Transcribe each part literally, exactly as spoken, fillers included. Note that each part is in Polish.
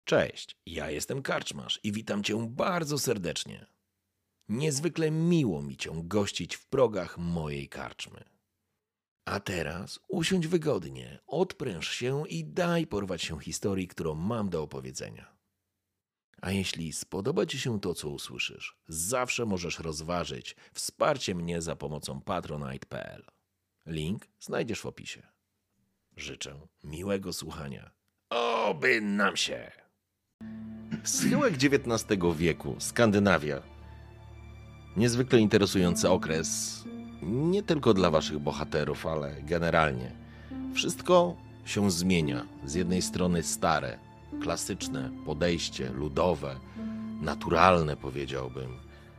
Cześć, ja jestem Karczmarz i witam Cię bardzo serdecznie. Niezwykle miło mi Cię gościć w progach mojej karczmy. A teraz usiądź wygodnie, odpręż się i daj porwać się historii, którą mam do opowiedzenia. A jeśli spodoba Ci się to, co usłyszysz, zawsze możesz rozważyć wsparcie mnie za pomocą patronite kropka p l. Link znajdziesz w opisie. Życzę miłego słuchania. Oby nam się! Schyłek dziewiętnastego wieku, Skandynawia. Niezwykle interesujący okres, nie tylko dla waszych bohaterów, ale generalnie. Wszystko się zmienia. Z jednej strony stare, klasyczne podejście, ludowe, naturalne powiedziałbym.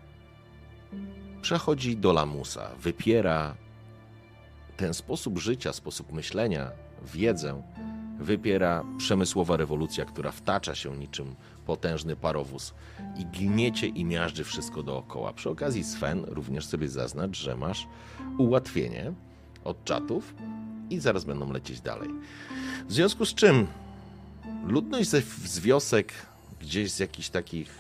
Przechodzi do lamusa, wypiera ten sposób życia, sposób myślenia, wiedzę, wypiera przemysłowa rewolucja, która wtacza się niczym potężny parowóz i gniecie i miażdży wszystko dookoła. Przy okazji, Sven, również sobie zaznacz, że masz ułatwienie od czatów i zaraz będą lecieć dalej. W związku z czym ludność z, z wiosek, gdzieś z jakichś takich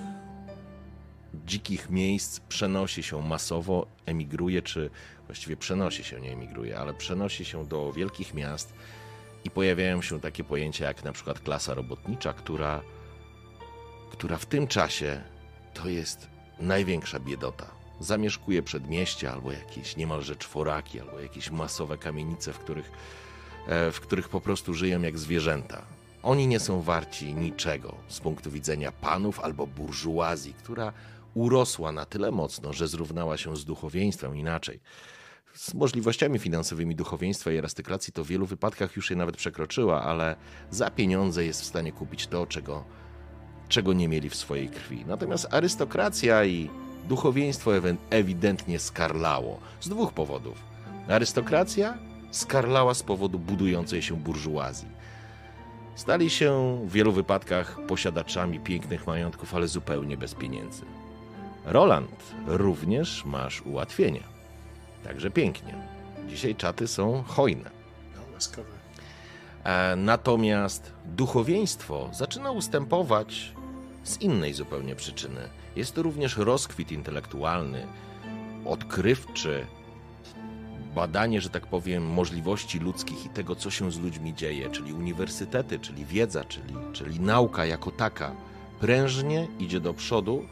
dzikich miejsc przenosi się masowo, emigruje, czy właściwie przenosi się, nie emigruje, ale przenosi się do wielkich miast i pojawiają się takie pojęcia jak na przykład klasa robotnicza, która, która w tym czasie to jest największa biedota. Zamieszkuje przedmieście albo jakieś niemalże czworaki, albo jakieś masowe kamienice, w których, w których po prostu żyją jak zwierzęta. Oni nie są warci niczego z punktu widzenia panów albo burżuazji, która urosła na tyle mocno, że zrównała się z duchowieństwem inaczej. Z możliwościami finansowymi duchowieństwa i arystokracji to w wielu wypadkach już je nawet przekroczyła, ale za pieniądze jest w stanie kupić to, czego, czego nie mieli w swojej krwi. Natomiast arystokracja i duchowieństwo ewidentnie skarlało z dwóch powodów. Arystokracja skarlała z powodu budującej się burżuazji. Stali się w wielu wypadkach posiadaczami pięknych majątków, ale zupełnie bez pieniędzy. Roland, również masz ułatwienia. Także pięknie. Dzisiaj czaty są hojne. No, łaskawe. E, natomiast duchowieństwo zaczyna ustępować z innej zupełnie przyczyny. Jest to również rozkwit intelektualny, odkrywczy, badanie, że tak powiem, możliwości ludzkich i tego, co się z ludźmi dzieje, czyli uniwersytety, czyli wiedza, czyli, czyli nauka jako taka, prężnie idzie do przodu,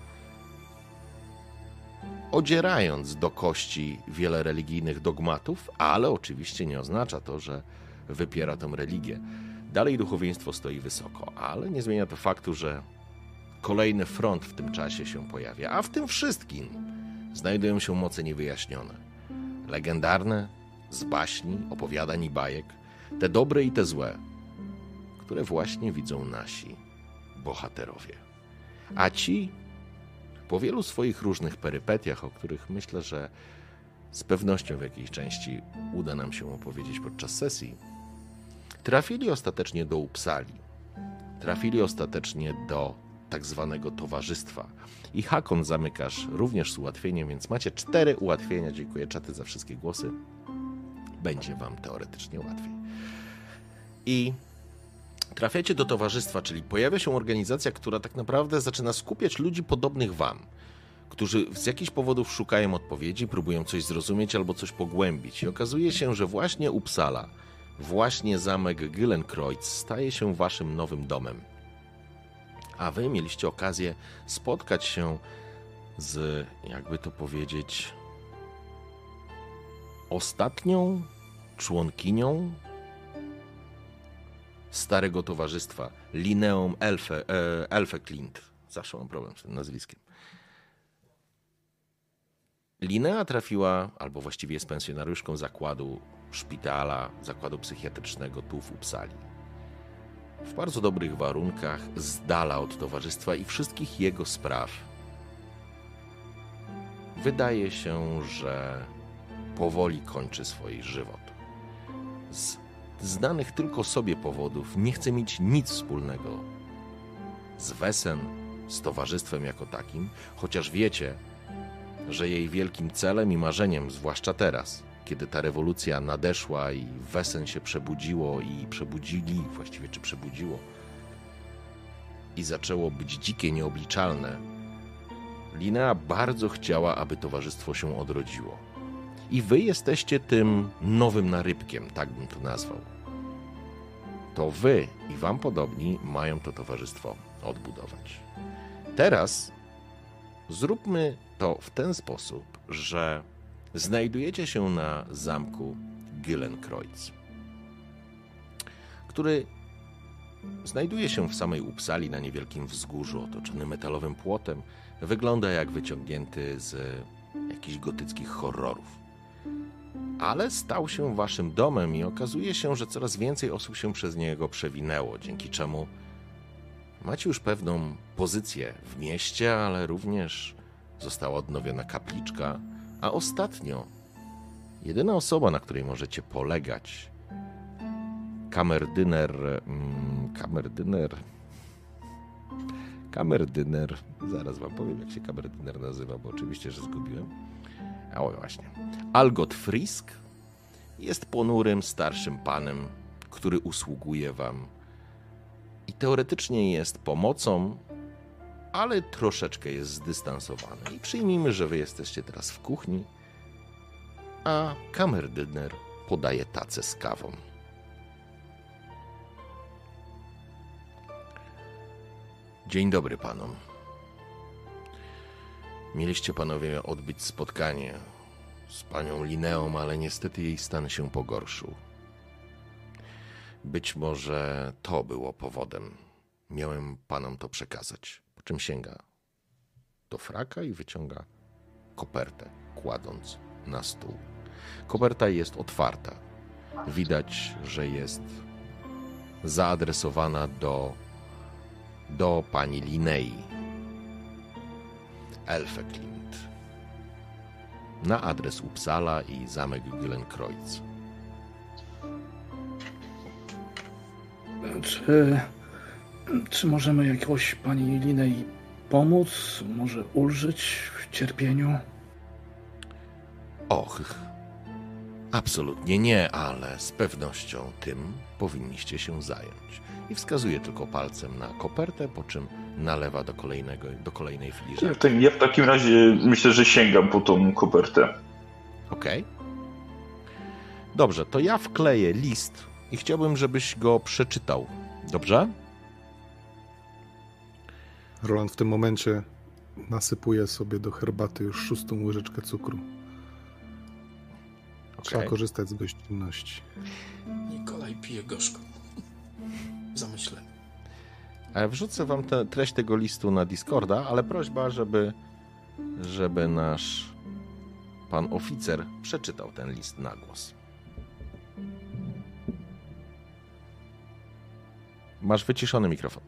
odzierając do kości wiele religijnych dogmatów, ale oczywiście nie oznacza to, że wypiera tę religię. Dalej duchowieństwo stoi wysoko, ale nie zmienia to faktu, że kolejny front w tym czasie się pojawia, a w tym wszystkim znajdują się moce niewyjaśnione. Legendarne, z baśni, opowiadań i bajek, te dobre i te złe, które właśnie widzą nasi bohaterowie. A ci po wielu swoich różnych perypetiach, o których myślę, że z pewnością w jakiejś części uda nam się opowiedzieć podczas sesji, trafili ostatecznie do Uppsali. Trafili ostatecznie do tak zwanego towarzystwa. I Hakon zamykasz również z ułatwieniem, więc macie cztery ułatwienia. Dziękuję czaty za wszystkie głosy. Będzie wam teoretycznie łatwiej. I trafiacie do towarzystwa, czyli pojawia się organizacja, która tak naprawdę zaczyna skupiać ludzi podobnych wam, którzy z jakichś powodów szukają odpowiedzi, próbują coś zrozumieć albo coś pogłębić. I okazuje się, że właśnie Uppsala, właśnie zamek Gyllenkreuz staje się waszym nowym domem. A wy mieliście okazję spotkać się z, jakby to powiedzieć, ostatnią członkinią Starego Towarzystwa, Lineą Elfe, e, Elfeklint. Zawsze mam problem z tym nazwiskiem. Linea trafiła, albo właściwie jest pensjonariuszką zakładu szpitala, zakładu psychiatrycznego tu w Uppsali. W bardzo dobrych warunkach, z dala od towarzystwa i wszystkich jego spraw. Wydaje się, że powoli kończy swój żywot. Z znanych tylko sobie powodów nie chce mieć nic wspólnego z Wesen, z towarzystwem jako takim, chociaż wiecie, że jej wielkim celem i marzeniem, zwłaszcza teraz, kiedy ta rewolucja nadeszła i Wesen się przebudziło i przebudzili, właściwie czy przebudziło, i zaczęło być dzikie, nieobliczalne, Linnea bardzo chciała, aby towarzystwo się odrodziło. I wy jesteście tym nowym narybkiem, tak bym to nazwał. To wy i wam podobni mają to towarzystwo odbudować. Teraz zróbmy to w ten sposób, że znajdujecie się na zamku Gyllenkreuz, który znajduje się w samej Uppsali na niewielkim wzgórzu otoczony metalowym płotem. Wygląda jak wyciągnięty z jakichś gotyckich horrorów. Ale stał się waszym domem i okazuje się, że coraz więcej osób się przez niego przewinęło, dzięki czemu macie już pewną pozycję w mieście, ale również została odnowiona kapliczka, a ostatnio jedyna osoba, na której możecie polegać, kamerdyner, mm, kamerdyner, kamerdyner, zaraz wam powiem, jak się kamerdyner nazywa, bo oczywiście, że zgubiłem. A o właśnie. Algot Frisk jest ponurym, starszym panem, który usługuje wam i teoretycznie jest pomocą, ale troszeczkę jest zdystansowany. I przyjmijmy, że wy jesteście teraz w kuchni, a kamerdyner podaje tacę z kawą. Dzień dobry panom. Mieliście panowie odbyć spotkanie z panią Linneą, ale niestety jej stan się pogorszył. Być może to było powodem. Miałem panom to przekazać. Po czym sięga do fraka i wyciąga kopertę, kładąc na stół. Koperta jest otwarta. Widać, że jest zaadresowana do, do pani Linnei. Elfeklint. Na adres Uppsala i zamek Gyllenkreuz. Czy, czy możemy jakoś pani Linnei pomóc? Może ulżyć w cierpieniu? Och, absolutnie nie, ale z pewnością tym powinniście się zająć. I wskazuje tylko palcem na kopertę, po czym nalewa do kolejnego, do kolejnej filiżanki. Ja w takim razie myślę, że sięgam po tą kopertę. Okej. Okay. Dobrze, to ja wkleję list i chciałbym, żebyś go przeczytał. Dobrze? Roland w tym momencie nasypuje sobie do herbaty już szóstą łyżeczkę cukru. Trzeba okay. korzystać z gościnności. Nikolaj pije gorzko. Zamyślę. Wrzucę wam te, treść tego listu na Discorda, ale prośba, żeby, żeby nasz pan oficer przeczytał ten list na głos. Masz wyciszony mikrofon.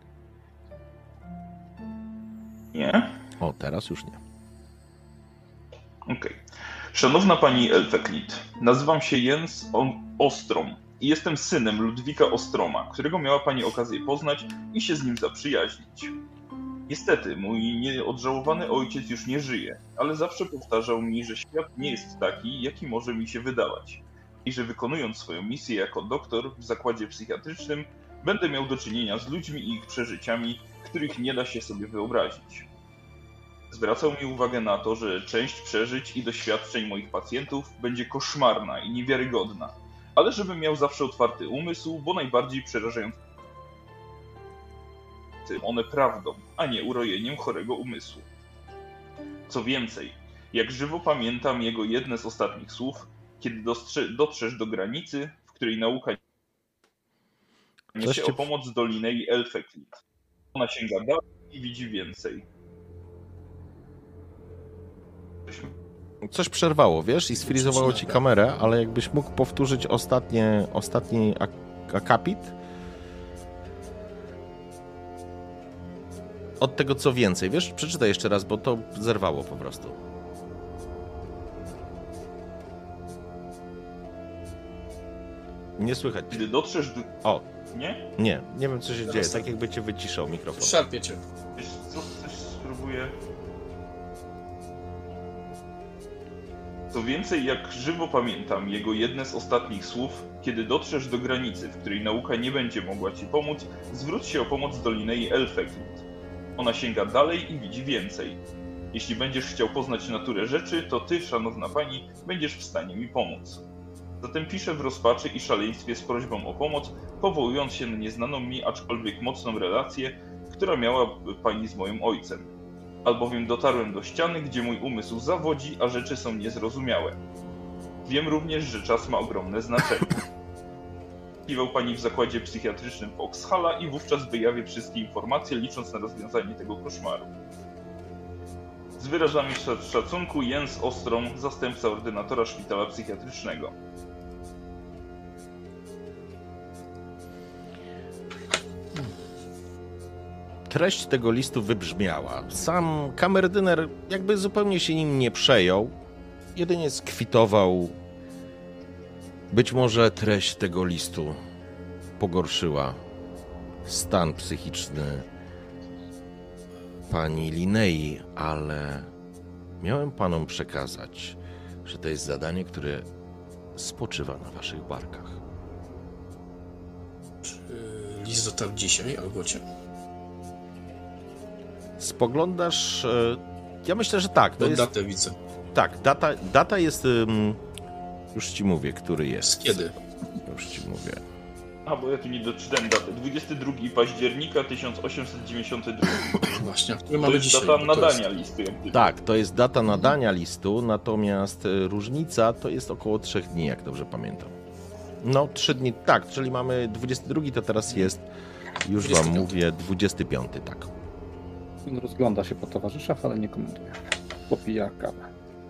Nie? O, teraz już nie. Okej. Okay. Szanowna pani Elfeklint, nazywam się Jens Ostrom i jestem synem Ludwika Ostroma, którego miała pani okazję poznać i się z nim zaprzyjaźnić. Niestety, mój nieodżałowany ojciec już nie żyje, ale zawsze powtarzał mi, że świat nie jest taki, jaki może mi się wydawać i że wykonując swoją misję jako doktor w zakładzie psychiatrycznym, będę miał do czynienia z ludźmi i ich przeżyciami, których nie da się sobie wyobrazić. Zwracał mi uwagę na to, że część przeżyć i doświadczeń moich pacjentów będzie koszmarna i niewiarygodna, ale żebym miał zawsze otwarty umysł, bo najbardziej przerażające one prawdą, a nie urojeniem chorego umysłu. Co więcej, jak żywo pamiętam jego jedne z ostatnich słów, kiedy dostrze- dotrzesz do granicy, w której nauka niesie o pomoc do Linnei Elfeklint. Ona sięga dalej i widzi więcej. Coś przerwało, wiesz, i sfrizowało ci kamerę, ale jakbyś mógł powtórzyć ostatnie, ostatni ak- akapit od tego, co więcej, wiesz? Przeczytaj jeszcze raz, bo to zerwało po prostu. Nie słychać. Kiedy dotrzesz do... O. Nie? Nie, nie wiem, co się dzieje. Tak jakby cię wyciszał mikrofon. Szarpie cię. Wiesz co, coś spróbuję... Co więcej, jak żywo pamiętam jego jedne z ostatnich słów, kiedy dotrzesz do granicy, w której nauka nie będzie mogła ci pomóc, zwróć się o pomoc do Linnei Elfechnit. Ona sięga dalej i widzi więcej. Jeśli będziesz chciał poznać naturę rzeczy, to ty, szanowna pani, będziesz w stanie mi pomóc. Zatem piszę w rozpaczy i szaleństwie z prośbą o pomoc, powołując się na nieznaną mi, aczkolwiek mocną relację, która miała pani z moim ojcem. Albowiem dotarłem do ściany, gdzie mój umysł zawodzi, a rzeczy są niezrozumiałe. Wiem również, że czas ma ogromne znaczenie. Kiwał pani w zakładzie psychiatrycznym Foxhala i wówczas wyjawię wszystkie informacje, licząc na rozwiązanie tego koszmaru. Z wyrażami szacunku Jens Ostrom, zastępca ordynatora szpitala psychiatrycznego. Treść tego listu wybrzmiała. Sam kamerdyner jakby zupełnie się nim nie przejął, jedynie skwitował. Być może treść tego listu pogorszyła stan psychiczny pani Linnei, ale miałem panom przekazać, że to jest zadanie, które spoczywa na waszych barkach. Czy list dotarł dzisiaj, Algocie? Spoglądasz... Ja myślę, że tak. To Bo jest... datę widzę. Tak, data, data jest... Um, już ci mówię, który jest. Z kiedy? Już ci mówię. A, bo ja tu nie doczytałem daty. dwudziestego drugiego października tysiąc osiemset dziewięćdziesiątego drugiego. Właśnie, a który To mamy jest dzisiaj? data Bo to nadania jest... listu. Jak gdyby. Tak, to jest data nadania listu, natomiast różnica to jest około trzech dni, jak dobrze pamiętam. No, trzy dni, tak, czyli mamy dwudziesty drugi, to teraz jest, już wam dwudziesty piąty. mówię, dwudziesty piąty, tak. On rozgląda się po towarzyszach, ale nie komentuje. Popija kawę.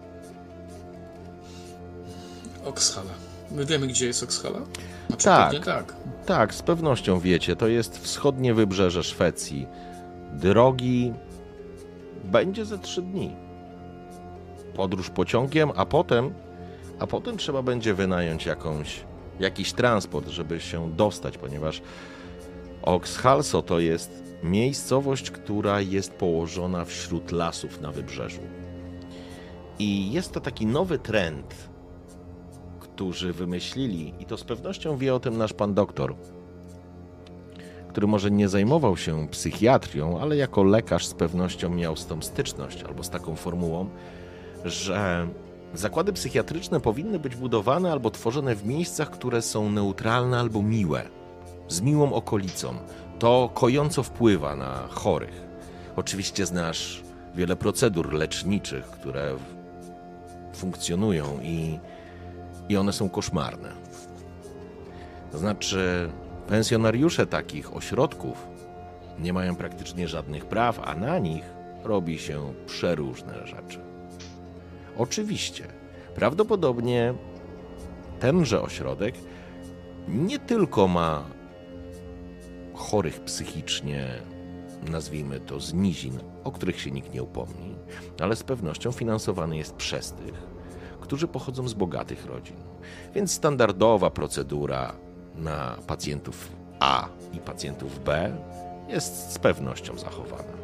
Oxhala. My wiemy, gdzie jest Oxhala? Znaczy, Tak. pewnie tak. Tak, z pewnością wiecie, to jest wschodnie wybrzeże Szwecji. Drogi będzie ze trzy dni. Podróż pociągiem, a potem, a potem trzeba będzie wynająć jakąś, jakiś transport, żeby się dostać, ponieważ Oxhalso to jest miejscowość, która jest położona wśród lasów na wybrzeżu. I jest to taki nowy trend, którzy wymyślili, i to z pewnością wie o tym nasz pan doktor, który może nie zajmował się psychiatrią, ale jako lekarz z pewnością miał z tą styczność, albo z taką formułą, że zakłady psychiatryczne powinny być budowane albo tworzone w miejscach, które są neutralne albo miłe, z miłą okolicą. To kojąco wpływa na chorych. Oczywiście znasz wiele procedur leczniczych, które funkcjonują i, i one są koszmarne. To znaczy, pensjonariusze takich ośrodków nie mają praktycznie żadnych praw, a na nich robi się przeróżne rzeczy. Oczywiście, prawdopodobnie tenże ośrodek nie tylko ma chorych psychicznie, nazwijmy to z nizin, o których się nikt nie upomni, ale z pewnością finansowany jest przez tych, którzy pochodzą z bogatych rodzin. Więc standardowa procedura na pacjentów A i pacjentów B jest z pewnością zachowana.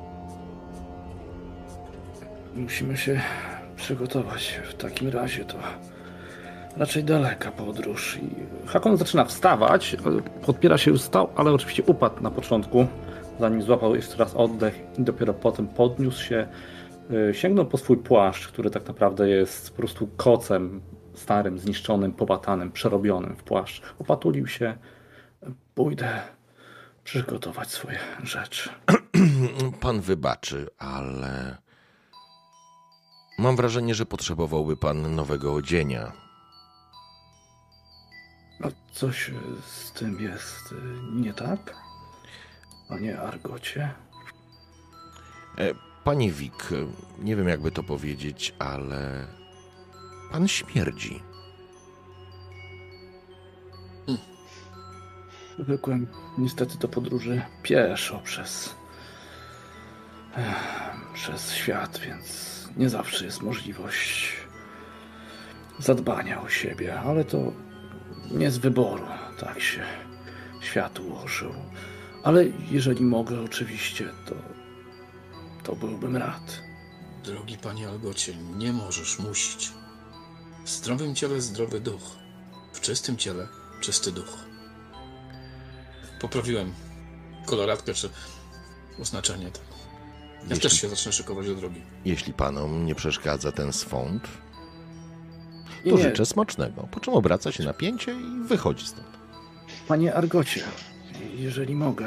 Musimy się przygotować. W takim razie to raczej daleka podróż. I Hakon zaczyna wstawać, podpiera się już stał, ale oczywiście upadł na początku, zanim złapał jeszcze raz oddech i dopiero potem podniósł się, sięgnął po swój płaszcz, który tak naprawdę jest po prostu kocem starym, zniszczonym, pobatanym, przerobionym w płaszcz. Opatulił się. Pójdę przygotować swoje rzeczy. Pan wybaczy, ale mam wrażenie, że potrzebowałby pan nowego odzienia. A coś z tym jest nie tak? Panie Argocie? Panie Wik, nie wiem jakby to powiedzieć, ale pan śmierdzi. Zwykłem niestety do podróży pieszo przez, przez świat, więc nie zawsze jest możliwość zadbania o siebie, ale to nie z wyboru, tak się świat ułożył. Ale jeżeli mogę oczywiście, to, to byłbym rad. Drogi panie Algocie, nie możesz musić. W zdrowym ciele zdrowy duch. W czystym ciele czysty duch. Poprawiłem koloratkę czy oznaczenie tego. Ja Jeśli- też się zacznę szykować do drogi. Jeśli panom nie przeszkadza ten swąd, Nie, to nie. życzę smacznego. Po czym obraca się na pięcie i wychodzi stąd. Panie Argocie, jeżeli mogę,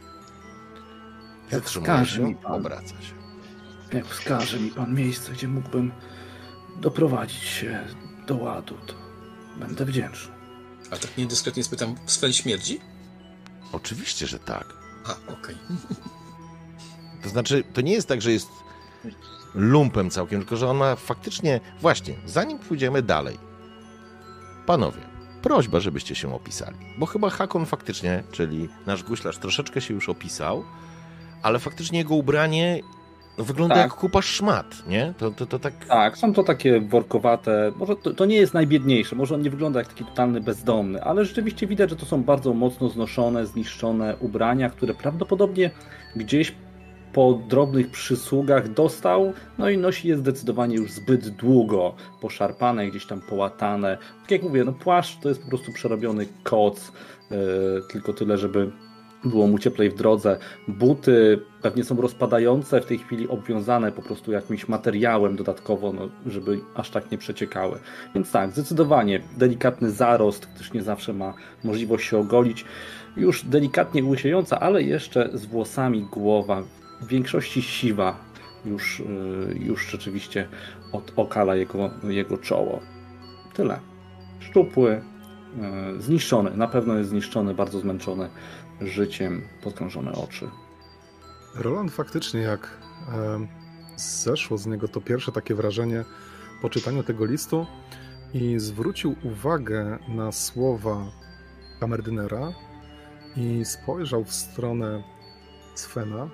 jak Zatrzymuje wskaże mi się, pan, obraca się. jak wskaże mi pan miejsce, gdzie mógłbym doprowadzić się do ładu, to będę wdzięczny. A tak niedyskretnie spytam, Sven śmierdzi? Oczywiście, że tak. A, okej. To znaczy, to nie jest tak, że jest lumpem całkiem, tylko że on ma faktycznie... Właśnie, zanim pójdziemy dalej, panowie, prośba, żebyście się opisali. Bo chyba Hakon faktycznie, czyli nasz guślarz, troszeczkę się już opisał, ale faktycznie jego ubranie wygląda Tak. jak kupa szmat, nie? To, to, to tak... Tak, są to takie workowate, może to, to nie jest najbiedniejsze, może on nie wygląda jak taki totalny bezdomny, ale rzeczywiście widać, że to są bardzo mocno znoszone, zniszczone ubrania, które prawdopodobnie gdzieś po drobnych przysługach dostał, no i nosi je zdecydowanie już zbyt długo, poszarpane, gdzieś tam połatane. Tak jak mówię, no płaszcz to jest po prostu przerobiony koc, yy, tylko tyle, żeby było mu cieplej w drodze. Buty pewnie są rozpadające, w tej chwili obwiązane po prostu jakimś materiałem dodatkowo, no, żeby aż tak nie przeciekały. Więc tak, zdecydowanie delikatny zarost, ktoś nie zawsze ma możliwość się ogolić. Już delikatnie łysiejąca, ale jeszcze z włosami głowa, w większości siwa, już, yy, już rzeczywiście od okala jego, jego czoło. Tyle. Szczupły, yy, zniszczony, na pewno jest zniszczony, bardzo zmęczony życiem, podkrążone oczy. Roland faktycznie, jak e, zeszło z niego to pierwsze takie wrażenie po czytaniu tego listu i zwrócił uwagę na słowa kamerdynera i spojrzał w stronę Svena,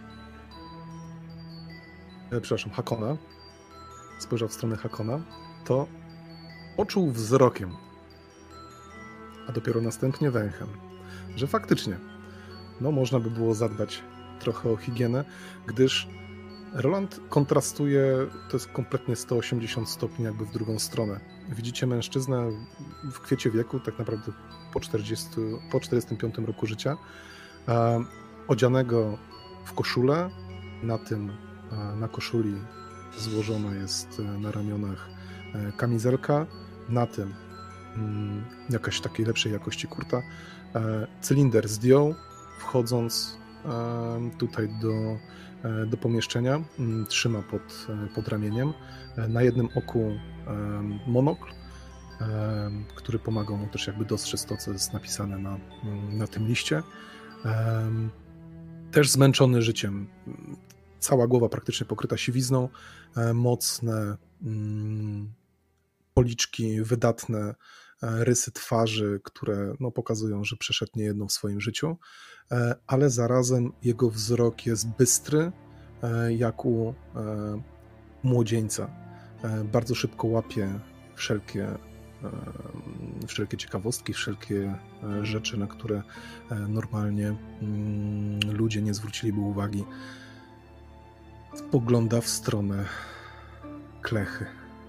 e, przepraszam, Hakona, spojrzał w stronę Hakona, to poczuł wzrokiem, a dopiero następnie węchem, że faktycznie no, można by było zadbać trochę o higienę, gdyż Roland kontrastuje, to jest kompletnie sto osiemdziesiąt stopni jakby w drugą stronę. Widzicie mężczyznę w kwiecie wieku, tak naprawdę po, czterdziestym, po czterdziestym piątym roku życia, e, odzianego w koszulę, na tym, e, na koszuli złożona jest e, na ramionach e, kamizelka, na tym mm, jakaś takiej lepszej jakości kurta. E, cylinder zdjął, wchodząc e, tutaj do, e, do pomieszczenia, m, trzyma pod, e, pod ramieniem. E, na jednym oku e, monokl, e, który pomaga mu też jakby dostrzec to, co jest napisane na, na tym liście. E, też zmęczony życiem. Cała głowa praktycznie pokryta siwizną, e, mocne mm, policzki, wydatne rysy twarzy, które no, pokazują, że przeszedł niejedną w swoim życiu, ale zarazem jego wzrok jest bystry, jak u młodzieńca. Bardzo szybko łapie wszelkie, wszelkie ciekawostki, wszelkie rzeczy, na które normalnie ludzie nie zwróciliby uwagi. Spogląda w stronę Klechy.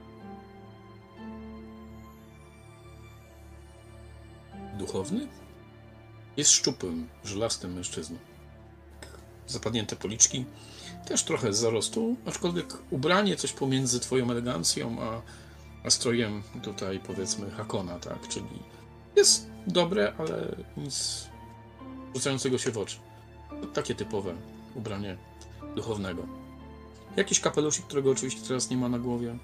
Duchowny? Jest szczupłym, żelastym mężczyzną. Zapadnięte policzki, też trochę z zarostu, aczkolwiek ubranie coś pomiędzy twoją elegancją a, a strojem tutaj powiedzmy Hakona, tak? Czyli jest dobre, ale nic rzucającego się w oczy. To takie typowe ubranie duchownego. Jakiś kapelusik, którego oczywiście teraz nie ma na głowie.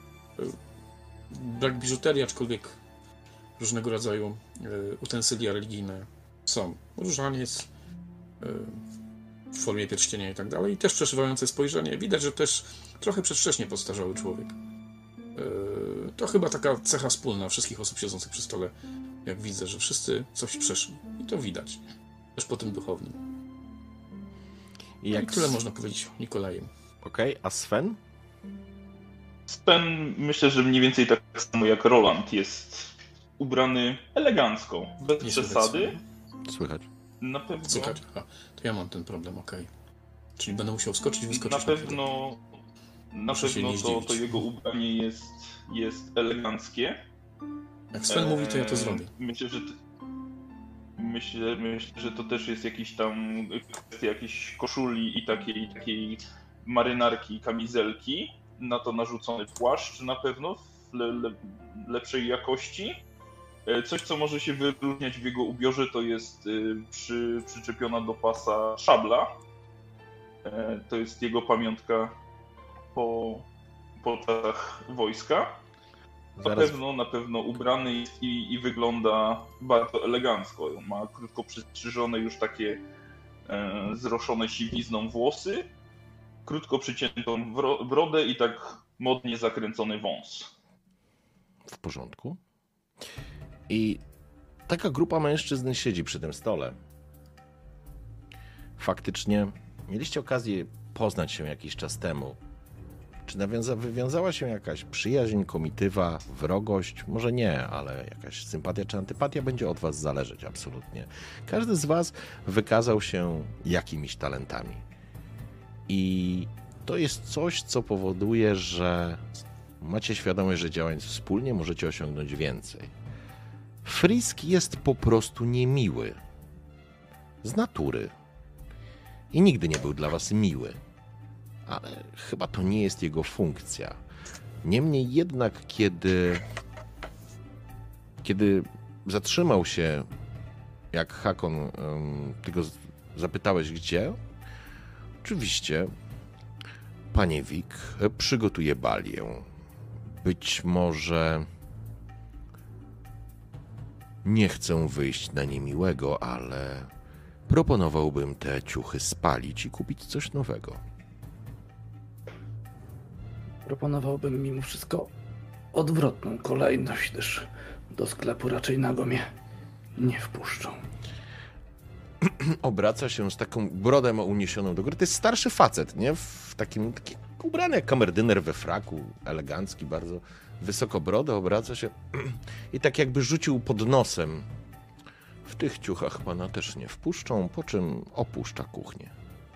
Brak biżuterii, aczkolwiek różnego rodzaju y, utensylia religijne są. Różaniec y, w formie pierścienia i tak dalej. I też przeszywające spojrzenie. Widać, że też trochę przedwcześnie podstarzały człowiek. Y, to chyba taka cecha wspólna wszystkich osób siedzących przy stole. Jak widzę, że wszyscy coś przeszli. I to widać. Też po tym duchownym. I Jak jak I tyle można powiedzieć o Nikolajem. Okej, a Sven? Sven, myślę, że mniej więcej tak samo jak Roland jest ubrany elegancko, bez Nie przesady. Słychać. Na pewno, Słychać? A, to ja mam ten problem, okej. Czyli będę musiał wskoczyć i wyskoczyć. na chwilę. pewno Na Muszę się pewno nie to, zdziwić. to jego ubranie jest, jest eleganckie. Jak Sven mówi, to ja to Eee, zrobię. Myślę, że to, myślę, myślę, że to też jest jakiś tam kwestia jakiejś koszuli i takiej, takiej marynarki, kamizelki. Na to narzucony płaszcz na pewno w le, le, lepszej jakości. E, Coś, co może się wyróżniać w jego ubiorze, to jest y, przy, przyczepiona do pasa szabla. E, To jest jego pamiątka po, po czasach wojska. Na Zaraz pewno, na pewno ubrany jest i, i wygląda bardzo elegancko. Ma krótko przystrzyżone już takie e, zroszone siwizną włosy, krótko przyciętą wro, brodę i tak modnie zakręcony wąs. w porządku. I taka grupa mężczyzn siedzi przy tym stole. Faktycznie mieliście okazję poznać się jakiś czas temu. Czy nawiąza- wywiązała się jakaś przyjaźń, komitywa, wrogość? Może nie, ale jakaś sympatia czy antypatia będzie od was zależeć, absolutnie. Każdy z was wykazał się jakimiś talentami. I to jest coś, co powoduje, że macie świadomość, że działając wspólnie możecie osiągnąć więcej. Frisk jest po prostu niemiły. Z natury. I nigdy nie był dla was miły. Ale chyba to nie jest jego funkcja. Niemniej jednak, kiedy, kiedy zatrzymał się, jak Hakon, um, ty go zapytałeś gdzie, oczywiście panie Wik przygotuje balię. Być może nie chcę wyjść na niemiłego, ale proponowałbym te ciuchy spalić i kupić coś nowego. Proponowałbym mimo wszystko odwrotną kolejność, gdyż do sklepu raczej nago mnie nie wpuszczą. Obraca się z taką brodą uniesioną do góry. To jest starszy facet, nie? W takim, taki ubrany jak kamerdyner we fraku, elegancki, bardzo wysoko brodę, obraca się i tak jakby rzucił pod nosem. W tych ciuchach pana też nie wpuszczą, po czym opuszcza kuchnię.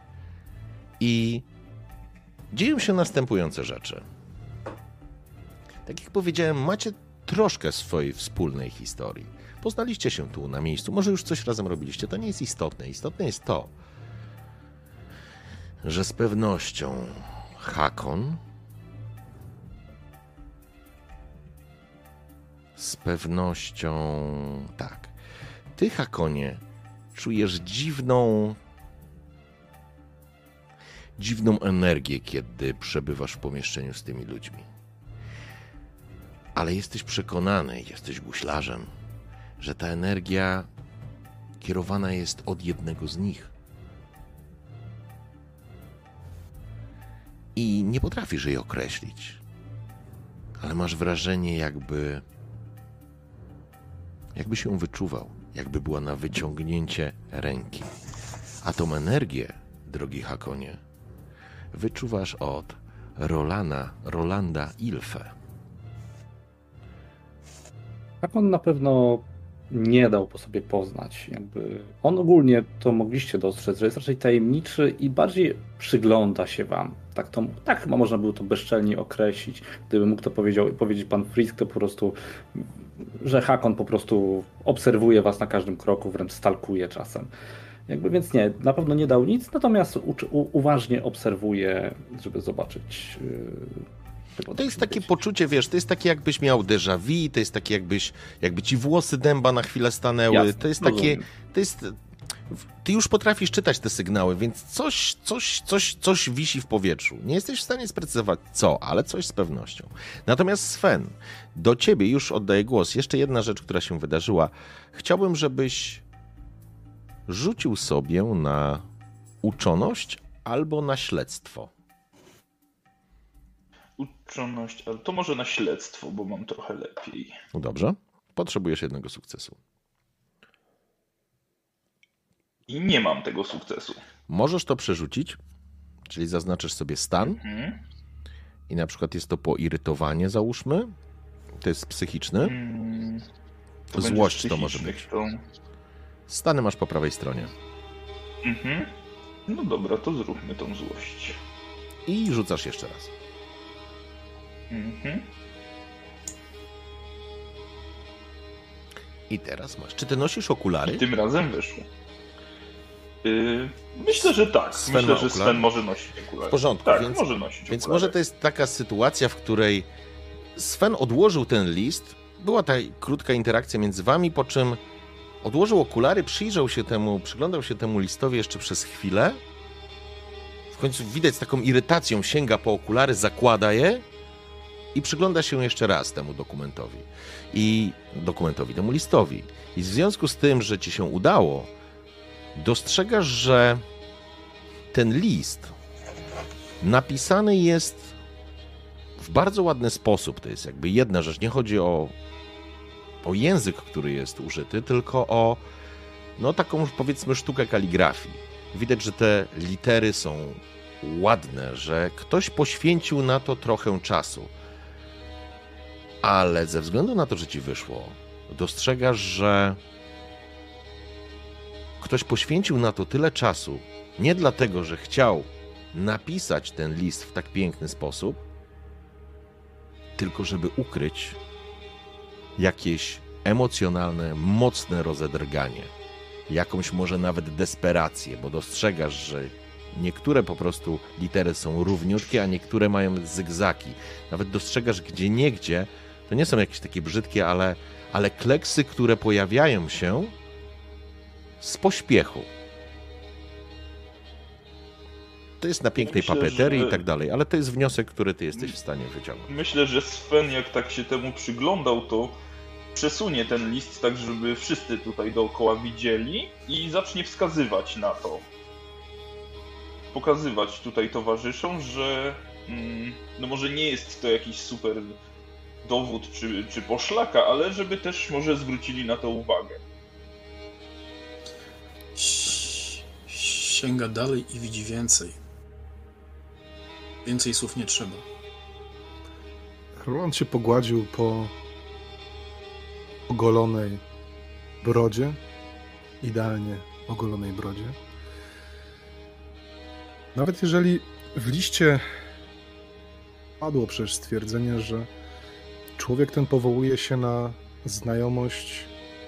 I dzieją się następujące rzeczy. Tak jak powiedziałem, macie troszkę swojej wspólnej historii. Poznaliście się tu na miejscu, może już coś razem robiliście, to nie jest istotne. Istotne jest to, że z pewnością Hakon, z pewnością, tak, ty, Hakonie, czujesz dziwną, dziwną energię, kiedy przebywasz w pomieszczeniu z tymi ludźmi. Ale jesteś przekonany, jesteś guślarzem, że ta energia kierowana jest od jednego z nich. I nie potrafisz jej określić, ale masz wrażenie, jakby, jakby się wyczuwał, jakby była na wyciągnięcie ręki. A tą energię, drogi Hakonie, wyczuwasz od Rolana, Rolanda Ilfe. Tak on na pewno nie dał po sobie poznać. Jakby on ogólnie to mogliście dostrzec, że jest raczej tajemniczy i bardziej przygląda się wam. Tak, to, tak chyba można było to bezczelnie określić. Gdyby mógł to powiedział, powiedzieć pan Frisk, to po prostu, że Hakon po prostu obserwuje was na każdym kroku, wręcz stalkuje czasem. Jakby, więc nie, na pewno nie dał nic, natomiast u, u, uważnie obserwuje, żeby zobaczyć. Yy, To jest takie poczucie, wiesz, to jest takie jakbyś miał déjà vu, to jest takie jakbyś, jakby ci włosy dęba na chwilę stanęły, Jasne, to jest takie, rozumiem. to jest, ty już potrafisz czytać te sygnały, więc coś, coś, coś, coś wisi w powietrzu. Nie jesteś w stanie sprecyzować co, ale coś z pewnością. Natomiast Sven, do ciebie już oddaję głos. Jeszcze jedna rzecz, która się wydarzyła. Chciałbym, żebyś rzucił sobie na uczoność albo na śledztwo. Uczoność, ale to może na śledztwo, bo mam trochę lepiej. No dobrze, potrzebujesz jednego sukcesu. I nie mam tego sukcesu. Możesz to przerzucić, czyli zaznaczysz sobie stan Mhm. i na przykład jest to poirytowanie, załóżmy. To jest psychiczny. Mm, to będzie Złość to może psychicznych, być. To... Stany masz po prawej stronie. Mhm. No dobra, to zróbmy tą złość. I rzucasz jeszcze raz. Mhm. I teraz masz. Czy ty nosisz okulary? I tym razem wyszło. Yy, myślę, że tak. Sven myślę, ma że okulary? Sven może nosić okulary. W porządku, Tak, więc- może nosić Więc okulary. może to jest taka sytuacja, w której Sven odłożył ten list. Była ta krótka interakcja między wami, po czym odłożył okulary, przyjrzał się temu, przyglądał się temu listowi jeszcze przez chwilę. W końcu widać z taką irytacją sięga po okulary, zakłada je i przygląda się jeszcze raz temu dokumentowi. I dokumentowi, temu listowi. I w związku z tym, że ci się udało, dostrzegasz, że ten list napisany jest w bardzo ładny sposób. To jest jakby jedna rzecz. Nie chodzi o, o język, który jest użyty, tylko o no taką powiedzmy sztukę kaligrafii. Widać, że te litery są ładne, że ktoś poświęcił na to trochę czasu. Ale ze względu na to, że ci wyszło, dostrzegasz, że ktoś poświęcił na to tyle czasu, nie dlatego, że chciał napisać ten list w tak piękny sposób, tylko żeby ukryć jakieś emocjonalne, mocne rozedrganie. Jakąś może nawet desperację, bo dostrzegasz, że niektóre po prostu litery są równiutkie, a niektóre mają zygzaki. Nawet dostrzegasz gdzieniegdzie, to nie są jakieś takie brzydkie, ale, ale kleksy, które pojawiają się z pośpiechu. To jest na pięknej Myślę, papeterii że- i tak dalej, ale to jest wniosek, który ty jesteś w stanie wyciągnąć. Myślę, że Sven, jak tak się temu przyglądał, to przesunie ten list tak, żeby wszyscy tutaj dookoła widzieli i zacznie wskazywać na to. Pokazywać tutaj towarzyszom, że mm, no może nie jest to jakiś super dowód czy, czy poszlaka, ale żeby też może zwrócili na to uwagę. Si- Sięga dalej i widzi więcej. Więcej słów nie trzeba. Roland się pogładził po ogolonej brodzie, idealnie ogolonej brodzie. Nawet jeżeli w liście padło przecież stwierdzenie, że człowiek ten powołuje się na znajomość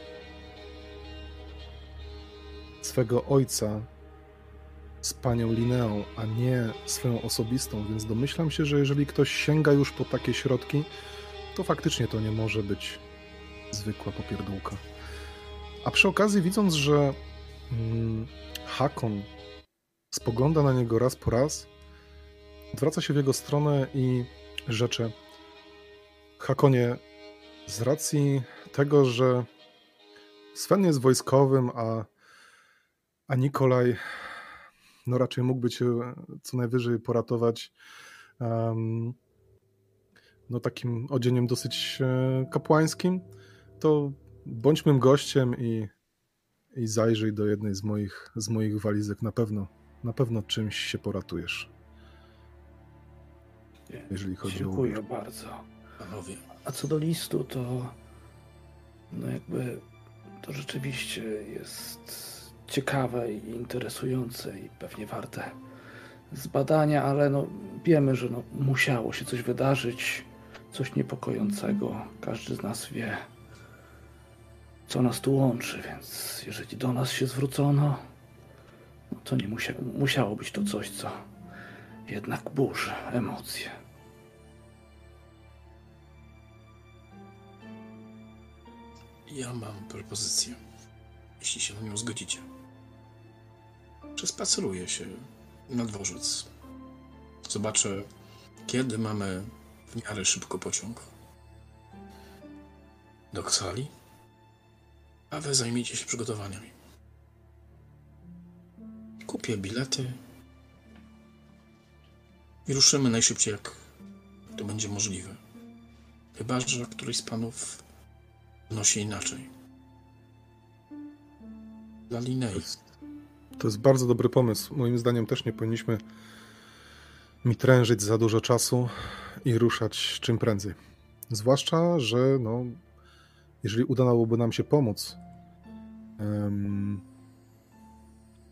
swego ojca z panią Lineą, a nie swoją osobistą, więc domyślam się, że jeżeli ktoś sięga już po takie środki, to faktycznie to nie może być zwykła popierdółka. A przy okazji, widząc, że mm, Hakon spogląda na niego raz po raz, odwraca się w jego stronę i rzecze: Hakonie, z racji tego, że Sven jest wojskowym, a, a Nikolaj no raczej mógłby cię co najwyżej poratować um, no takim odzieniem dosyć e, kapłańskim, to bądź mym gościem i, i zajrzyj do jednej z moich, z moich walizek. Na pewno, na pewno czymś się poratujesz, jeżeli chodzi Dziękuję o... bardzo. Panowie, A co do listu, to no jakby to rzeczywiście jest ciekawe i interesujące i pewnie warte zbadania, ale no wiemy, że no musiało się coś wydarzyć, coś niepokojącego. Każdy z nas wie, co nas tu łączy, więc jeżeli do nas się zwrócono, no to nie musia musiało być to coś, co jednak burzy emocje. ja mam propozycję, jeśli się na nią zgodzicie. Przespaceruję się na dworzec. Zobaczę, kiedy mamy w miarę szybko pociąg do sali, a wy zajmijcie się przygotowaniami. Kupię bilety i ruszymy najszybciej, jak to będzie możliwe. Chyba że któryś z panów wnosi inaczej. Dla Linei. To jest bardzo dobry pomysł. Moim zdaniem też nie powinniśmy mitrężyć za dużo czasu i ruszać czym prędzej. Zwłaszcza, że no, jeżeli udałoby nam się pomóc um,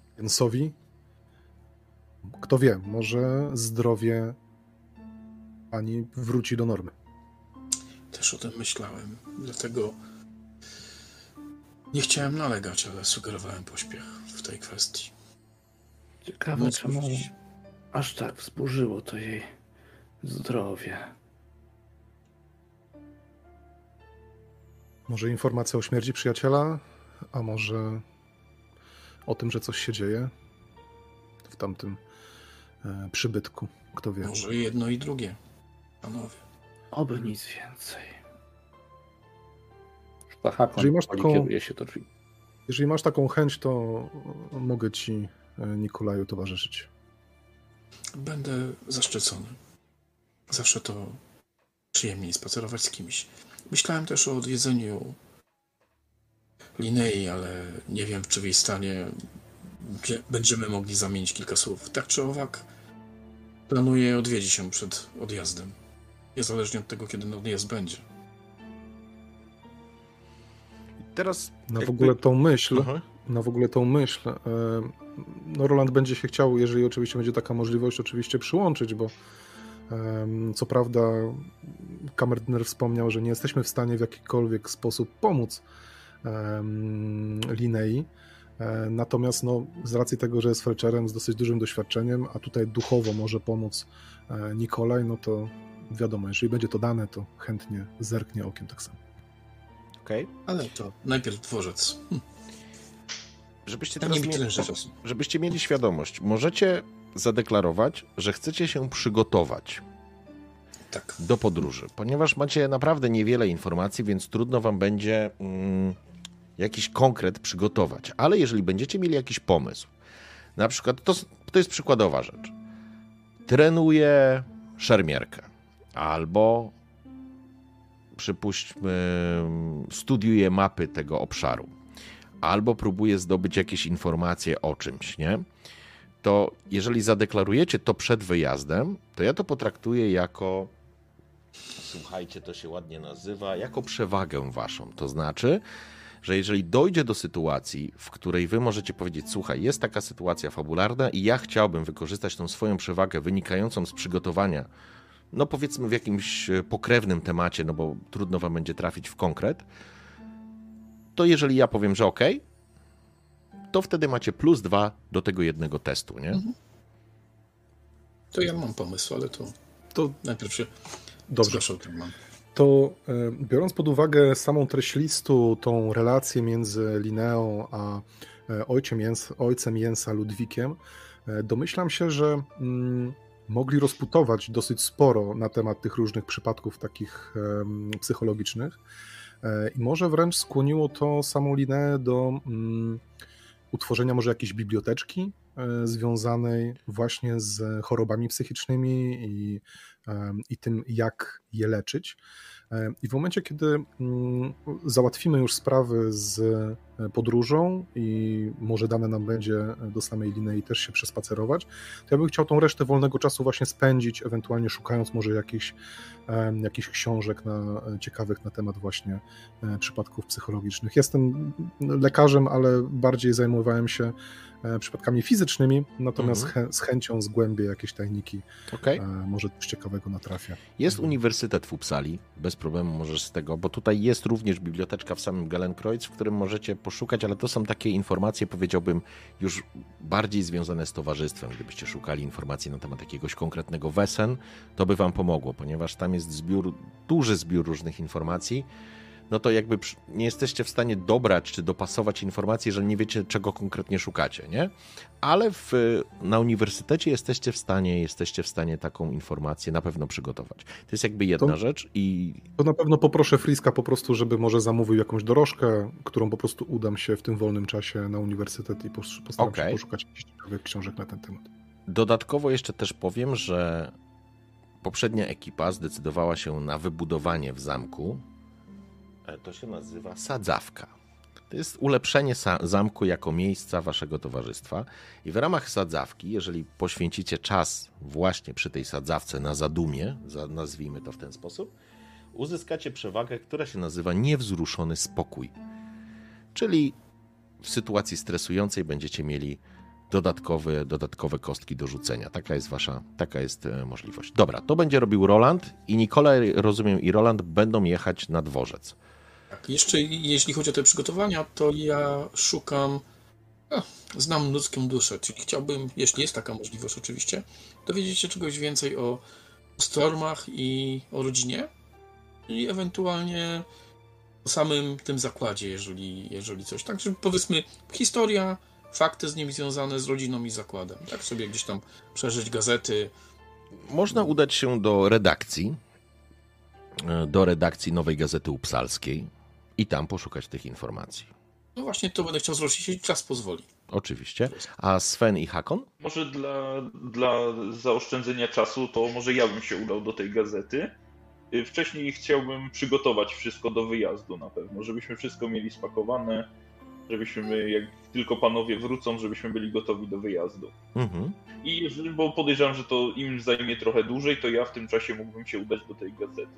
Jensowi, kto wie, może zdrowie pani wróci do normy. Też o tym myślałem, dlatego nie chciałem nalegać, ale sugerowałem pośpiech w tej kwestii. Ciekawe, No, czemu cóż. aż tak wzburzyło to jej zdrowie. Może informacja o śmierci przyjaciela, a może o tym, że coś się dzieje w tamtym e, przybytku. Kto wie. Może jedno i drugie, panowie. Oby nic więcej. Hakon Jeżeli masz taką- kieruje się do drzwi. Jeżeli masz taką chęć, to mogę ci, e, Nikolaju, towarzyszyć. Będę zaszczycony. Zawsze to przyjemniej spacerować z kimś. Myślałem też o odwiedzeniu Linei, ale nie wiem, czy w jej stanie gdzie będziemy mogli zamienić kilka słów. Tak czy owak, planuję odwiedzić ją przed odjazdem. Niezależnie od tego, kiedy odjazd będzie. Teraz Na w jakby- ogóle tą myśl, Aha. na w ogóle tą myśl, e, no Roland będzie się chciał, jeżeli oczywiście będzie taka możliwość, oczywiście przyłączyć, bo em, co prawda kamerdyner wspomniał, że nie jesteśmy w stanie w jakikolwiek sposób pomóc em, Linei, e, natomiast no, z racji tego, że jest felczerem z dosyć dużym doświadczeniem, a tutaj duchowo może pomóc e, Nikolaj, no to wiadomo, jeżeli będzie to dane, to chętnie zerknie okiem tak samo. Okej. Ale to najpierw dworzec. Hm, Żebyście tam teraz nie mi tyle mieli, czasu. żebyście mieli świadomość, możecie zadeklarować, że chcecie się przygotować Tak. do podróży, ponieważ macie naprawdę niewiele informacji, więc trudno wam będzie mm, jakiś konkret przygotować. Ale jeżeli będziecie mieli jakiś pomysł, na przykład, to, to jest przykładowa rzecz. Trenuję szermierkę albo przypuśćmy studiuję mapy tego obszaru albo próbuję zdobyć jakieś informacje o czymś, nie? To jeżeli zadeklarujecie to przed wyjazdem, to ja to potraktuję jako, słuchajcie, to się ładnie nazywa, jako przewagę waszą. To znaczy, że jeżeli dojdzie do sytuacji, w której wy możecie powiedzieć, słuchaj, jest taka sytuacja fabularna i ja chciałbym wykorzystać tą swoją przewagę wynikającą z przygotowania, no powiedzmy w jakimś pokrewnym temacie, no bo trudno wam będzie trafić w konkret, to jeżeli ja powiem, że okej, to wtedy macie plus dwa do tego jednego testu, nie? To ja mam pomysł, ale to, To najpierw się dobrze. zgłaszał ten mam. To e, biorąc pod uwagę samą treść listu, tą relację między Lineą a e, ojcem, Jens, ojcem Jensa Ludwikiem, e, domyślam się, że mm, mogli rozputować dosyć sporo na temat tych różnych przypadków takich em, psychologicznych e, i może wręcz skłoniło to samą Lineę do mm, utworzenia może jakiejś biblioteczki e, związanej właśnie z chorobami psychicznymi i, em, i tym, jak je leczyć. E, I w momencie, kiedy mm, załatwimy już sprawy z e, podróżą i może dane nam będzie do samej Linei też się przespacerować, to ja bym chciał tą resztę wolnego czasu właśnie spędzić, ewentualnie szukając może jakichś, em, jakichś książek na, ciekawych na temat właśnie e, przypadków psychologicznych. Jestem lekarzem, ale bardziej zajmowałem się e, przypadkami fizycznymi, natomiast Mhm. chę, z chęcią zgłębię jakieś tajniki, Okej. e, może coś ciekawego natrafię. Jest Uniwersytet w Uppsali, bez problemu możesz z tego, bo tutaj jest również biblioteczka w samym Galenkreuz, w którym możecie poszukać, ale to są takie informacje, powiedziałbym, już bardziej związane z towarzystwem. Gdybyście szukali informacji na temat jakiegoś konkretnego wesen, to by wam pomogło, ponieważ tam jest zbiór, duży zbiór różnych informacji, no to jakby przy- nie jesteście w stanie dobrać czy dopasować informacji, jeżeli nie wiecie, czego konkretnie szukacie, nie? Ale w, na uniwersytecie jesteście w stanie, jesteście w stanie taką informację na pewno przygotować. To jest jakby jedna To- rzecz i To na pewno poproszę Friska po prostu, żeby może zamówił jakąś dorożkę, którą po prostu udam się w tym wolnym czasie na uniwersytet i pos- postaram Okej. się poszukać jakichś ciekawych książek na ten temat. dodatkowo jeszcze też powiem, że poprzednia ekipa zdecydowała się na wybudowanie w zamku. E, To się nazywa sadzawka. To jest ulepszenie sa- zamku jako miejsca waszego towarzystwa. I w ramach sadzawki, jeżeli poświęcicie czas właśnie przy tej sadzawce na zadumie, za- nazwijmy to w ten sposób, uzyskacie przewagę, która się nazywa niewzruszony spokój. Czyli w sytuacji stresującej będziecie mieli dodatkowe, dodatkowe kostki do rzucenia. Taka jest wasza, taka jest e, możliwość. Dobra, to będzie robił Roland i Nikolaj, rozumiem, i Roland będą jechać na dworzec. Tak, jeszcze jeśli chodzi o te przygotowania, to ja szukam, a, znam ludzką duszę, czyli chciałbym, jeśli jest taka możliwość oczywiście, dowiedzieć się czegoś więcej o Stormach i o rodzinie i ewentualnie o samym tym zakładzie, jeżeli, jeżeli coś. Także powiedzmy historia, fakty z nim związane z rodziną i zakładem. Tak sobie gdzieś tam przeżyć gazety. Można udać się do redakcji, do redakcji Nowej Gazety Upsalskiej i tam poszukać tych informacji. No właśnie to będę chciał zrobić, jeśli czas pozwoli. Oczywiście. A Sven i Hakon? Może dla, dla zaoszczędzenia czasu, to może ja bym się udał do tej gazety. Wcześniej chciałbym przygotować wszystko do wyjazdu na pewno, żebyśmy wszystko mieli spakowane, żebyśmy, jak tylko panowie wrócą, żebyśmy byli gotowi do wyjazdu. Mhm. I jeżeli, bo podejrzewam, że to im zajmie trochę dłużej, to ja w tym czasie mógłbym się udać do tej gazety.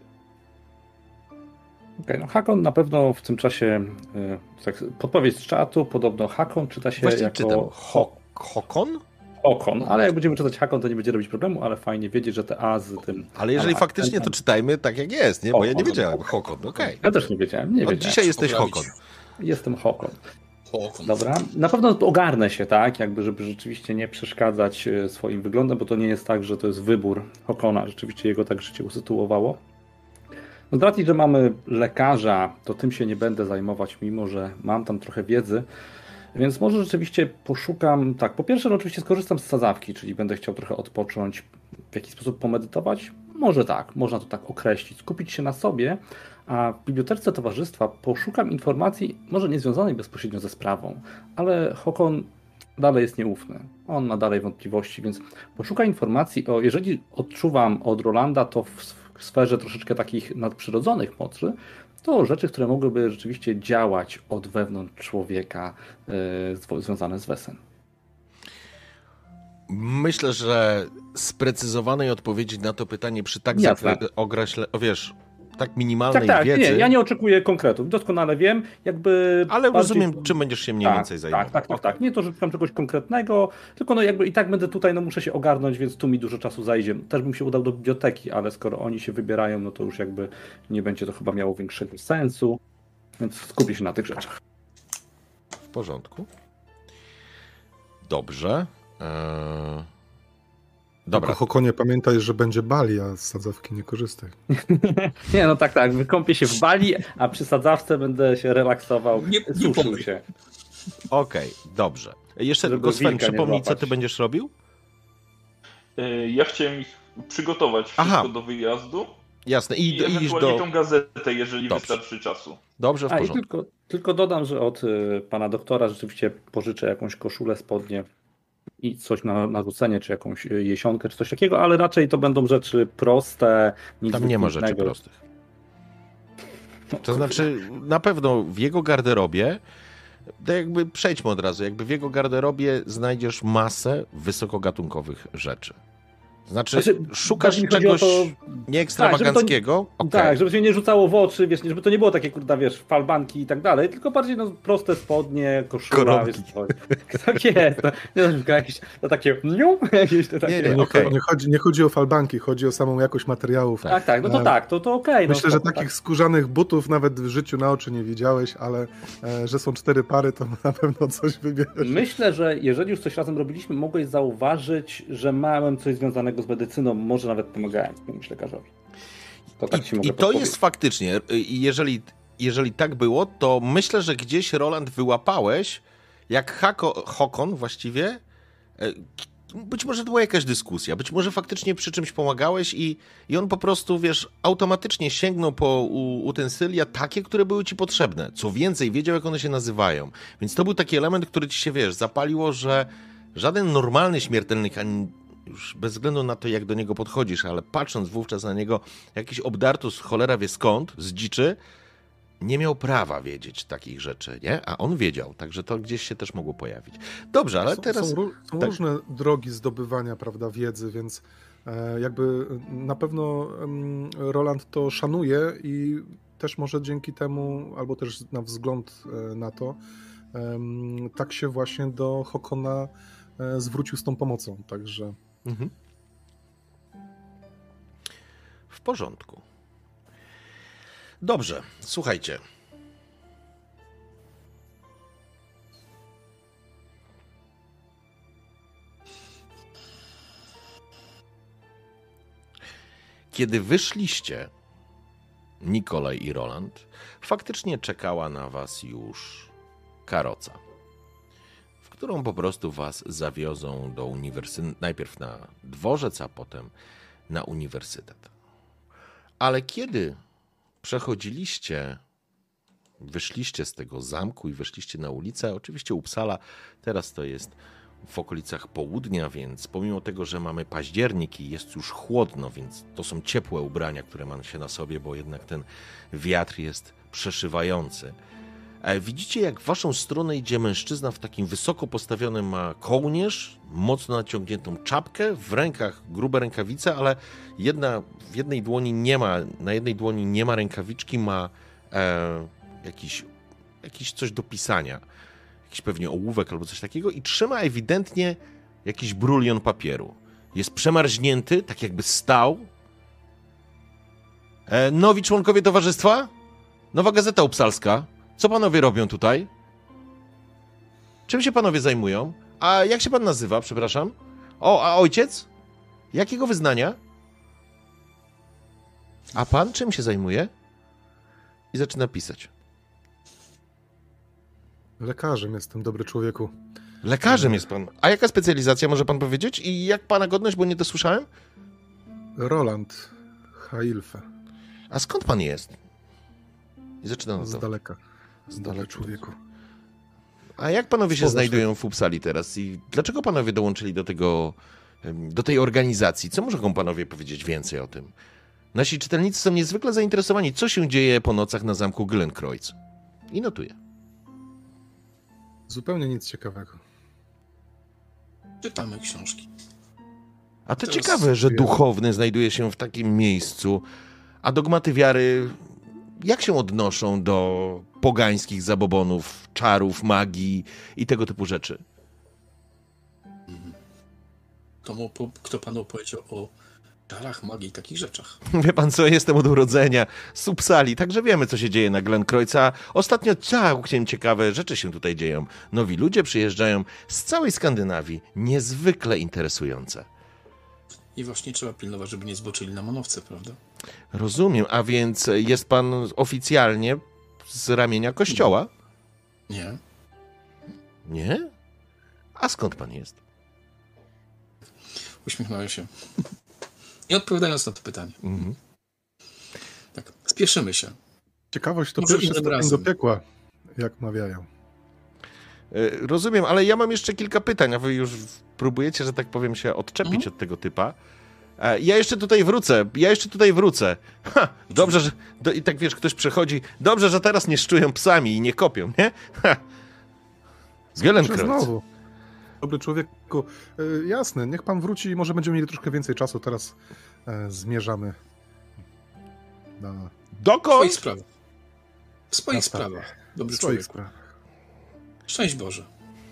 Okej, no Hakon na pewno w tym czasie, y, tak, podpowiedź z czatu, podobno Hakon czyta się Właśnie jako czytam. Ho- Hokon? Hakon, ale jak będziemy czytać Hakon, to nie będzie robić problemu, ale fajnie wiedzieć, że te A z tym... Ale jeżeli ale faktycznie, to akcentem- czytajmy tak jak jest, nie? Bo ja nie Hokon. wiedziałem. Hokon, okej. Ja też nie wiedziałem, nie Od wiedziałem. dzisiaj jesteś Poprawić. Hokon. Jestem Hakon. Okon. Dobra, na pewno ogarnę się, tak, jakby, żeby rzeczywiście nie przeszkadzać e, swoim wyglądem, bo to nie jest tak, że to jest wybór Hakona, rzeczywiście jego tak życie usytuowało. No z racji, że mamy lekarza, to tym się nie będę zajmować, mimo że mam tam trochę wiedzy, więc może rzeczywiście poszukam, tak, po pierwsze no oczywiście skorzystam z sadzawki, czyli będę chciał trochę odpocząć, w jakiś sposób pomedytować, może tak, można to tak określić, skupić się na sobie, a w bibliotece towarzystwa poszukam informacji, może nie związanej bezpośrednio ze sprawą, ale Hakon dalej jest nieufny. On ma dalej wątpliwości, więc poszukam informacji o, jeżeli odczuwam od Rolanda to w w sferze troszeczkę takich nadprzyrodzonych mocy, to rzeczy, które mogłyby rzeczywiście działać od wewnątrz człowieka, yy, związane z Wesen. Myślę, że sprecyzowanej odpowiedzi na to pytanie przy tak Jasne. zakre- ograśle, o wiesz, tak minimalnej Tak, tak, wiedzy, nie, ja nie oczekuję konkretów, doskonale wiem, jakby... ale bardziej- rozumiem, czym będziesz się mniej tak, więcej zajmował. Tak, tak, tak, tak. Nie to, że szukam czegoś konkretnego, tylko no jakby i tak będę tutaj, no muszę się ogarnąć, więc tu mi dużo czasu zajdzie. Też bym się udał do biblioteki, ale skoro oni się wybierają, no to już jakby nie będzie to chyba miało większego sensu, więc skupię się na tych rzeczach. W porządku. Dobrze. Eee... Dobra. Tylko Hokonie pamiętaj, że będzie bali, a z sadzawki nie korzystaj. Nie, no tak, tak, wykąpię się w bali, a przy sadzawce będę się relaksował, Nie- nie suszył pomyśl. się. Okej, dobrze. Jeszcze Żeby tylko Sven, wilka nie przypomnij, co złapać. ty będziesz robił? Yy, Ja chciałem ich przygotować wszystko Aha. do wyjazdu Jasne. I, i, i iść ewentualnie do... tą gazetę, jeżeli Dobrze. wystarczy czasu. Dobrze, w A i porządku. tylko, tylko dodam, że od y, pana doktora rzeczywiście pożyczę jakąś koszulę, spodnie i coś na narzucenie, czy jakąś y, jesionkę, czy coś takiego, ale raczej to będą rzeczy proste, nic Tam nie ma rzeczy wybitnego. prostych. To znaczy, na pewno w jego garderobie, to jakby przejdźmy od razu, jakby w jego garderobie znajdziesz masę wysokogatunkowych rzeczy. Znaczy, Znaczy, szukasz bardziej mi chodzi o czegoś to- nieekstrawaganckiego, okej. Tak, żeby się nie rzucało w oczy, wiesz, żeby to nie było takie, kurde, wiesz, falbanki i tak dalej, tylko bardziej no, proste spodnie, koszula, Koronki. wiesz, coś. Tak jest, no, nie wiem, jakieś, to takie, niu, jakieś to takie. Nie, nie, Nie, okej. nie, chodzi, nie chodzi o falbanki, chodzi o samą jakość materiałów. Tak, tak, no to E, tak, to, to okej. Myślę, no, że to, takich tak. skórzanych butów nawet w życiu na oczy nie widziałeś, ale e, że są cztery pary, to na pewno coś wybierzesz. Myślę, że jeżeli już coś razem robiliśmy, mogłeś zauważyć, że miałem coś związanego z medycyną, może nawet pomagałem jakiemuś lekarzowi. To tak ci I, mogę I to podpowiedzieć. jest faktycznie, i jeżeli, jeżeli tak było, to myślę, że gdzieś, Roland, wyłapałeś, jak Hako, Hakon właściwie, e, być może to była jakaś dyskusja, być może faktycznie przy czymś pomagałeś i, i on po prostu, wiesz, automatycznie sięgnął po u, utensylia takie, które były ci potrzebne. Co więcej, wiedział, jak one się nazywają. Więc to był taki element, który ci się, wiesz, zapaliło, że żaden normalny śmiertelnik, ani już bez względu na to, jak do niego podchodzisz, ale patrząc wówczas na niego, jakiś obdartus cholera wie skąd, z dziczy, nie miał prawa wiedzieć takich rzeczy, nie? A on wiedział, także to gdzieś się też mogło pojawić. Dobrze, ale są, teraz... Są, ró- są tak. różne drogi zdobywania, prawda, wiedzy, więc e, jakby na pewno em, Roland to szanuje i też może dzięki temu, albo też na wzgląd e, na to, em, tak się właśnie do Hakona e, zwrócił z tą pomocą, także... Mhm. W porządku. Dobrze, słuchajcie. Kiedy wyszliście, Nikolaj i Roland, faktycznie czekała na was już karoca, w którą po prostu was zawiozą do uniwersytetu, najpierw na dworzec, a potem na uniwersytet. Ale kiedy przechodziliście, wyszliście z tego zamku i wyszliście na ulicę, oczywiście Uppsala, teraz to jest w okolicach południa, więc pomimo tego, że mamy październik i jest już chłodno, więc to są ciepłe ubrania, które mam się na sobie, bo jednak ten wiatr jest przeszywający. Widzicie, jak w waszą stronę idzie mężczyzna w takim wysoko postawionym ma kołnierz, mocno naciągniętą czapkę, w rękach grube rękawice, ale jedna, w jednej dłoni nie ma, na jednej dłoni nie ma rękawiczki, ma e, jakiś, jakiś coś do pisania, jakiś pewnie ołówek albo coś takiego i trzyma ewidentnie jakiś brulion papieru. Jest przemarznięty, tak jakby stał. E, nowi członkowie towarzystwa? Nowa Gazeta Upsalska. Co panowie robią tutaj? Czym się panowie zajmują? A jak się pan nazywa, przepraszam? O, a ojciec? Jakiego wyznania? A pan czym się zajmuje? I zaczyna pisać. Lekarzem jestem, dobry człowieku. Lekarzem jest pan. A jaka specjalizacja, może pan powiedzieć? I jak pana godność, bo nie dosłyszałem? Roland Hailfe. A skąd pan jest? I zaczyna na Z to. daleka. Z Dobry daleka. człowieku. A jak panowie się Spoza znajdują w Uppsali teraz? I dlaczego panowie dołączyli do tego, do tej organizacji? Co mogą panowie powiedzieć więcej o tym? Nasi czytelnicy są niezwykle zainteresowani, co się dzieje po nocach na zamku Glennkreuz. I notuję. Zupełnie nic ciekawego. Czytamy książki. A to Teraz ciekawe, że wiem. duchowny znajduje się w takim miejscu, a dogmaty wiary jak się odnoszą do pogańskich zabobonów, czarów, magii i tego typu rzeczy? To mu, po- kto panu opowiedział o czarach, magii i takich rzeczach? Wie pan co, jestem od urodzenia z Uppsali, także wiemy, co się dzieje na Glennkreuz, a ostatnio całkiem ciekawe rzeczy się tutaj dzieją. Nowi ludzie przyjeżdżają z całej Skandynawii, niezwykle interesujące. I właśnie trzeba pilnować, żeby nie zboczyli na manowce, prawda? Rozumiem, a więc jest pan oficjalnie z ramienia kościoła? Nie. Nie? A skąd pan jest? Uśmiechnąłem się. I odpowiadając na to pytanie. Mhm. Tak, spieszymy się. Ciekawość to Może pierwszy innym stopień razem. do piekła, jak mawiają. E, Rozumiem, ale ja mam jeszcze kilka pytań, a wy już próbujecie, że tak powiem, się odczepić Mhm. od tego typa. E, Ja jeszcze tutaj wrócę, ja jeszcze tutaj wrócę. Ha, dobrze, że... Do, I tak wiesz, ktoś przechodzi, dobrze, że teraz nie szczują psami i nie kopią, nie? Ha. Z Czy Glennkreuz. znowu? Dobry człowieku. E, jasne, niech pan wróci i może będziemy mieli troszkę więcej czasu. Teraz e, zmierzamy na W swoich Dokąd? sprawach. W swoich Na start. sprawach. Dobry swoich człowiek. sprawach. Szczęść Boże.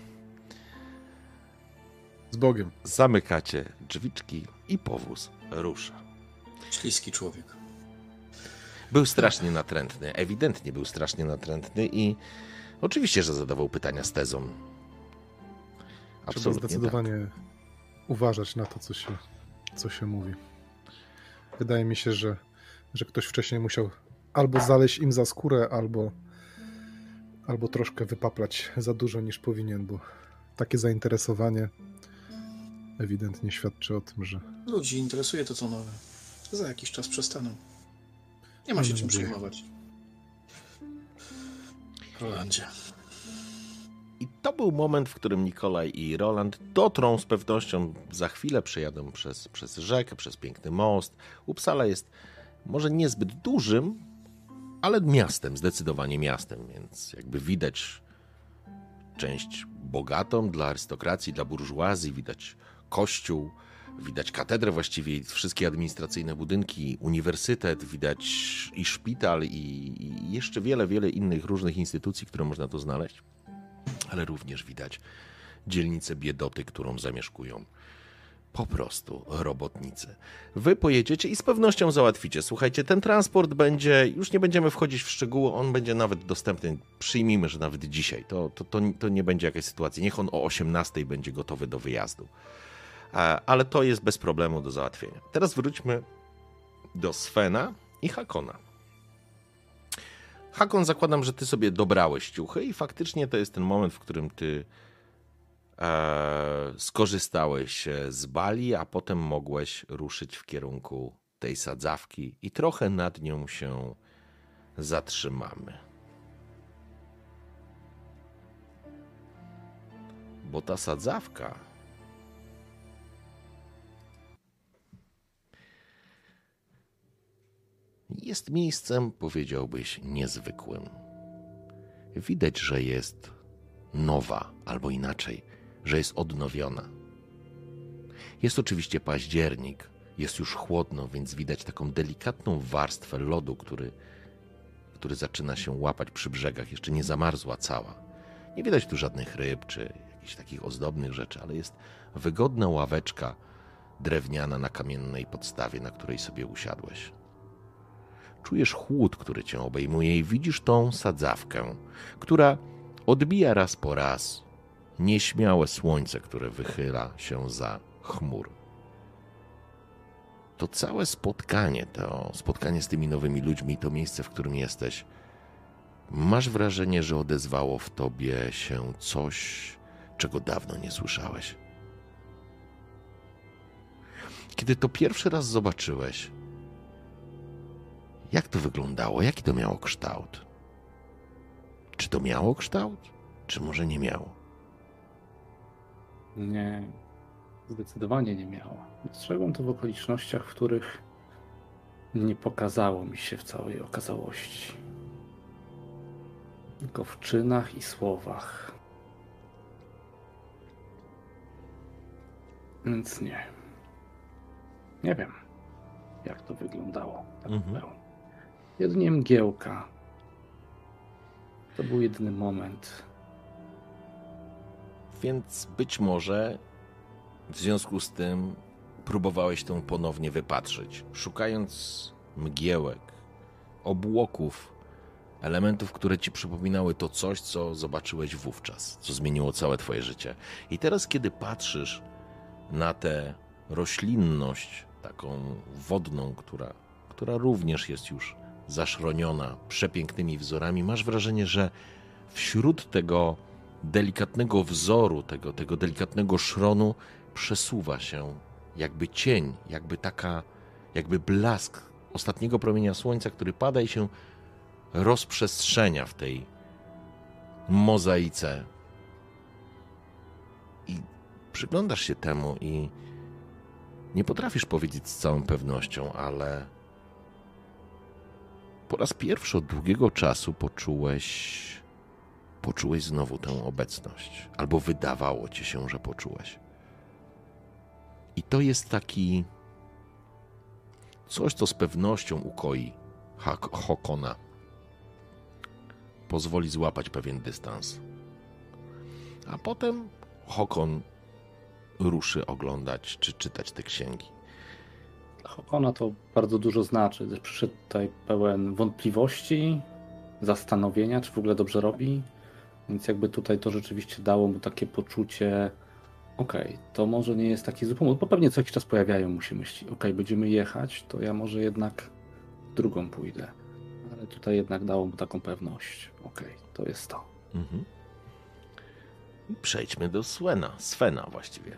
Z Bogiem. Zamykacie drzwiczki i powóz rusza. Śliski człowiek. Był strasznie natrętny, ewidentnie był strasznie natrętny i oczywiście, że zadawał pytania z tezą. Trzeba Absolutnie tak. zdecydowanie uważać na to, co się, co się mówi. Wydaje mi się, że, że ktoś wcześniej musiał albo zaleźć im za skórę, albo, albo troszkę wypaplać za dużo niż powinien, bo takie zainteresowanie ewidentnie świadczy o tym, że Ludzi interesuje to, co nowe. Za jakiś czas przestaną. Nie ma się Mam czym nadzieję. przejmować. Rolandzie. I to był moment, w którym Nikolaj i Roland dotrą z pewnością, za chwilę przejadą przez, przez rzekę, przez piękny most. Uppsala jest może niezbyt dużym, ale miastem, zdecydowanie miastem, więc jakby widać część bogatą dla arystokracji, dla burżuazji, widać kościół, widać katedrę właściwie i wszystkie administracyjne budynki, uniwersytet, widać i szpital i, i jeszcze wiele, wiele innych różnych instytucji, które można tu znaleźć. Ale również widać dzielnicę biedoty, którą zamieszkują po prostu robotnicy. Wy pojedziecie i z pewnością załatwicie. Słuchajcie, ten transport będzie, już nie będziemy wchodzić w szczegóły, on będzie nawet dostępny, przyjmijmy, że nawet dzisiaj. To, to, to, to nie będzie jakaś sytuacja. Niech on o osiemnastej będzie gotowy do wyjazdu. Ale to jest bez problemu do załatwienia. Teraz wróćmy do Svena i Hakona. Hakon, zakładam, że ty sobie dobrałeś ciuchy i faktycznie to jest ten moment, w którym ty e, skorzystałeś z Bali, a potem mogłeś ruszyć w kierunku tej sadzawki i trochę nad nią się zatrzymamy. Bo ta sadzawka jest miejscem, powiedziałbyś, niezwykłym. Widać, że jest nowa, albo inaczej, że jest odnowiona. Jest oczywiście październik, jest już chłodno, więc widać taką delikatną warstwę lodu, który, który zaczyna się łapać przy brzegach. Jeszcze nie zamarzła cała. Nie widać tu żadnych ryb czy jakichś takich ozdobnych rzeczy, ale jest wygodna ławeczka drewniana na kamiennej podstawie, na której sobie usiadłeś. Czujesz chłód, który cię obejmuje i widzisz tą sadzawkę, która odbija raz po raz nieśmiałe słońce, które wychyla się za chmur. To całe spotkanie, to spotkanie z tymi nowymi ludźmi, to miejsce, w którym jesteś, masz wrażenie, że odezwało w tobie się coś, czego dawno nie słyszałeś. Kiedy to pierwszy raz zobaczyłeś, jak to wyglądało? Jaki to miało kształt? Czy to miało kształt? Czy może nie miało? Nie, zdecydowanie nie miało. Dostrzegłem to w okolicznościach, w których nie pokazało mi się w całej okazałości. Tylko w czynach i słowach. Więc nie. Nie wiem, jak to wyglądało tak Mhm. pełno. Jedynie mgiełka. To był jedyny moment. Więc być może w związku z tym próbowałeś tę ponownie wypatrzyć, szukając mgiełek, obłoków, elementów, które ci przypominały to coś, co zobaczyłeś wówczas, co zmieniło całe twoje życie. I teraz, kiedy patrzysz na tę roślinność, taką wodną, która, która również jest już zaszroniona przepięknymi wzorami, masz wrażenie, że wśród tego delikatnego wzoru, tego, tego delikatnego szronu przesuwa się jakby cień, jakby taka, jakby blask ostatniego promienia słońca, który pada i się rozprzestrzenia w tej mozaice. I przyglądasz się temu i nie potrafisz powiedzieć z całą pewnością, ale po raz pierwszy od długiego czasu poczułeś, poczułeś znowu tę obecność. Albo wydawało ci się, że poczułeś. I to jest taki coś, co z pewnością ukoi Hakona. Pozwoli złapać pewien dystans. A potem Hakon ruszy oglądać czy czytać te księgi. Hakona to bardzo dużo znaczy. Przyszedł tutaj pełen wątpliwości, zastanowienia, czy w ogóle dobrze robi. Więc jakby tutaj to rzeczywiście dało mu takie poczucie, okej, okay, to może nie jest taki zły pomysł, bo pewnie co jakiś czas pojawiają mu się myśli, okej, okay, będziemy jechać, to ja może jednak drugą pójdę. Ale tutaj jednak dało mu taką pewność, okej, okay, to jest to. Mhm. Przejdźmy do Svena, Svena właściwie.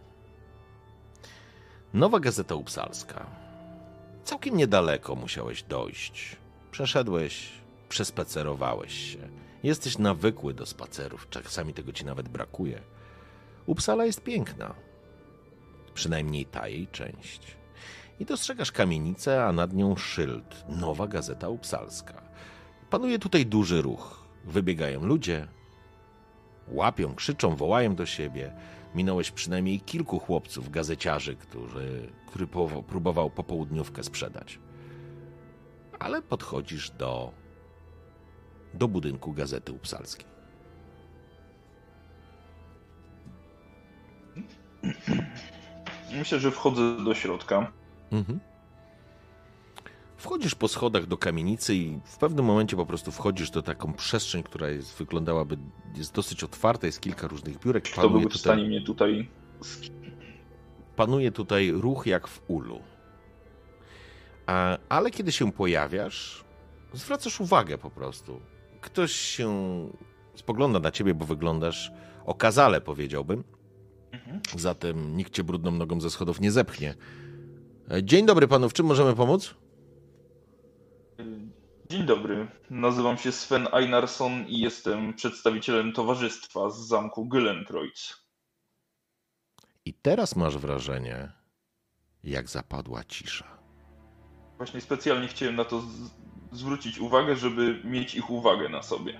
Nowa Gazeta Upsalska. Całkiem niedaleko musiałeś dojść. Przeszedłeś, przespacerowałeś się. Jesteś nawykły do spacerów, czasami tego ci nawet brakuje. Uppsala jest piękna. Przynajmniej ta jej część. I dostrzegasz kamienicę, a nad nią szyld. Nowa Gazeta Upsalska. Panuje tutaj duży ruch. Wybiegają ludzie, łapią, krzyczą, wołają do siebie. Minąłeś przynajmniej kilku chłopców, gazeciarzy, którzy, który próbował popołudniówkę sprzedać. Ale podchodzisz do, do budynku Gazety Upsalskiej. Myślę, że wchodzę do środka. Mhm. Wchodzisz po schodach do kamienicy i w pewnym momencie po prostu wchodzisz do taką przestrzeń, która jest, wyglądałaby, jest dosyć otwarta, jest kilka różnych biurek. Kto Panuje byłby w stanie mnie tutaj... Panuje tutaj ruch jak w ulu. A, ale kiedy się pojawiasz, zwracasz uwagę po prostu. Ktoś się spogląda na ciebie, bo wyglądasz okazale, powiedziałbym. Mhm. Zatem nikt cię brudną nogą ze schodów nie zepchnie. Dzień dobry panu, w czym możemy pomóc? Dzień dobry, nazywam się Sven Einarsson i jestem przedstawicielem towarzystwa z zamku Gyllenkreuz. I teraz masz wrażenie, jak zapadła cisza. Właśnie specjalnie chciałem na to z- zwrócić uwagę, żeby mieć ich uwagę na sobie.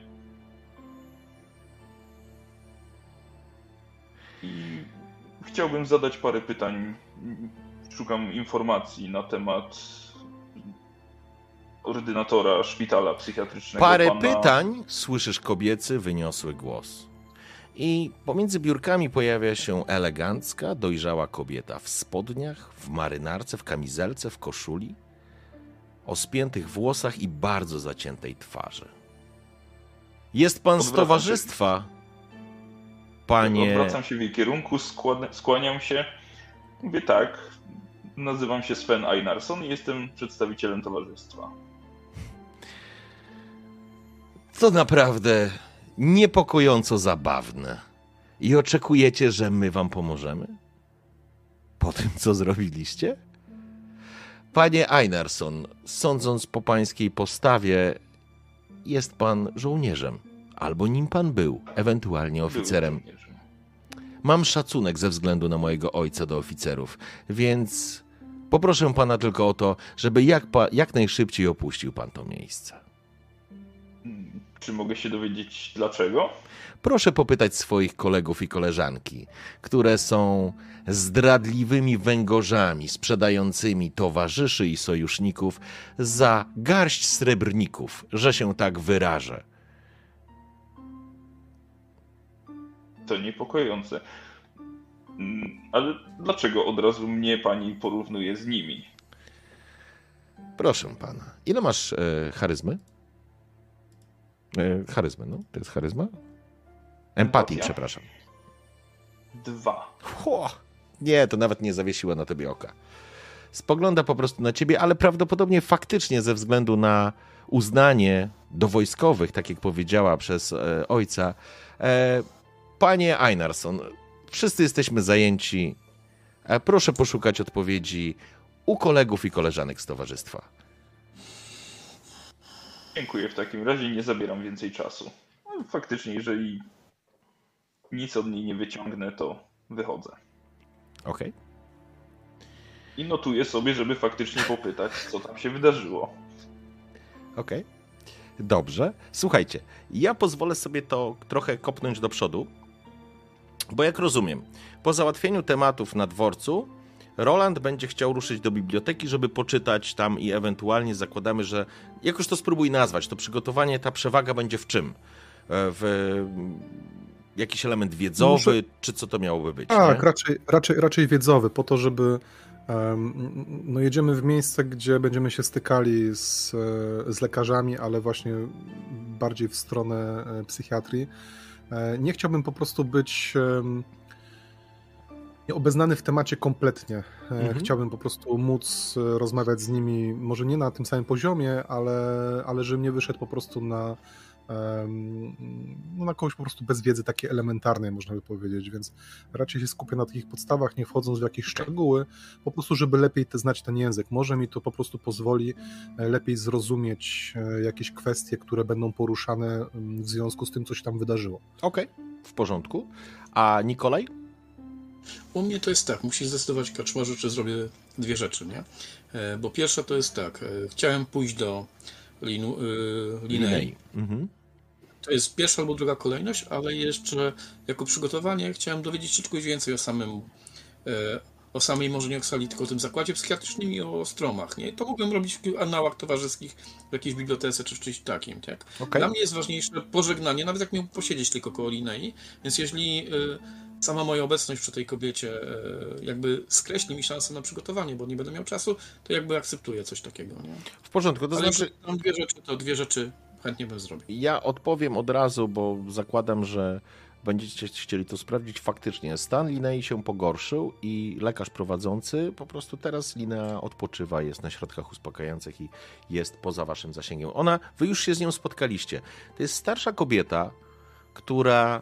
I chciałbym zadać parę pytań. Szukam informacji na temat ordynatora szpitala psychiatrycznego. Parę pana... pytań, słyszysz kobiecy, wyniosły głos. I pomiędzy biurkami pojawia się elegancka, dojrzała kobieta w spodniach, w marynarce, w kamizelce, w koszuli, o spiętych włosach i bardzo zaciętej twarzy. Jest pan z Odwracam towarzystwa, się. panie... Odwracam się w jej kierunku, skład... skłaniam się. Mówię tak, nazywam się Sven Einarsson i jestem przedstawicielem towarzystwa. To naprawdę niepokojąco zabawne. I oczekujecie, że my wam pomożemy? Po tym, co zrobiliście? Panie Einarsson, sądząc po pańskiej postawie, jest pan żołnierzem. Albo nim pan był, ewentualnie oficerem. Byłem żołnierzem. Mam szacunek ze względu na mojego ojca do oficerów, więc poproszę pana tylko o to, żeby jak, pa, jak najszybciej opuścił pan to miejsce. Hmm, Czy mogę się dowiedzieć dlaczego? Proszę popytać swoich kolegów i koleżanki, które są zdradliwymi węgorzami sprzedającymi towarzyszy i sojuszników za garść srebrników, że się tak wyrażę. To niepokojące. Mm, Ale dlaczego od razu mnie pani porównuje z nimi? Proszę pana, ile masz e, charyzmy? E, charyzmy, no, to jest charyzma? Empatii, Empatia. przepraszam. Dwa. Ho, nie, to nawet nie zawiesiła na tobie oka. Spogląda po prostu na ciebie, ale prawdopodobnie faktycznie ze względu na uznanie do wojskowych, tak jak powiedziała przez e, ojca. E, panie Einarsson, wszyscy jesteśmy zajęci. E, proszę poszukać odpowiedzi u kolegów i koleżanek z towarzystwa. Dziękuję w takim razie, nie zabieram więcej czasu. No, faktycznie, jeżeli nic od niej nie wyciągnę, to wychodzę. Okej. I notuję sobie, żeby faktycznie popytać, co tam się wydarzyło. Okej. Dobrze. Słuchajcie, ja pozwolę sobie to trochę kopnąć do przodu, bo jak rozumiem, po załatwieniu tematów na dworcu, Roland będzie chciał ruszyć do biblioteki, żeby poczytać tam i ewentualnie zakładamy, że jakoś to spróbuj nazwać, to przygotowanie, ta przewaga będzie w czym? W jakiś element wiedzowy, Muszę... czy co to miałoby być? Tak, nie? raczej, raczej, raczej wiedzowy, po to, żeby um, no jedziemy w miejsce, gdzie będziemy się stykali z, z lekarzami, ale właśnie bardziej w stronę psychiatrii. Nie chciałbym po prostu być um, obeznany w temacie kompletnie. Mhm. Chciałbym po prostu móc rozmawiać z nimi, może nie na tym samym poziomie, ale, ale żebym nie wyszedł po prostu na no na kogoś po prostu bez wiedzy takiej elementarnej, można by powiedzieć, więc raczej się skupię na takich podstawach, nie wchodząc w jakieś szczegóły, po prostu żeby lepiej te, znać ten język. Może mi to po prostu pozwoli lepiej zrozumieć jakieś kwestie, które będą poruszane w związku z tym, co się tam wydarzyło. Okej, okay, w porządku. A Nikolaj? U mnie to jest tak, musi zdecydować kaczmarzu, czy zrobię dwie rzeczy, nie? Bo pierwsza to jest tak, chciałem pójść do Linu, y, Linei. Mhm. To jest pierwsza albo druga kolejność, ale jeszcze jako przygotowanie chciałem dowiedzieć się czegoś więcej o samym, y, o samej może nie Oksali, tylko o tym zakładzie psychiatrycznym i o stromach, nie? To mogłem robić w annałach towarzyskich, w jakiejś bibliotece czy w czymś takim, tak? Okay. Dla mnie jest ważniejsze pożegnanie, nawet jak miał posiedzieć tylko koło Linei, więc jeśli y, sama moja obecność przy tej kobiecie e, jakby skreśli mi szansę na przygotowanie, bo nie będę miał czasu, to jakby akceptuję coś takiego, nie? W porządku, to Ale znaczy... jeśli mam dwie rzeczy, to dwie rzeczy chętnie bym zrobił. Ja odpowiem od razu, bo zakładam, że będziecie chcieli to sprawdzić. Faktycznie stan Linei się pogorszył i lekarz prowadzący po prostu teraz Linea odpoczywa, jest na środkach uspokajających i jest poza waszym zasięgiem. Ona, wy już się z nią spotkaliście. To jest starsza kobieta, która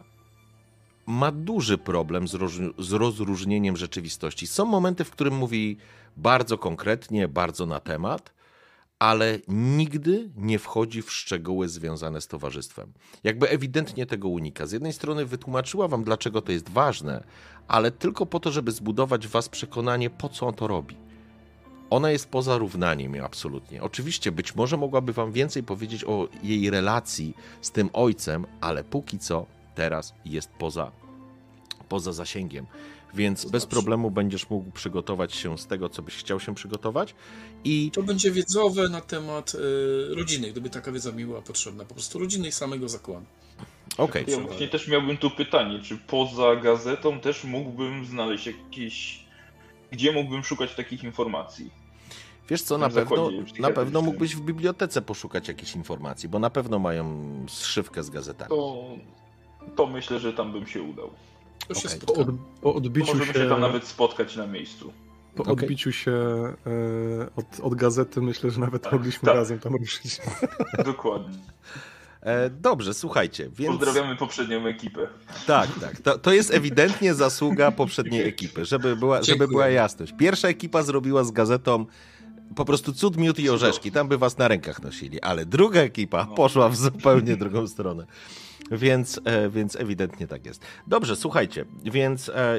ma duży problem z, roz- z rozróżnieniem rzeczywistości. Są momenty, w którym mówi bardzo konkretnie, bardzo na temat, ale nigdy nie wchodzi w szczegóły związane z towarzystwem. Jakby ewidentnie tego unika. Z jednej strony wytłumaczyła wam, dlaczego to jest ważne, ale tylko po to, żeby zbudować w was przekonanie, po co on to robi. Ona jest poza równaniem, absolutnie. Oczywiście, być może mogłaby wam więcej powiedzieć o jej relacji z tym ojcem, ale póki co teraz jest poza, poza zasięgiem. Więc bez problemu będziesz mógł przygotować się z tego, co byś chciał się przygotować. I To będzie wiedzowe na temat y, rodziny, gdyby taka wiedza mi była potrzebna. Po prostu rodziny i samego zakładu. okej, Ja właśnie też miałbym tu pytanie, czy poza gazetą też mógłbym znaleźć jakieś... Gdzie mógłbym szukać takich informacji? wiesz co, w na tym pewno, zakładzie na psychiatrycznym. pewno mógłbyś w bibliotece poszukać jakichś informacji, bo na pewno mają zszywkę z gazetami. To, to myślę, że tam bym się udał. To się Okej. Po, spotkamy. od, po To odbiciu możemy się, się tam nawet spotkać na miejscu. po Okej. odbiciu się e, od, od gazety myślę, że nawet mogliśmy tak. razem tam ruszyć. Dokładnie. E, dobrze, słuchajcie, więc... Pozdrawiamy poprzednią ekipę. Tak, tak. To, to jest ewidentnie zasługa poprzedniej ekipy, żeby była, żeby Dziękuję. była jasność. Pierwsza ekipa zrobiła z gazetą po prostu cud, miód i orzeszki. Tam by was na rękach nosili, ale druga ekipa poszła w zupełnie drugą stronę. Więc, e, więc ewidentnie tak jest. Dobrze, słuchajcie, więc e,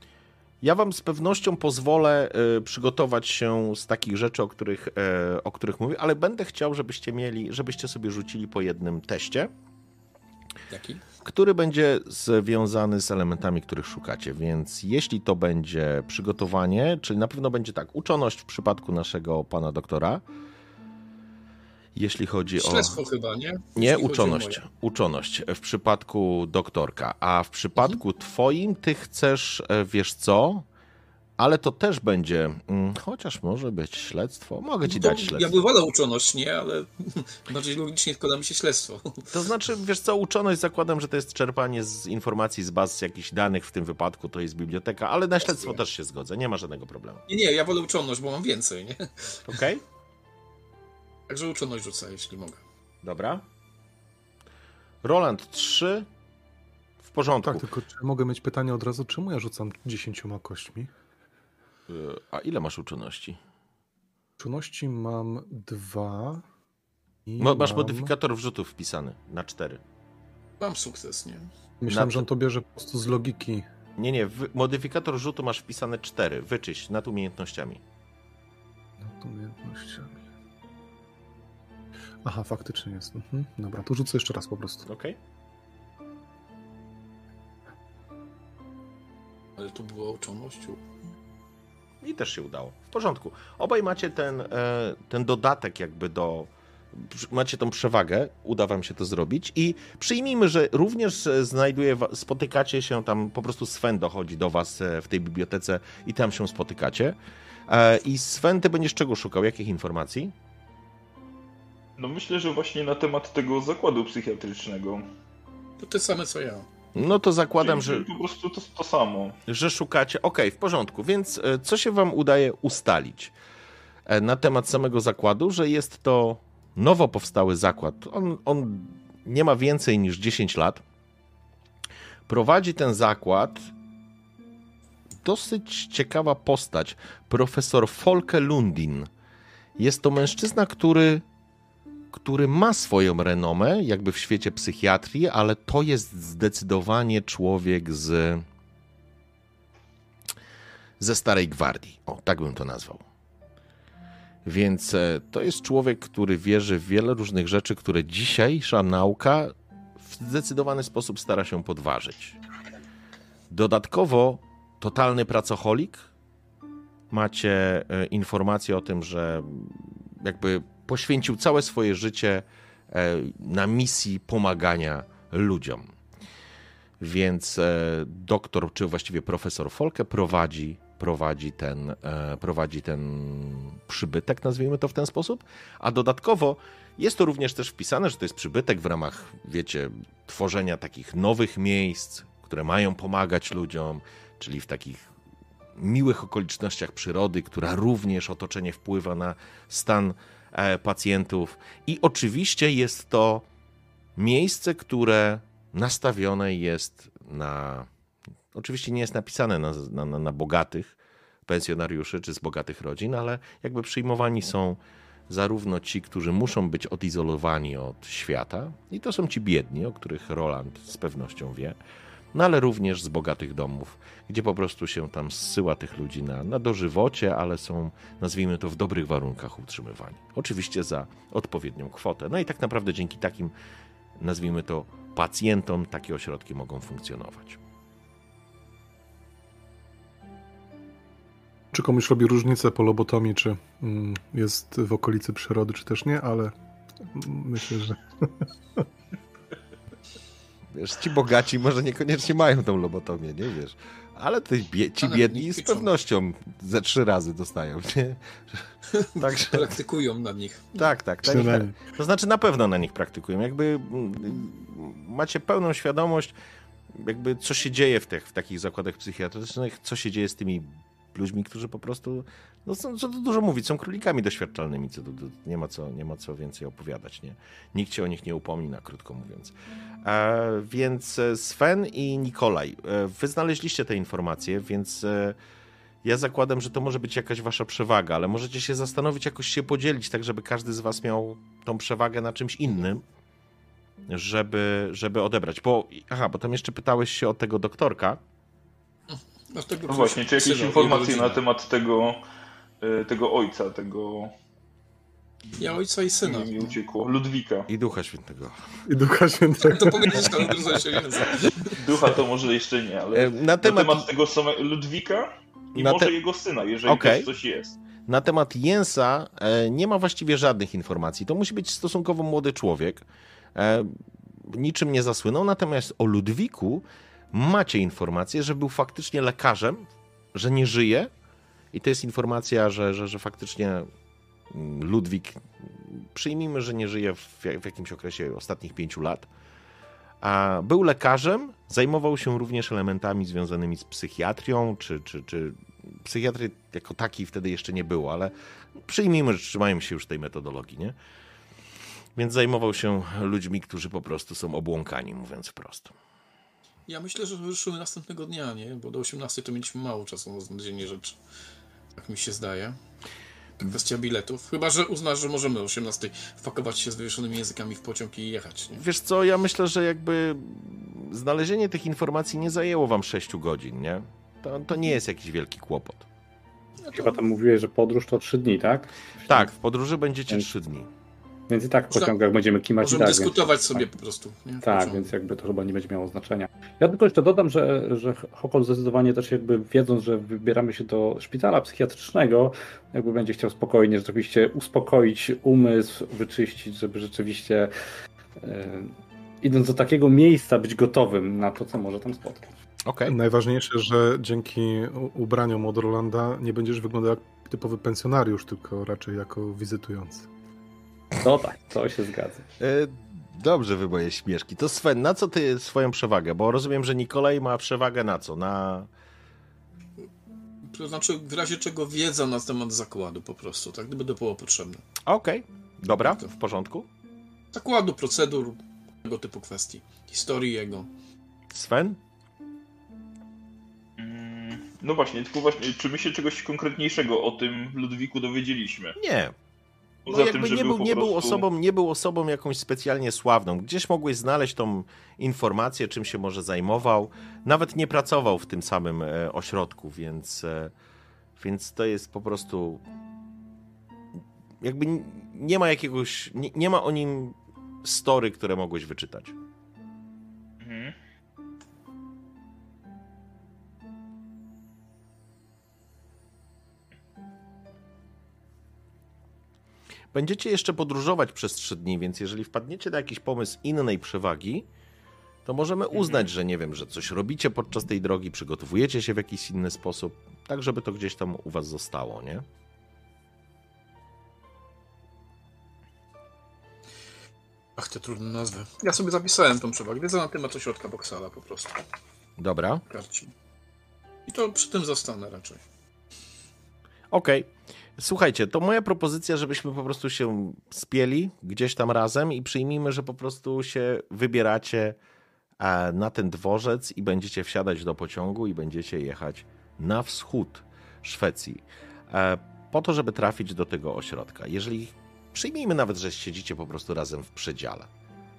ja wam z pewnością pozwolę e, przygotować się z takich rzeczy, o których, e, o których mówię, ale będę chciał, żebyście mieli, żebyście sobie rzucili po jednym teście, Jaki? który będzie związany z elementami, których szukacie. Więc jeśli to będzie przygotowanie, czyli na pewno będzie tak, uczoność w przypadku naszego pana doktora, jeśli chodzi o... Śledztwo chyba, nie? Nie, Jeśli chodzi o uczoność. moje. Uczoność w przypadku doktorka, a w przypadku twoim ty chcesz, e, wiesz co, ale to też będzie, mm, chociaż może być śledztwo, mogę ci To dać Ja śledztwo. bym wolał uczoność, nie? Ale bardziej logicznie składa mi się śledztwo. To znaczy, wiesz co, uczoność zakładam, że to jest czerpanie z informacji, z baz jakichś danych, w tym wypadku to jest biblioteka, ale na śledztwo też się zgodzę, nie ma żadnego problemu. Nie, nie, ja wolę uczoność, bo mam więcej, nie? Okej? Także uczoność rzucę, jeśli mogę. Dobra. Roland trzy. W porządku. Tak, tylko czy mogę mieć pytanie od razu, czemu ja rzucam dziesięcioma kośćmi? Y, A ile masz uczoności? Czujności mam dwa. I Mo- Masz mam... modyfikator wrzutów wpisany na cztery. Mam sukces, nie? Myślałem, na- że on to bierze po prostu z logiki. Nie, nie, wy- modyfikator rzutu masz wpisane cztery. Wyczyść nad umiejętnościami. Nad umiejętnościami. Aha, faktycznie jest. Mhm. Dobra, to rzucę jeszcze raz po prostu. Okej? Ale tu była uczoność. I też się udało. W porządku. Obaj macie ten, e, ten dodatek jakby do... Macie tą przewagę, uda wam się to zrobić i przyjmijmy, że również e, znajduje, wa- spotykacie się tam, po prostu Sven dochodzi do was e, w tej bibliotece i tam się spotykacie. E, I Sven, ty będziesz czego szukał? Jakich informacji? No myślę, że właśnie na temat tego zakładu psychiatrycznego. To te same co ja. No to zakładam, Czyli że... po prostu to, to samo. że szukacie. Okej, w porządku. Więc e, co się wam udaje ustalić e, na temat samego zakładu, że jest to nowo powstały zakład. On, on nie ma więcej niż dziesięć lat. Prowadzi ten zakład dosyć ciekawa postać. Profesor Folke Lundin. Jest to mężczyzna, który który ma swoją renomę, jakby w świecie psychiatrii, ale to jest zdecydowanie człowiek z ze Starej Gwardii. O, tak bym to nazwał. Więc e, to jest człowiek, który wierzy w wiele różnych rzeczy, które dzisiejsza nauka w zdecydowany sposób stara się podważyć. Dodatkowo totalny pracoholik. Macie e, informację o tym, że jakby poświęcił całe swoje życie e, na misji pomagania ludziom. Więc e, doktor, czy właściwie profesor Folke prowadzi, prowadzi, ten, e, prowadzi ten przybytek, nazwijmy to w ten sposób, a dodatkowo jest to również też wpisane, że to jest przybytek w ramach, wiecie, tworzenia takich nowych miejsc, które mają pomagać ludziom, czyli w takich miłych okolicznościach przyrody, która również otoczenie wpływa na stan e, pacjentów. I oczywiście jest to miejsce, które nastawione jest na... Oczywiście nie jest napisane na, na, na bogatych pensjonariuszy czy z bogatych rodzin, ale jakby przyjmowani są zarówno ci, którzy muszą być odizolowani od świata, i to są ci biedni, o których Roland z pewnością wie, no ale również z bogatych domów, gdzie po prostu się tam zsyła tych ludzi na, na dożywocie, ale są, nazwijmy to, w dobrych warunkach utrzymywani. Oczywiście za odpowiednią kwotę. No i tak naprawdę dzięki takim, nazwijmy to, pacjentom takie ośrodki mogą funkcjonować. Czy komuś robi różnicę po lobotomii, czy mm, jest w okolicy przyrody, czy też nie, ale myślę, że... Wiesz, ci bogaci może niekoniecznie mają tą lobotomię, nie wiesz, ale te bie- ci biedni z pewnością ze trzy razy dostają, nie? Także... Praktykują na nich. Tak, tak. Na nich, to znaczy na pewno na nich praktykują. Jakby macie pełną świadomość, jakby co się dzieje w, tych, w takich zakładach psychiatrycznych, co się dzieje z tymi ludźmi, którzy po prostu, no co, co tu dużo mówić, są królikami doświadczalnymi, co, to, to nie, ma co, nie ma co więcej opowiadać. Nie? Nikt się o nich nie upomina, krótko mówiąc. E, więc Sven i Nikolaj, e, wy znaleźliście te informacje, więc e, ja zakładam, że to może być jakaś wasza przewaga, ale możecie się zastanowić, jakoś się podzielić, tak żeby każdy z was miał tą przewagę na czymś innym, żeby, żeby odebrać. Bo, aha, bo tam jeszcze pytałeś się o tego doktorka. No, no właśnie, czy jakieś informacje na temat tego, tego ojca, tego... Ja ojca i syna. Mi uciekło. Ludwika. I Ducha Świętego. I Ducha Świętego. To powiedzieć, ale gryzę się język. Ducha to może jeszcze nie, ale na temat, na temat tego samego Ludwika i na może te... jego syna, jeżeli okay. coś jest. Na temat Jensa e, nie ma właściwie żadnych informacji. To musi być stosunkowo młody człowiek. E, niczym nie zasłynął, natomiast o Ludwiku macie informację, że był faktycznie lekarzem, że nie żyje i to jest informacja, że, że, że faktycznie Ludwik, przyjmijmy, że nie żyje w, w jakimś okresie ostatnich pięciu lat, a był lekarzem, zajmował się również elementami związanymi z psychiatrią, czy, czy, czy psychiatry jako takiej wtedy jeszcze nie było, ale przyjmijmy, że trzymają się już tej metodologii, nie? Więc zajmował się ludźmi, którzy po prostu są obłąkani, mówiąc wprost. Ja myślę, że wyruszymy następnego dnia, nie? Bo do osiemnastej to mieliśmy mało czasu na znalezienie rzeczy. Tak mi się zdaje. Kwestia biletów. Chyba że uznasz, że możemy o osiemnastej wpakować się z wywieszonymi językami w pociąg i jechać, nie? Wiesz co, ja myślę, że jakby znalezienie tych informacji nie zajęło wam sześciu godzin, nie? To, to nie jest jakiś wielki kłopot. No to... Chyba tam mówiłeś, że podróż to trzy dni, tak? Tak, w podróży będziecie trzy dni. Więc i tak w pociągach będziemy kimać. Możemy tak, dyskutować więc, sobie tak. po prostu. Nie? Tak, więc jakby to chyba nie będzie miało znaczenia. Ja tylko jeszcze dodam, że, że Hokol zdecydowanie też jakby wiedząc, że wybieramy się do szpitala psychiatrycznego, jakby będzie chciał spokojnie rzeczywiście uspokoić umysł, wyczyścić, żeby rzeczywiście e, idąc do takiego miejsca być gotowym na to, co może tam spotkać. Okay. Najważniejsze, że dzięki ubraniom od Rolanda nie będziesz wyglądał jak typowy pensjonariusz, tylko raczej jako wizytujący. No tak, to się zgadza. Dobrze, wy moje śmieszki. To Sven, na co ty swoją przewagę? Bo rozumiem, że Nikolaj ma przewagę na co? Na... To znaczy, w razie czego wiedza na temat zakładu po prostu, tak? Gdyby to było potrzebne. Okej, okay. Dobra, w porządku. Zakładu, procedur, tego typu kwestii. Historii jego. Sven? No właśnie, tylko właśnie, czy my się czegoś konkretniejszego o tym Ludwiku dowiedzieliśmy? Nie. No Poza jakby tym, nie, był, nie, prostu... był osobą, nie był osobą jakąś specjalnie sławną. Gdzieś mogłeś znaleźć tą informację, czym się może zajmował. Nawet nie pracował w tym samym e, ośrodku, więc, e, więc to jest po prostu... Jakby nie ma jakiegoś... Nie, nie ma o nim story, które mogłeś wyczytać. Mhm. Będziecie jeszcze podróżować przez trzy dni, więc jeżeli wpadniecie na jakiś pomysł innej przewagi, to możemy uznać, że nie wiem, że coś robicie podczas tej drogi, przygotowujecie się w jakiś inny sposób, tak żeby to gdzieś tam u was zostało, nie? Ach, te trudne nazwy. Ja sobie zapisałem tą przewagę. Wiedza na temat ośrodka Boxala po prostu. Dobra. Karci. I to przy tym zostanę raczej. Okej. Okay. Słuchajcie, to moja propozycja, żebyśmy po prostu się spieli gdzieś tam razem i przyjmijmy, że po prostu się wybieracie na ten dworzec i będziecie wsiadać do pociągu i będziecie jechać na wschód Szwecji po to, żeby trafić do tego ośrodka. Jeżeli przyjmijmy nawet, że siedzicie po prostu razem w przedziale.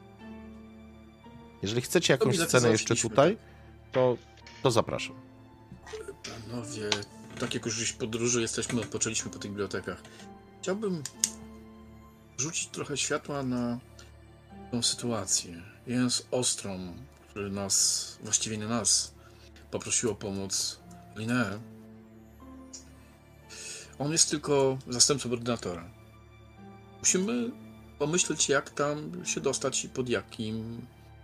Jeżeli chcecie jakąś scenę jeszcze tutaj, to, to zapraszam. Panowie, tak jak już gdzieś w podróży jesteśmy, odpoczęliśmy po tych bibliotekach. Chciałbym rzucić trochę światła na tą sytuację. Jens Ostrom, który nas, właściwie nie nas, poprosił o pomoc Linnea. On jest tylko zastępcą ordynatora. Musimy pomyśleć, jak tam się dostać i pod jakim...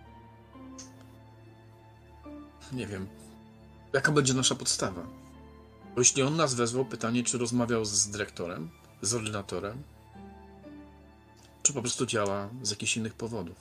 Nie wiem, jaka będzie nasza podstawa. Bo jeśli on nas wezwał, pytanie, czy rozmawiał z dyrektorem, z ordynatorem, czy po prostu działa z jakichś innych powodów.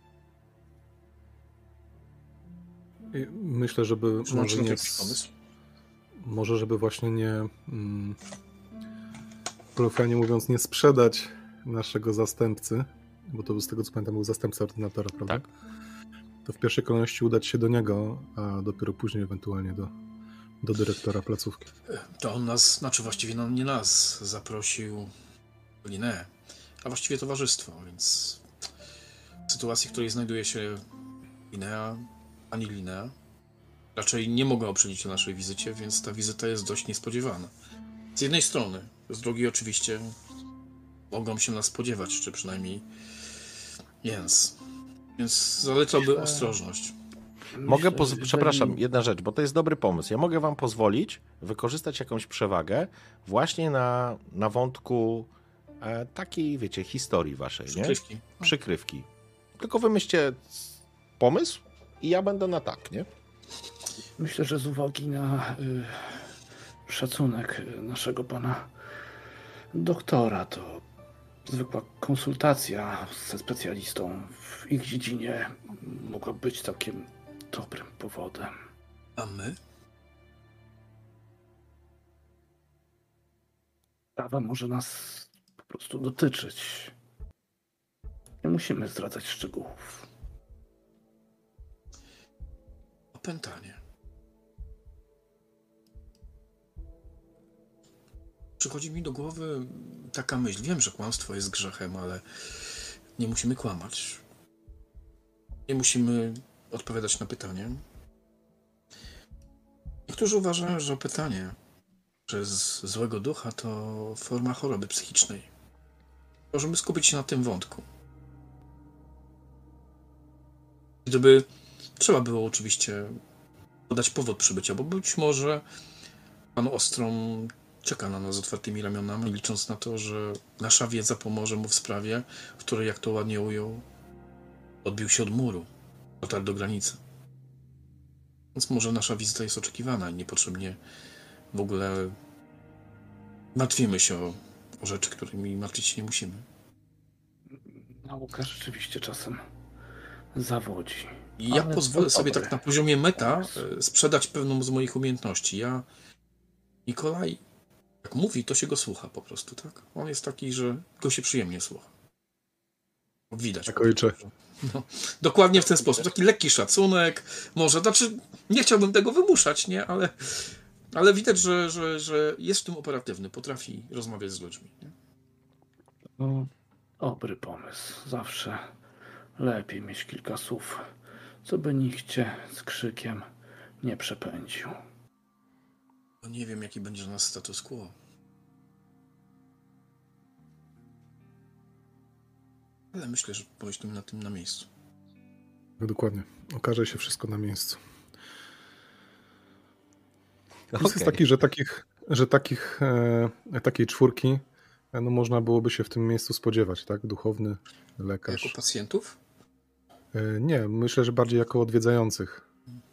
I myślę, żeby Czy może macie nie... jakiś pomysł? Może, żeby właśnie nie... Mm, kolokwialnie mówiąc, nie sprzedać naszego zastępcy, bo to z tego co pamiętam był zastępca ordynatora, prawda? Tak. To w pierwszej kolejności udać się do niego, a dopiero później ewentualnie do, do dyrektora placówki. To on nas, znaczy właściwie no, nie nas, zaprosił Linnea, a właściwie towarzystwo, więc w sytuacji, w której znajduje się Linnea, ani Linnea, raczej nie mogła uprzedzić o naszej wizycie, więc ta wizyta jest dość niespodziewana. Z jednej strony, z drugiej oczywiście mogą się nas spodziewać, czy przynajmniej Jens. Więc zalecałby Myślę... ostrożność. Mogę, Myślę, poz... że przepraszam, jeżeli- jedna rzecz, bo to jest dobry pomysł. Ja mogę wam pozwolić wykorzystać jakąś przewagę właśnie na, na wątku e, takiej, wiecie, historii waszej, nie? Przykrywki. Przykrywki. Tylko wymyślcie pomysł i ja będę na tak, nie? Myślę, że z uwagi na y, szacunek naszego pana doktora, to zwykła konsultacja ze specjalistą w ich dziedzinie mogła być całkiem dobrym powodem. A my? Sprawa może nas po prostu dotyczyć. Nie musimy zdradzać szczegółów. Opętanie. Przychodzi mi do głowy taka myśl. Wiem, że kłamstwo jest grzechem, ale nie musimy kłamać. Nie musimy odpowiadać na pytanie. Niektórzy uważają, że pytanie przez złego ducha to forma choroby psychicznej. Możemy skupić się na tym wątku. Gdyby trzeba było oczywiście podać powód przybycia, bo być może pan Ostrom czeka na nas z otwartymi ramionami, licząc na to, że nasza wiedza pomoże mu w sprawie, w której, jak to ładnie ujął, odbił się od muru, dotarł do granicy. Więc może nasza wizyta jest oczekiwana i niepotrzebnie w ogóle martwimy się o, o rzeczy, którymi martwić się nie musimy. Nauka rzeczywiście czasem zawodzi. I ja Ale pozwolę to sobie dobry tak na poziomie meta pomysł. e, sprzedać pewną z moich umiejętności. Ja, Nikolaj, jak mówi, to się go słucha po prostu, tak? On jest taki, że go się przyjemnie słucha. Widać. Tak, po prostu, ojcze. że- No, dokładnie w ten sposób. Taki lekki szacunek. Może, znaczy, nie chciałbym tego wymuszać, nie? Ale, ale widać, że, że, że jest w tym operatywny. Potrafi rozmawiać z ludźmi. Nie? No, dobry pomysł. Zawsze lepiej mieć kilka słów, co by nikt cię z krzykiem nie przepędził. No nie wiem, jaki będzie nasz status quo. Ale myślę, że pomyślimy nad tym na miejscu. Dokładnie. Okaże się wszystko na miejscu. Plus Okej. jest taki, że takich, że takich e, takiej czwórki e, no można byłoby się w tym miejscu spodziewać, tak? Duchowny, Jako lekarz. pacjentów? E, Nie, myślę, że bardziej jako odwiedzających.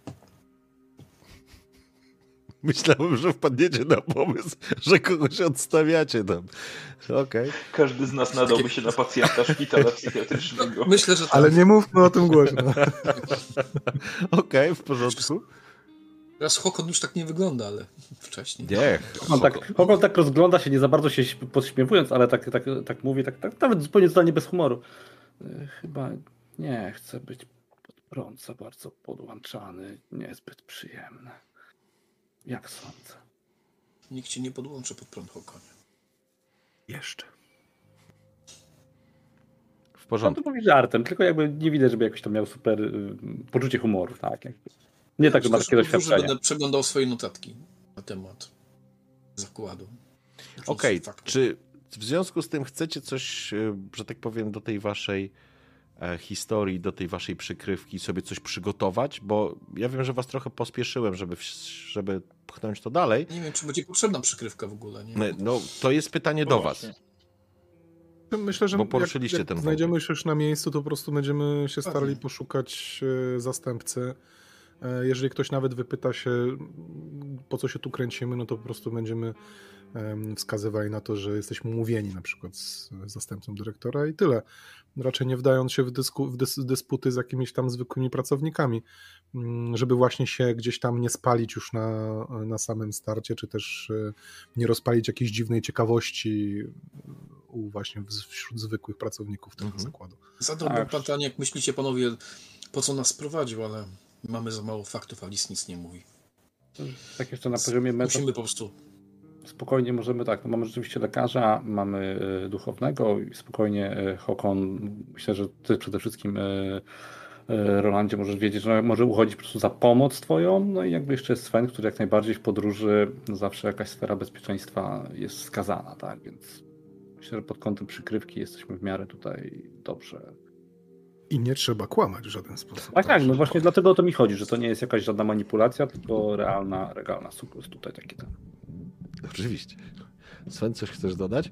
Myślałem, że wpadniecie na pomysł, że kogoś odstawiacie tam. Okej. Każdy z nas nadałby się na pacjenta szpitala psychiatrycznego. Myślę, że tak. Ale nie mówmy o tym głośno. Okej, w porządku. Teraz Hokon już tak nie wygląda, ale wcześniej. Nie. On tak, Hokon tak rozgląda się, nie za bardzo się podśmiewując, ale tak, tak, tak mówi, tak, tak nawet zupełnie totalnie bez humoru. E, Chyba nie chcę być pod prąd za bardzo podłączany, niezbyt przyjemne. Jak sądzę. Nikt cię nie podłączy pod prąd, Hokonie. Jeszcze. W On porządku. to mówi żartem, tylko jakby nie widać, żeby jakoś tam miał super y, poczucie humoru, tak? Jakby. Nie tak, że ma Myślę, takie że podróży doświadczenie. będę przeglądał swoje notatki na temat zakładu. Okej, Faktów. czy w związku z tym chcecie coś, e, że tak powiem, do tej waszej e, historii, do tej waszej przykrywki sobie coś przygotować? Bo ja wiem, że was trochę pospieszyłem, żeby, w- żeby pchnąć to dalej. Nie wiem, czy będzie potrzebna przykrywka w ogóle, nie? E, No, to jest pytanie No do właśnie. was. Myślę, że Bo poruszyliście jak, ten jak wątek. znajdziemy się już na miejscu, to po prostu będziemy się starali Pewnie. poszukać e, zastępcy. E, Jeżeli ktoś nawet wypyta się, m, po co się tu kręcimy, no to po prostu będziemy em, wskazywali na to, że jesteśmy umówieni na przykład z zastępcą dyrektora i tyle. Raczej nie wdając się w, dysku, w dys, dysputy z jakimiś tam zwykłymi pracownikami, m, żeby właśnie się gdzieś tam nie spalić już na, na samym starcie, czy też e, nie rozpalić jakiejś dziwnej ciekawości u właśnie wśród zwykłych pracowników tego Mhm. zakładu. Zadałbym Tak. pytanie, jak myślicie panowie, po co nas sprowadził, ale mamy za mało faktów, a list nic nie mówi. Tak jeszcze na poziomie meta Musimy po prostu... spokojnie możemy, tak, no mamy rzeczywiście lekarza, mamy y, duchownego i spokojnie y, Hokon, myślę, że ty przede wszystkim y, y, Rolandzie możesz wiedzieć, że może uchodzić po prostu za pomoc twoją, no i jakby jeszcze jest Sven, który jak najbardziej w podróży zawsze jakaś sfera bezpieczeństwa jest skazana, tak, więc myślę, że pod kątem przykrywki jesteśmy w miarę tutaj dobrze. I nie trzeba kłamać w żaden sposób. Tak, tak, no właśnie dlatego o to mi chodzi, że to nie jest jakaś żadna manipulacja, tylko realna, legalna sukces tutaj taki ten. Oczywiście. Sven, coś chcesz dodać?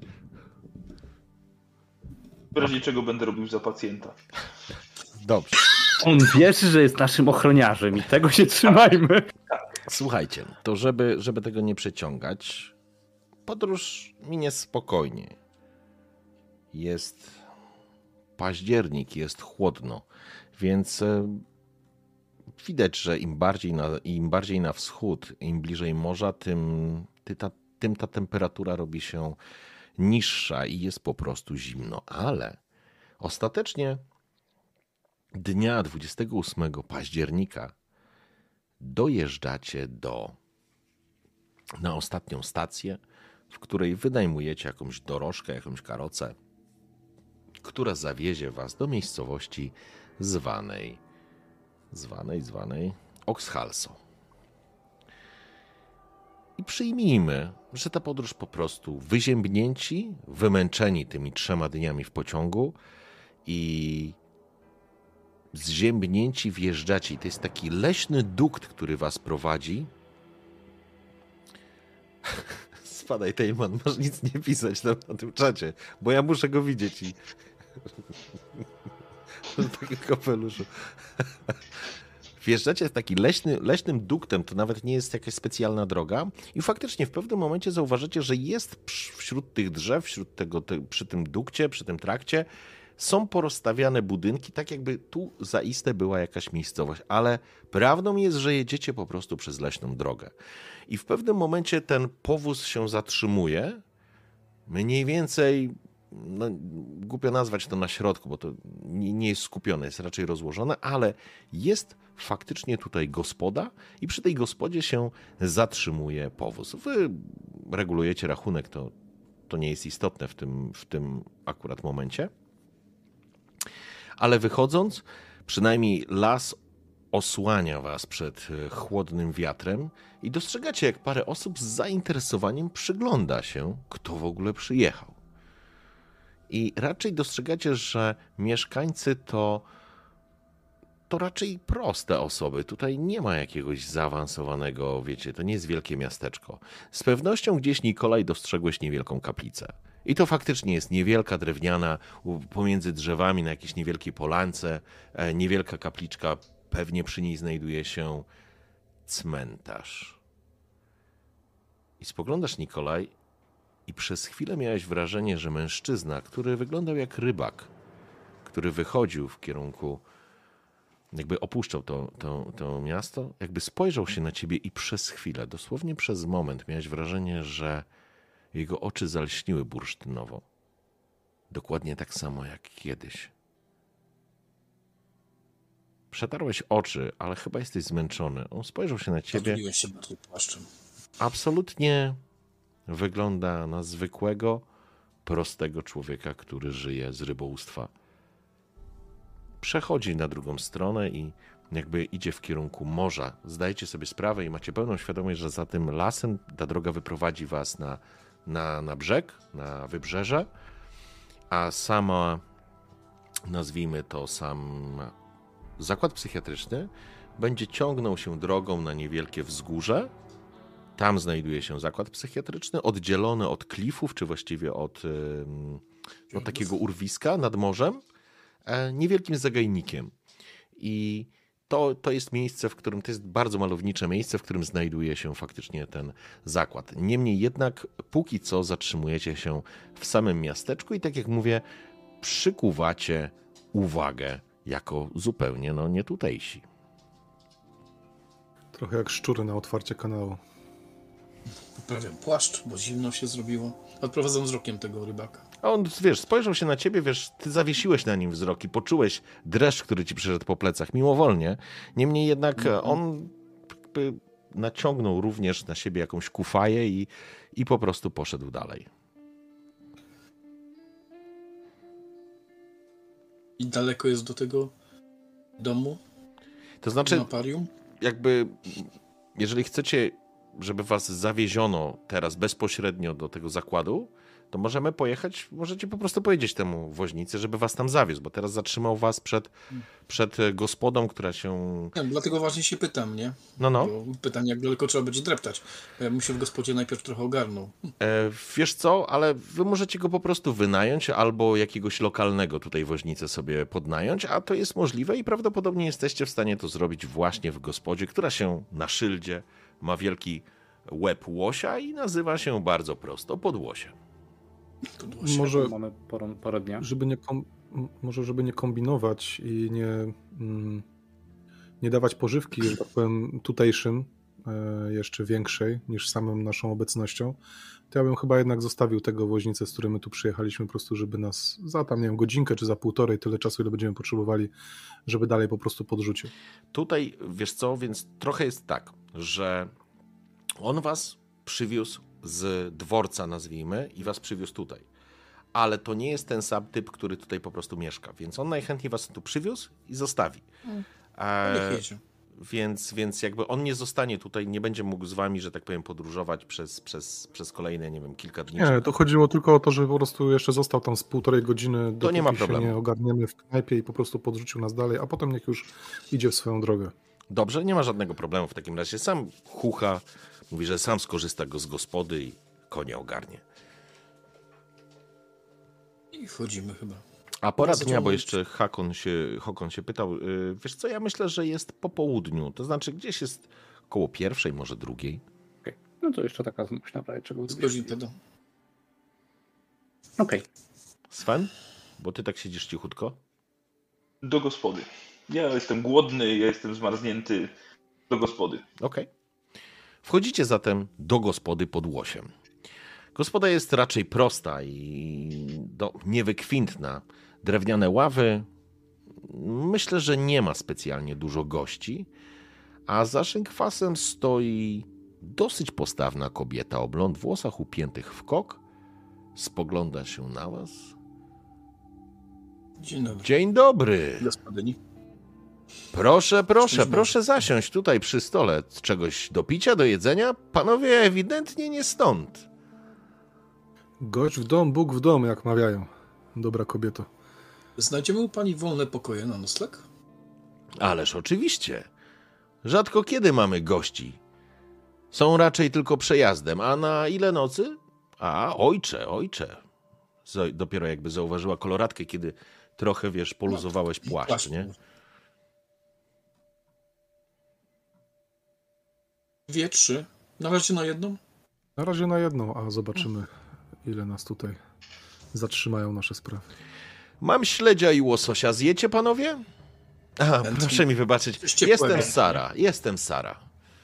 W razie czego będę robił za pacjenta. Dobrze. On wierzy, że jest naszym ochroniarzem i tego się trzymajmy. Słuchajcie, to żeby, żeby tego nie przeciągać, podróż minie spokojnie. Jest październik, jest chłodno, więc e, widać, że im bardziej na, im bardziej na wschód, im bliżej morza, tym, ty ta, tym ta temperatura robi się niższa i jest po prostu zimno. Ale ostatecznie dnia dwudziestego ósmego października dojeżdżacie do, na ostatnią stację, w której wynajmujecie jakąś dorożkę, jakąś karocę, która zawiezie was do miejscowości zwanej, zwanej, zwanej Oxhalso. I przyjmijmy, że ta podróż po prostu wyziębnięci, wymęczeni tymi trzema dniami w pociągu i zziębnięci wjeżdżacie. I to jest taki leśny dukt, który was prowadzi. Spadaj, Tejman, masz nic nie pisać tam na tym czacie, bo ja muszę go widzieć i... w takim kapeluszu. Wjeżdżacie w taki leśny, leśnym duktem, to nawet nie jest jakaś specjalna droga i faktycznie w pewnym momencie zauważycie, że jest przy- wśród tych drzew, wśród tego, te, przy tym dukcie, przy tym trakcie są porozstawiane budynki, tak jakby tu zaiste była jakaś miejscowość, ale prawdą jest, że jedziecie po prostu przez leśną drogę. I w pewnym momencie ten powóz się zatrzymuje, mniej więcej, no, głupio nazwać to na środku, bo to nie, nie jest skupione, jest raczej rozłożone, ale jest faktycznie tutaj gospoda i przy tej gospodzie się zatrzymuje powóz. Wy regulujecie rachunek, to, to nie jest istotne w tym, w tym akurat momencie. Ale wychodząc, przynajmniej las osłania was przed chłodnym wiatrem i dostrzegacie, jak parę osób z zainteresowaniem przygląda się, kto w ogóle przyjechał. I raczej dostrzegacie, że mieszkańcy to, to raczej proste osoby. Tutaj nie ma jakiegoś zaawansowanego, wiecie, to nie jest wielkie miasteczko. Z pewnością gdzieś, Nikolaj, dostrzegłeś niewielką kaplicę. I to faktycznie jest niewielka drewniana, u- pomiędzy drzewami na jakiejś niewielkiej polance, e, niewielka kapliczka, pewnie przy niej znajduje się cmentarz. I spoglądasz, Nikolaj, i przez chwilę miałeś wrażenie, że mężczyzna, który wyglądał jak rybak, który wychodził w kierunku, jakby opuszczał to, to, to miasto, jakby spojrzał się na ciebie i przez chwilę, dosłownie przez moment miałeś wrażenie, że jego oczy zalśniły bursztynowo. Dokładnie tak samo jak kiedyś. Przetarłeś oczy, ale chyba jesteś zmęczony. On spojrzał się na ciebie. Zatuliłeś się bardziej płaszczem. Absolutnie wygląda na zwykłego, prostego człowieka, który żyje z rybołówstwa. Przechodzi na drugą stronę i jakby idzie w kierunku morza. Zdajecie sobie sprawę i macie pełną świadomość, że za tym lasem ta droga wyprowadzi was na, na, na brzeg, na wybrzeże, a sama, nazwijmy to sam zakład psychiatryczny, będzie ciągnął się drogą na niewielkie wzgórze. Tam znajduje się zakład psychiatryczny, oddzielony od klifów, czy właściwie od, ym, od takiego urwiska nad morzem, e, niewielkim zagajnikiem. I to, to jest miejsce, w którym, to jest bardzo malownicze miejsce, w którym znajduje się faktycznie ten zakład. Niemniej jednak, póki co zatrzymujecie się w samym miasteczku i tak jak mówię, przykuwacie uwagę jako zupełnie no, nie tutejsi. Trochę jak szczury na otwarcie kanału. Poprawiam płaszcz, bo zimno się zrobiło. Odprowadzam wzrokiem tego rybaka. A on, wiesz, spojrzał się na ciebie, wiesz, ty zawiesiłeś na nim wzrok i poczułeś dreszcz, który ci przyszedł po plecach, mimowolnie. Niemniej jednak mm-hmm. on jakby naciągnął również na siebie jakąś kufaję i, i po prostu poszedł dalej. I daleko jest do tego domu? To znaczy, Naparium? jakby, jeżeli chcecie, żeby was zawieziono teraz bezpośrednio do tego zakładu, to możemy pojechać, możecie po prostu powiedzieć temu woźnicy, żeby was tam zawiózł, bo teraz zatrzymał was przed, przed gospodą, która się... Nie, dlatego właśnie się pytam, nie? No, no. Bo pytanie, jak daleko trzeba będzie dreptać. Ja bym się w gospodzie najpierw trochę ogarnął. E, wiesz co, ale wy możecie go po prostu wynająć albo jakiegoś lokalnego tutaj woźnicę sobie podnająć, a to jest możliwe i prawdopodobnie jesteście w stanie to zrobić właśnie w gospodzie, która się na szyldzie ma wielki łeb łosia i nazywa się bardzo prosto Podłosie. Może, Mamy porę, porę dnia. żeby nie kom, może żeby nie kombinować i nie, mm, nie dawać pożywki, że tak powiem, tutejszym, e, jeszcze większej niż samą naszą obecnością, to ja bym chyba jednak zostawił tego woźnicę, z którym my tu przyjechaliśmy, po prostu, żeby nas za tam, nie wiem, godzinkę czy za półtorej, tyle czasu, ile będziemy potrzebowali, żeby dalej po prostu podrzucił. Tutaj, wiesz co, więc trochę jest tak, że on was przywiózł z dworca, nazwijmy, i was przywiózł tutaj. Ale to nie jest ten sam typ, który tutaj po prostu mieszka, więc on najchętniej was tu przywiózł i zostawi. Mm. E, Niech jedzie. więc, więc jakby on nie zostanie tutaj, nie będzie mógł z wami, że tak powiem, podróżować przez, przez, przez kolejne, nie wiem, kilka dni. Nie, to chodziło tylko o to, że po prostu jeszcze został tam z półtorej godziny, dopóki nie ma się problemu. nie ogarniemy w knajpie i po prostu podrzucił nas dalej, a potem niech już idzie w swoją drogę. Dobrze, nie ma żadnego problemu w takim razie. Sam chucha, mówi, że sam skorzysta go z gospody i konie ogarnie. I wchodzimy chyba. A pora No, dnia, bo zaczął- jeszcze Hakon się, Hakon się pytał, yy, wiesz co, ja myślę, że jest po południu, to znaczy gdzieś jest koło pierwszej, może drugiej. Okay. No to jeszcze taka znośna prawie czego. Z godzin do. Okej. Sven? Bo ty tak siedzisz cichutko? Do gospody. Ja jestem głodny, ja jestem zmarznięty. Do gospody. Okej. Wchodzicie zatem do gospody pod Łosiem. Gospoda jest raczej prosta i do, niewykwintna. Drewniane ławy. Myślę, że nie ma specjalnie dużo gości, a za szynkwasem stoi dosyć postawna kobieta o blond włosach upiętych w kok. Spogląda się na was. Dzień dobry. Dzień dobry. Gospodyni. Proszę, proszę, Szczęść proszę zasiąść tutaj przy stole. Czegoś do picia, do jedzenia? Panowie ewidentnie nie stąd. Gość w dom, Bóg w dom, jak mawiają. Dobra kobieto. Znajdziemy u pani wolne pokoje na nocleg? Ależ oczywiście. Rzadko kiedy mamy gości. Są raczej tylko przejazdem. A na ile nocy? A, ojcze, ojcze. za- dopiero jakby zauważyła koloratkę, kiedy trochę, wiesz, poluzowałeś płaszcz, nie? Dwie, trzy. Na razie na jedną? Na razie na jedną, a zobaczymy, ile nas tutaj zatrzymają nasze sprawy. Mam śledzia i łososia. Zjecie, panowie? Aha, Chętnie. proszę mi wybaczyć. Coś ciepłego. Jestem Sara, jestem Sara.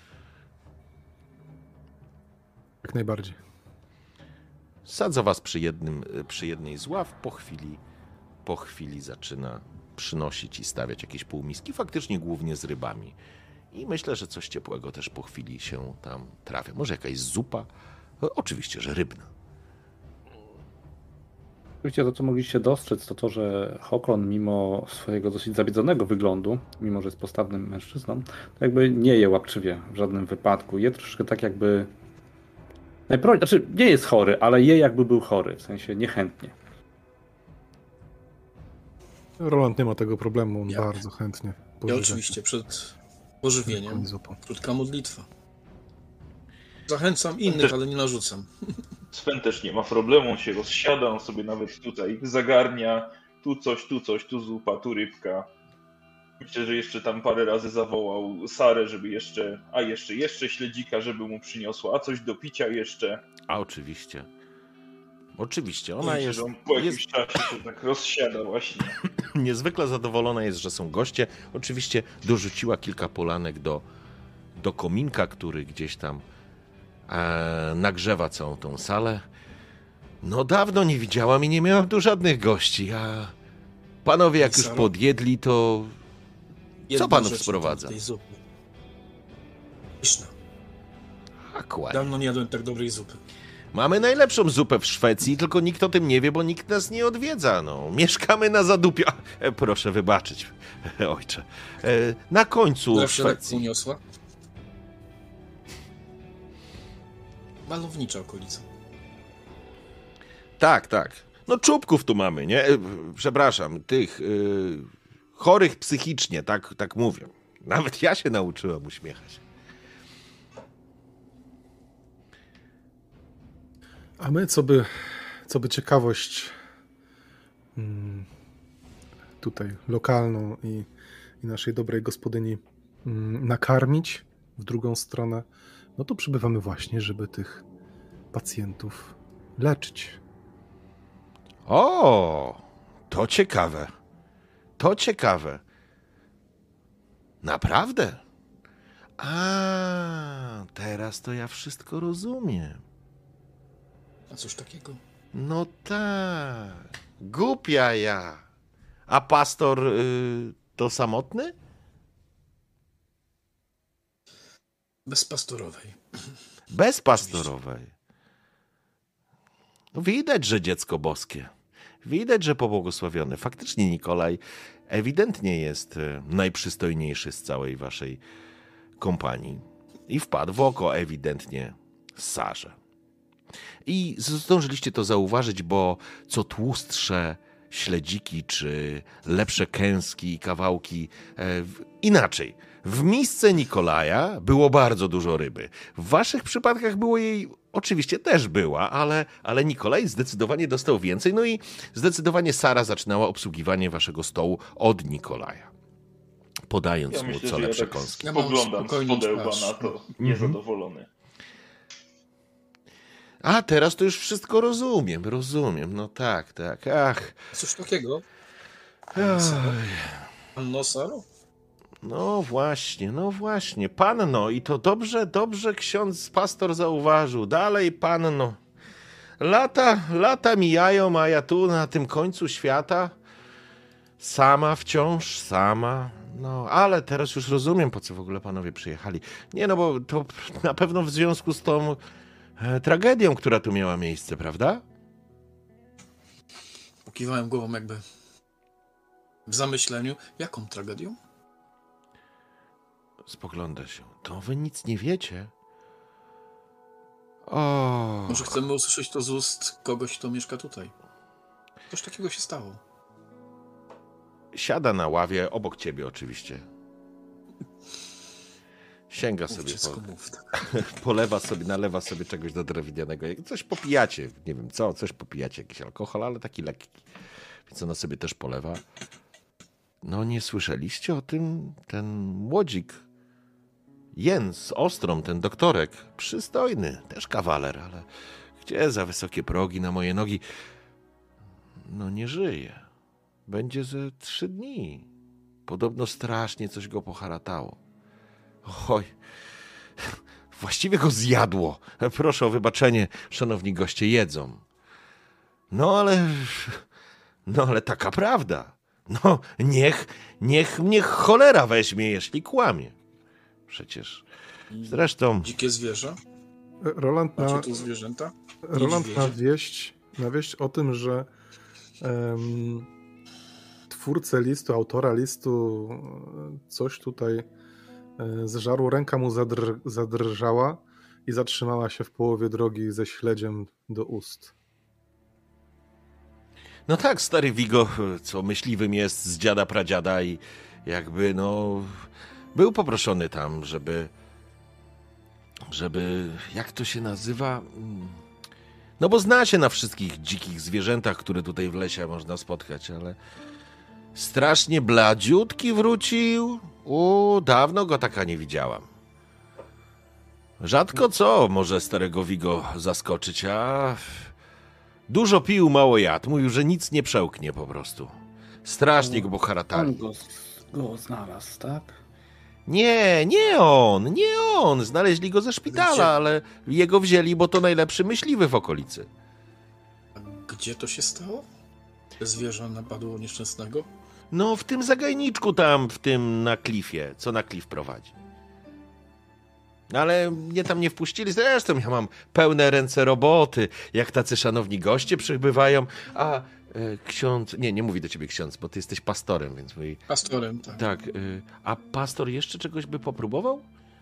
Jak najbardziej. Sadzę was przy, jednym, przy jednej z ław. Po chwili, po chwili zaczyna przynosić i stawiać jakieś półmiski. Faktycznie głównie z rybami. I myślę, że coś ciepłego też po chwili się tam trafia. Może jakaś zupa? O, oczywiście, że rybna. Oczywiście to, co mogliście dostrzec, to to, że Hakon, mimo swojego dosyć zabiedzonego wyglądu, mimo że jest postawnym mężczyzną, to jakby nie je łapczywie w żadnym wypadku. Je troszeczkę tak jakby... Najpro... Znaczy, nie jest chory, ale je jakby był chory, w sensie niechętnie. Roland nie ma tego problemu, on Jak? bardzo chętnie Ja pożyga oczywiście przed się pożywieniem rybką i zupą. krótka modlitwa. Zachęcam innych, ale nie narzucam. Sven też nie ma problemu, on się rozsiada, on sobie nawet tutaj zagarnia, tu coś, tu coś, tu zupa, tu rybka. Myślę, że jeszcze tam parę razy zawołał Sarę, żeby jeszcze, a jeszcze, jeszcze śledzika, żeby mu przyniosła, a coś do picia jeszcze. A oczywiście. Oczywiście, ona Myślę, jest, że on po jakimś jest czasie się tak rozsiada właśnie. niezwykle zadowolona jest, że są goście. Oczywiście dorzuciła kilka polanek do, do kominka, który gdzieś tam e, nagrzewa całą tą salę. No dawno nie widziałam i nie miałam tu żadnych gości, a panowie jak już Saro? podjedli, to Jedna panów rzecz sprowadza? tej zupy. Pyszna. akładnie. Dawno nie jadłem tak dobrej zupy. Mamy najlepszą zupę w Szwecji, tylko nikt o tym nie wie, bo nikt nas nie odwiedza. No. Mieszkamy na Zadupiu. E, proszę wybaczyć, ojcze. E, na końcu Zawsze tak Szwecji. uniosła. Malownicza okolica. Tak, tak. No czubków tu mamy, nie? E, Przepraszam, tych y, chorych psychicznie, tak, tak mówią. Nawet ja się nauczyłem uśmiechać. A my, co by, co by ciekawość mm, tutaj lokalną i, i naszej dobrej gospodyni mm, nakarmić w drugą stronę, no to przybywamy właśnie, żeby tych pacjentów leczyć. O, to ciekawe. To ciekawe. Naprawdę? A, teraz to ja wszystko rozumiem. A coś takiego? No tak. Głupia ja. A pastor y, to samotny? Bezpastorowej. Bezpastorowej. No widać, że dziecko boskie. Widać, że pobłogosławiony. Faktycznie Nikolaj ewidentnie jest y, najprzystojniejszy z całej waszej kompanii. I wpadł w oko ewidentnie Sarze. I zdążyliście to zauważyć, bo co tłustsze śledziki, czy lepsze kęski i kawałki, e, w, inaczej. W misce Nikolaja było bardzo dużo ryby. W waszych przypadkach było jej, oczywiście też była, ale, ale Nikolaj zdecydowanie dostał więcej, no i zdecydowanie Sara zaczynała obsługiwanie waszego stołu od Nikolaja, podając Ja mu myślę, co że ja lepsze tak kąski. Ja mam spoglądam z spokojną podełba twarz. na to, niezadowolony. A teraz to już wszystko rozumiem, rozumiem, no tak, tak, ach. Coś takiego? Oj. Anno Saro? No właśnie, no właśnie. Panno, i to dobrze, dobrze ksiądz pastor zauważył. Dalej, panno. Lata, lata mijają, a ja tu na tym końcu świata sama wciąż, sama. No, ale teraz już rozumiem, po co w ogóle panowie przyjechali. Nie, no bo to na pewno w związku z tą e, tragedią, która tu miała miejsce, prawda? Pokiwałem głową jakby w zamyśleniu. Jaką tragedią? Spogląda się. To wy nic nie wiecie? O. Może chcemy usłyszeć to z ust kogoś, kto mieszka tutaj. Coś takiego się stało. Siada na ławie, obok ciebie oczywiście. Sięga Mów sobie, dziecko, po, mów. polewa sobie, nalewa sobie czegoś do drewnianego. Coś popijacie, nie wiem co, coś popijacie, jakiś alkohol, ale taki lekki. Więc ona sobie też polewa. No nie słyszeliście o tym? Ten młodzik, Jens Ostrom, ten doktorek, przystojny, też kawaler, ale gdzie za wysokie progi na moje nogi? No nie żyje. Będzie ze trzy dni. Podobno strasznie coś go poharatało. Oj, właściwie go zjadło. Proszę o wybaczenie, szanowni goście, jedzą. No ale, no ale taka prawda. No niech, niech mnie cholera weźmie, jeśli kłamie. Przecież, zresztą... Dzikie zwierzę? Roland Macie na, tu zwierzęta? Roland Niedźwiedzie? na wieść, na wieść o tym, że em, twórcę listu, autora listu e, coś tutaj e, zżarło, ręka mu zadr, zadrżała i zatrzymała się w połowie drogi ze śledziem do ust. No tak, stary Vigo, co myśliwym jest z dziada pradziada i jakby, no, był poproszony tam, żeby, żeby, jak to się nazywa? No bo zna się na wszystkich dzikich zwierzętach, które tutaj w lesie można spotkać, ale strasznie bladziutki wrócił. U, dawno go taka nie widziałam. Rzadko co może starego Vigo zaskoczyć, a... Dużo pił, mało jadł. Mówił, że nic nie przełknie po prostu. Strasznie go On poharatali. go, go znalazł, tak? Nie, nie on, nie on. Znaleźli go ze szpitala, Gdzie? ale jego wzięli, bo to najlepszy myśliwy w okolicy. A gdzie to się stało? Te zwierzę napadło nieszczęsnego? No, w tym zagajniczku tam, w tym na klifie, co na klif prowadzi. Ale mnie tam nie wpuścili. Zresztą ja mam pełne ręce roboty, jak tacy szanowni goście przybywają. A e, ksiądz... Nie, nie mówi do ciebie ksiądz, bo ty jesteś pastorem, więc mówi... Pastorem, tak. Tak, y, a pastor jeszcze czegoś by popróbował?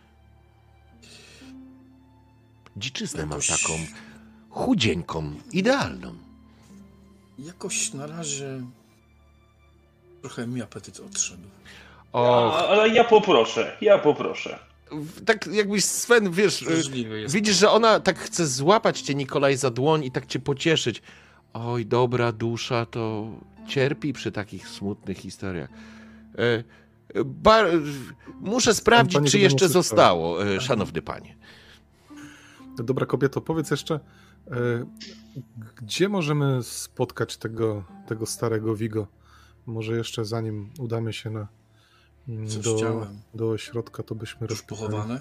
Dziczyznę Jakoś- mam taką chudzieńką, idealną. Jakoś na razie trochę mi apetyt odszedł. Och, A, ale ja poproszę, ja poproszę. w- tak jakbyś Sven, wiesz, y, Wrażliwy jest. widzisz, że ona tak chce złapać cię, Nikolaj, za dłoń i tak cię pocieszyć. Oj, dobra dusza to cierpi przy takich smutnych historiach. E, e, bar, muszę sprawdzić, pani czy chyba nie jeszcze słyszała. zostało, e, szanowny panie. Dobra kobieto, powiedz jeszcze, e, gdzie możemy spotkać tego, tego starego Vigo? Może jeszcze zanim udamy się na, mm, Co z do, ciałem? do ośrodka, to byśmy Już rozpytali. pochowane?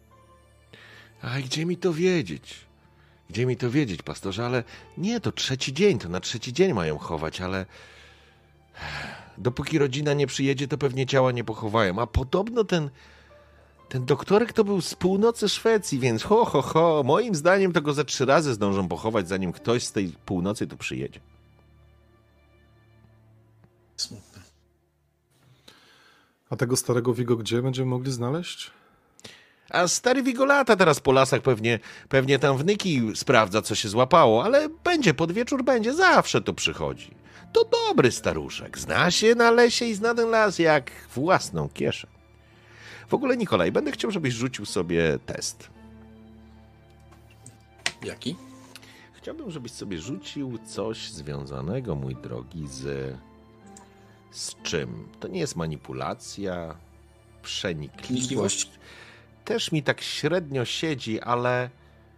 A gdzie mi to wiedzieć? Gdzie mi to wiedzieć, pastorze? Ale nie, to trzeci dzień, to na trzeci dzień mają chować, ale dopóki rodzina nie przyjedzie, to pewnie ciała nie pochowają. A podobno ten, ten doktorek to był z północy Szwecji, więc ho, ho, ho, moim zdaniem to go ze trzy razy zdążą pochować, zanim ktoś z tej północy tu przyjedzie. Smutne. A tego starego Vigo gdzie będziemy mogli znaleźć? A stary Wigolata teraz po lasach pewnie, pewnie tam wnyki sprawdza, co się złapało, ale będzie, pod wieczór będzie, zawsze tu przychodzi. To dobry staruszek, zna się na lesie i zna ten las jak własną kieszeń. W ogóle, Nikolaj, będę chciał, żebyś rzucił sobie test. Jaki? Chciałbym, żebyś sobie rzucił coś związanego, mój drogi, z... z czym? To nie jest manipulacja, przenikliwość. Przenikliwość? Też mi tak średnio siedzi, ale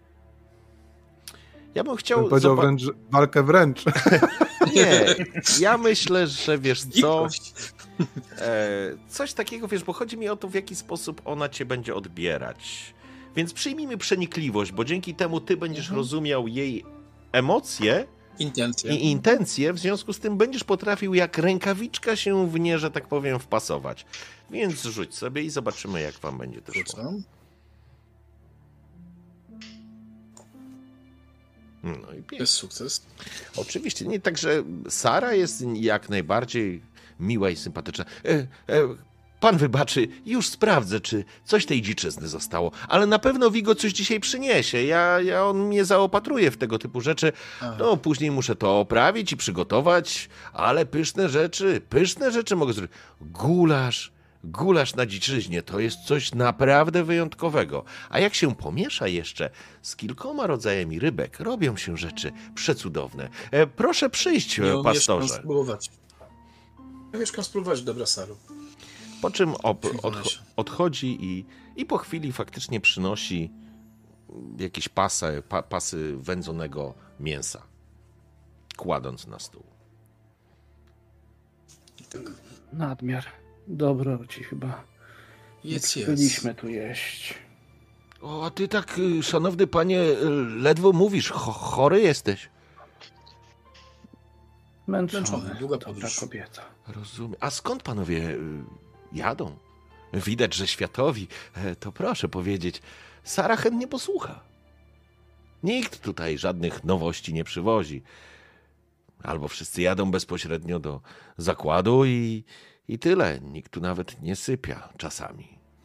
ja bym Ja chciał... bym powiedział zoba- wręcz walkę wręcz. Nie, ja myślę, że wiesz co, Dzikość. e, coś takiego, wiesz, bo chodzi mi o to, w jaki sposób ona cię będzie odbierać. Więc przyjmijmy przenikliwość, bo dzięki temu ty będziesz Mhm. rozumiał jej emocje Intencje. i intencje, w związku z tym będziesz potrafił jak rękawiczka się w nie, że tak powiem, wpasować. Więc rzuć sobie i zobaczymy, jak wam będzie to szło. Rzucam. No i pięknie. Jest sukces. Oczywiście, nie, także Sara jest jak najbardziej miła i sympatyczna. E, e, pan wybaczy, już sprawdzę, czy coś tej dziczyzny zostało, ale na pewno Vigo coś dzisiaj przyniesie. Ja, ja on mnie zaopatruje w tego typu rzeczy. Aha. No, później muszę to oprawić i przygotować, ale pyszne rzeczy, pyszne rzeczy mogę zrobić. Gulasz, Gulasz na dziczyźnie to jest coś naprawdę wyjątkowego. A jak się pomiesza jeszcze z kilkoma rodzajami rybek, robią się rzeczy przecudowne. E, proszę przyjść, Nie omieszkam pastorze. spróbować. Ja mieszkam spróbować, dobra, Saru. Po czym op- Przyjmę odcho- się. odchodzi i, i po chwili faktycznie przynosi jakieś pasy, pa- pasy wędzonego mięsa, kładąc na stół. Nadmiar. Dobro ci chyba. Jedz, Nie jedz. byliśmy tu jeść. O, a ty tak, y, szanowny panie, y, ledwo mówisz, cho- chory jesteś. Męczony. Męczony, długa Dobra podróż. kobieta. Rozumiem. A skąd panowie y, jadą? Widać, że światowi. E, To proszę powiedzieć, Sara chętnie posłucha. Nikt tutaj żadnych nowości nie przywozi. Albo wszyscy jadą bezpośrednio do zakładu i, i tyle. Nikt tu nawet nie sypia czasami.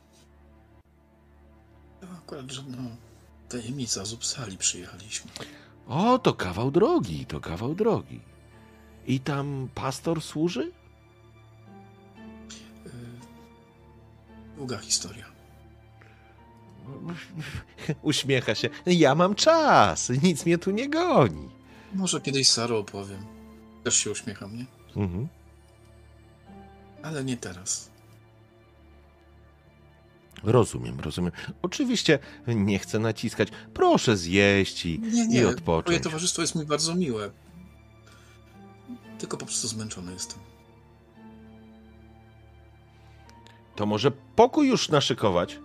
To akurat żadna tajemnica, z Uppsali przyjechaliśmy. O, to kawał drogi, to kawał drogi. I tam pastor służy? Yy, długa historia. Uśmiecha się. Ja mam czas, nic mnie tu nie goni. Może kiedyś Saru opowiem. Też się uśmiecham, nie? Mhm. Ale nie teraz. Rozumiem, rozumiem. Oczywiście nie chcę naciskać. Proszę zjeść i, Nie, i nie, twoje odpocząć. towarzystwo jest mi bardzo miłe. Tylko po prostu zmęczony jestem. To może pokój już naszykować?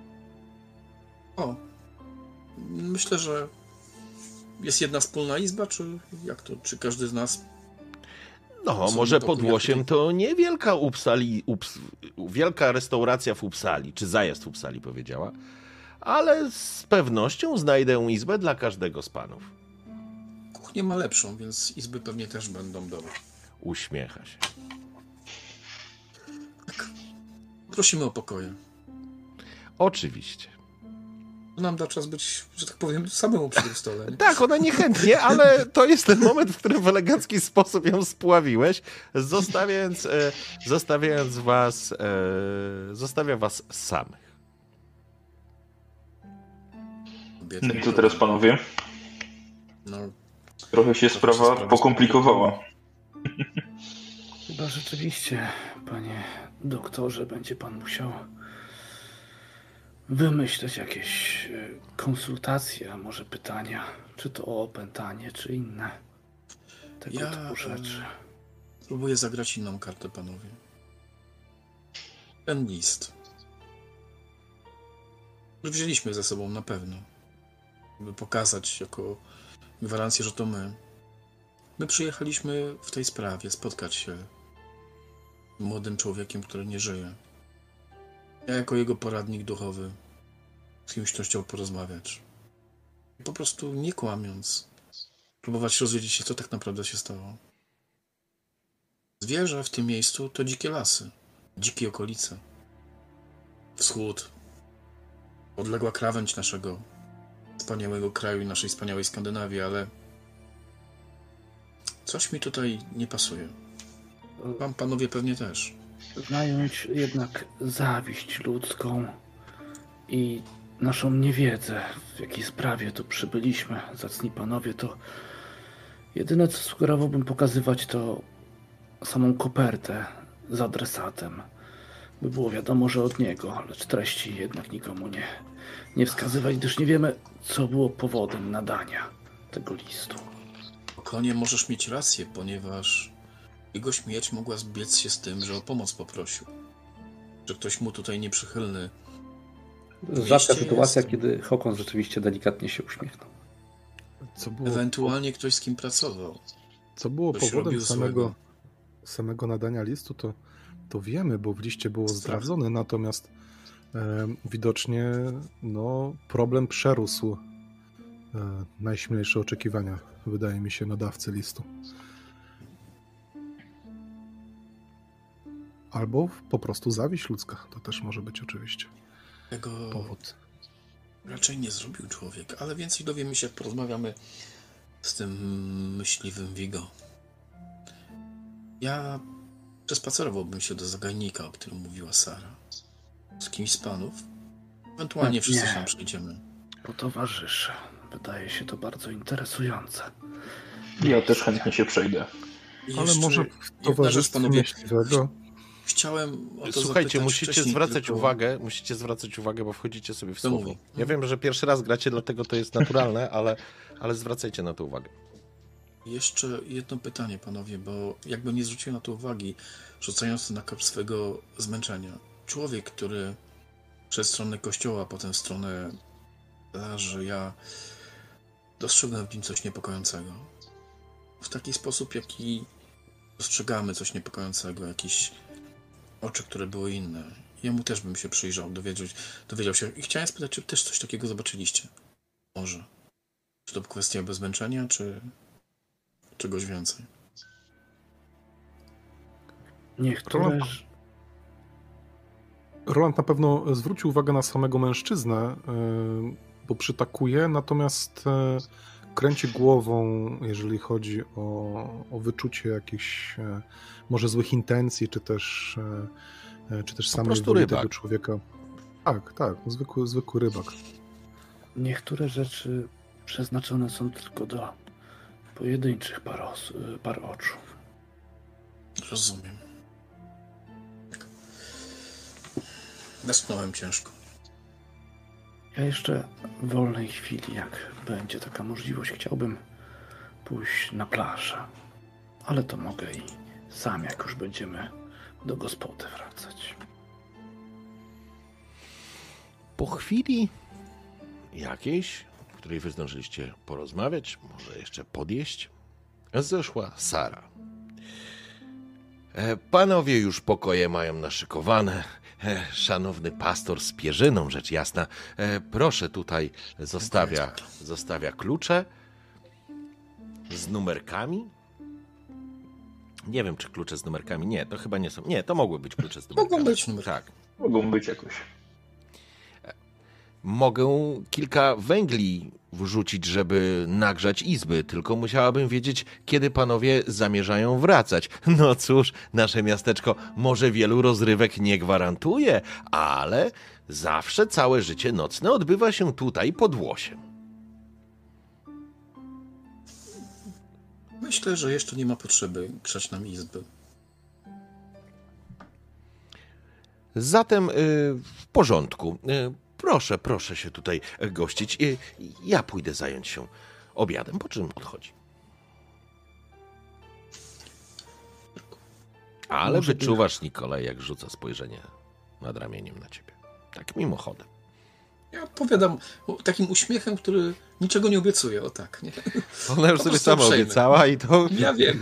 O, myślę, że jest jedna wspólna izba, czy jak to? Czy każdy z nas? No, Sobie może pokój pod jak Łosiem tutaj. to nie wielka Uppsali, Ups, wielka restauracja w Uppsali, czy zajazd w Uppsali powiedziała, ale z pewnością znajdę izbę dla każdego z panów. Kuchnię ma lepszą, więc izby pewnie też będą dobre. Uśmiecha się. Prosimy o pokoje. Oczywiście. To nam da czas być, że tak powiem, samemu przy tym stole. Nie? Tak, ona niechętnie, ale to jest ten moment, w którym w elegancki sposób ją spławiłeś, zostawiając, e, zostawiając was, e, zostawia was samych. No i co teraz, panowie? No, Trochę się Trochę sprawa się sprawa pokomplikowała. Chyba rzeczywiście, panie doktorze, będzie pan musiał wymyśleć jakieś e, konsultacje, a może pytania, czy to o opętanie, czy inne tego Ja, typu rzeczy. Próbuję zagrać inną kartę, panowie. Ten list. Wzięliśmy ze sobą na pewno, by pokazać jako gwarancję, że to my. My przyjechaliśmy w tej sprawie spotkać się z młodym człowiekiem, który nie żyje. Ja jako jego poradnik duchowy z kimś, kto chciał porozmawiać. I po prostu nie kłamiąc, próbować rozwiedzieć się, co tak naprawdę się stało. Zwierzę w tym miejscu to dzikie lasy, dzikie okolice. Wschód, odległa krawędź naszego wspaniałego kraju i naszej wspaniałej Skandynawii, ale coś mi tutaj nie pasuje. Wam, panowie, pewnie też. Znając jednak zawiść ludzką i naszą niewiedzę, w jakiej sprawie tu przybyliśmy, zacni panowie, to jedyne, co sugerowałbym pokazywać, to samą kopertę z adresatem, by było wiadomo, że od niego, lecz treści jednak nikomu nie, nie wskazywać, gdyż nie wiemy, co było powodem nadania tego listu. Konie, możesz mieć rację, ponieważ jego śmierć mogła zbiec się z tym, że o pomoc poprosił. Że ktoś mu tutaj nieprzychylny. Rzadka Mieście sytuacja, jest. kiedy Håkon rzeczywiście delikatnie się uśmiechnął. Co było, Ewentualnie ktoś, z kim pracował. co było ktoś powodem robił samego, złego. samego nadania listu, to, to wiemy, bo w liście było Strach. zdradzone, natomiast e, widocznie no, problem przerósł e, najśmielsze oczekiwania, wydaje mi się, nadawcy listu. Albo po prostu zawiść ludzka, to też może być oczywiście Tego powód. raczej nie zrobił człowiek, ale więcej dowiemy się, jak porozmawiamy z tym myśliwym Vigo. Ja Przespacerowałbym się do zagajnika, o którym mówiła Sara. Z kimś z panów? Ewentualnie wszyscy Nie. się przejdziemy. Po towarzysze. Wydaje się to bardzo interesujące. Ja też chętnie się przejdę. I Ale jeszcze może jedna w rzecz, towarzystwie panowie. myśliwego. Chciałem o to Słuchajcie, zapytać musicie wcześniej, zwracać tylko- uwagę, musicie zwracać uwagę, bo wchodzicie sobie w To słowo. mówi. Ja wiem, że pierwszy raz gracie, dlatego to jest naturalne, ale, ale zwracajcie na to uwagę. Jeszcze jedno pytanie, panowie, bo jakbym nie zwrócił na to uwagi, rzucając na kap swego zmęczenia. Człowiek, który przez stronę kościoła, potem w stronę plaży, ja dostrzegłem w nim coś niepokojącego. W taki sposób, jaki dostrzegamy coś niepokojącego, jakieś oczy, które były inne. Jemu też bym się przyjrzał, dowiedział, dowiedział się. I chciałem spytać, czy też coś takiego zobaczyliście? Może. Czy to kwestia bezmęczenia, czy czegoś więcej? Niektóre... Roland na pewno zwrócił uwagę na samego mężczyznę, yy, bo przytakuje, natomiast yy, kręci głową, jeżeli chodzi o, o wyczucie jakichś yy, może złych intencji, czy też, yy, czy też samej prostu woli rybak. tego człowieka. Tak, tak, zwykły, zwykły rybak. Niektóre rzeczy przeznaczone są tylko do pojedynczych par, os- par oczu. Rozumiem. Westchnąłem ciężko. Ja jeszcze w wolnej chwili, jak będzie taka możliwość, chciałbym pójść na plażę. Ale to mogę i sam, jak już będziemy do gospody wracać. Po chwili jakiejś, w której wy zdążyliście porozmawiać, może jeszcze podjeść, zeszła Sara. E, Panowie już pokoje mają naszykowane. E, Szanowny pastor z pierzyną, rzecz jasna. E, Proszę, tutaj zostawia, zostawia klucze z numerkami. Nie wiem, czy klucze z numerkami. Nie, to chyba nie są. Nie, to mogły być klucze z numerkami. Mogą być numerki. Tak. Mogą być jakoś. Mogę kilka węgli wrzucić, żeby nagrzać izby, tylko musiałabym wiedzieć, kiedy panowie zamierzają wracać. No cóż, nasze miasteczko może wielu rozrywek nie gwarantuje, ale zawsze całe życie nocne odbywa się tutaj pod Łosiem. Myślę, że jeszcze nie ma potrzeby grzać nam izby. Zatem y, w porządku. Y, proszę, proszę się tutaj gościć. Y, ja pójdę zająć się obiadem, po czym odchodzi. Ale Może wyczuwasz, Nikolaj, jak rzuca spojrzenie nad ramieniem na ciebie. Tak mimochodem. Ja odpowiadam takim uśmiechem, który niczego nie obiecuje, o tak, nie? Ona już Po sobie prostu sama uprzejmy. obiecała i to... Ja wiem.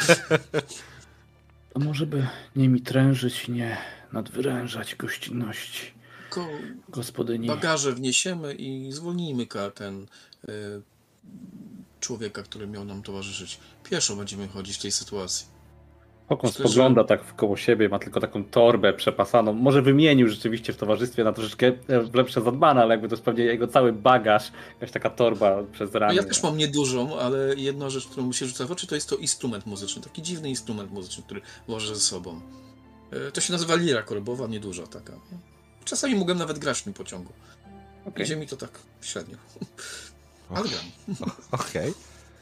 To może by nie mi trężyć, nie nadwyrężać gościnności Tylko gospodyni. bagaże wniesiemy i zwolnijmy ka- ten y, człowieka, który miał nam towarzyszyć. Pieszo będziemy chodzić w tej sytuacji. Hakon Myślę, że- spogląda tak koło siebie, ma tylko taką torbę przepasaną. Może wymienił rzeczywiście w towarzystwie na troszeczkę e, lepsze zadbane, ale jakby to jest pewnie jego cały bagaż, jakaś taka torba przez No ramię. ja też mam niedużą, ale jedna rzecz, którą mi się rzuca w oczy, to jest to instrument muzyczny. Taki dziwny instrument muzyczny, który wożę ze sobą. Y, to się nazywa lira korbowa, nieduża taka. Czasami mogłem nawet grać w tym pociągu. Okej. Idzie mi to tak średnio. Ale gram. Okej.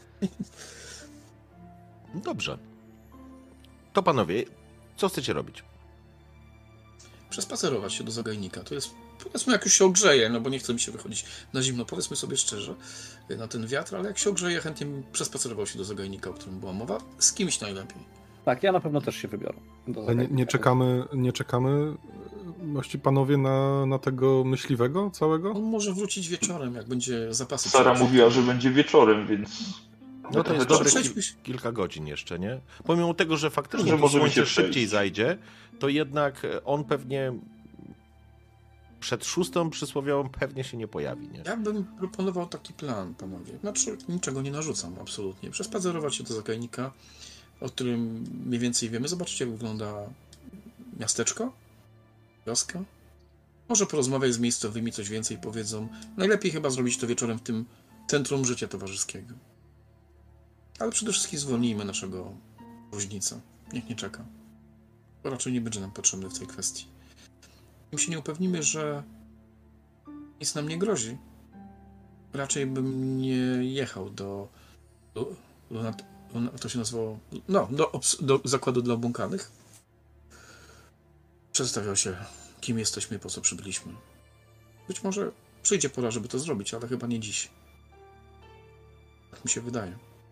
Dobrze. To panowie, co chcecie robić? Przespacerować się do zagajnika. To jest, powiedzmy, jak już się ogrzeje, no bo nie chce mi się wychodzić na zimno, powiedzmy sobie szczerze, na ten wiatr, ale jak się ogrzeje, chętnie bym przespacerował się do zagajnika, o którym była mowa, z kimś najlepiej. Tak, ja na pewno też się wybiorę. Do Ale nie, nie czekamy, nie czekamy właściwie panowie na, na tego myśliwego całego? On może wrócić wieczorem, jak będzie zapasy. Sara przyniósł. mówiła, że będzie wieczorem, więc... No to trochę jest czasu. dobre Przejdźmy kil- się. kilka godzin jeszcze, nie? Pomimo tego, że faktycznie Że to możemy słońce się przejść. szybciej zajdzie, to jednak on pewnie przed szóstą przysłowiową pewnie się nie pojawi, nie? Ja bym proponował taki plan, panowie. Znaczy, niczego nie narzucam, absolutnie. Przespacerować się do zagajnika, o którym mniej więcej wiemy. Zobaczycie, jak wygląda miasteczko, wioska. Może porozmawiać z miejscowymi, coś więcej powiedzą. Najlepiej chyba zrobić to wieczorem w tym centrum życia towarzyskiego. Ale przede wszystkim zwolnijmy naszego woźnica. Niech nie czeka. raczej nie będzie nam potrzebny w tej kwestii. Im się nie upewnimy, że nic nam nie grozi, raczej bym nie jechał do, do, do, do to się nazywało, no, do, do zakładu dla obłąkanych. Przedstawiał się, kim jesteśmy, po co przybyliśmy. Być może przyjdzie pora, żeby to zrobić, ale chyba nie dziś. Tak mi się wydaje.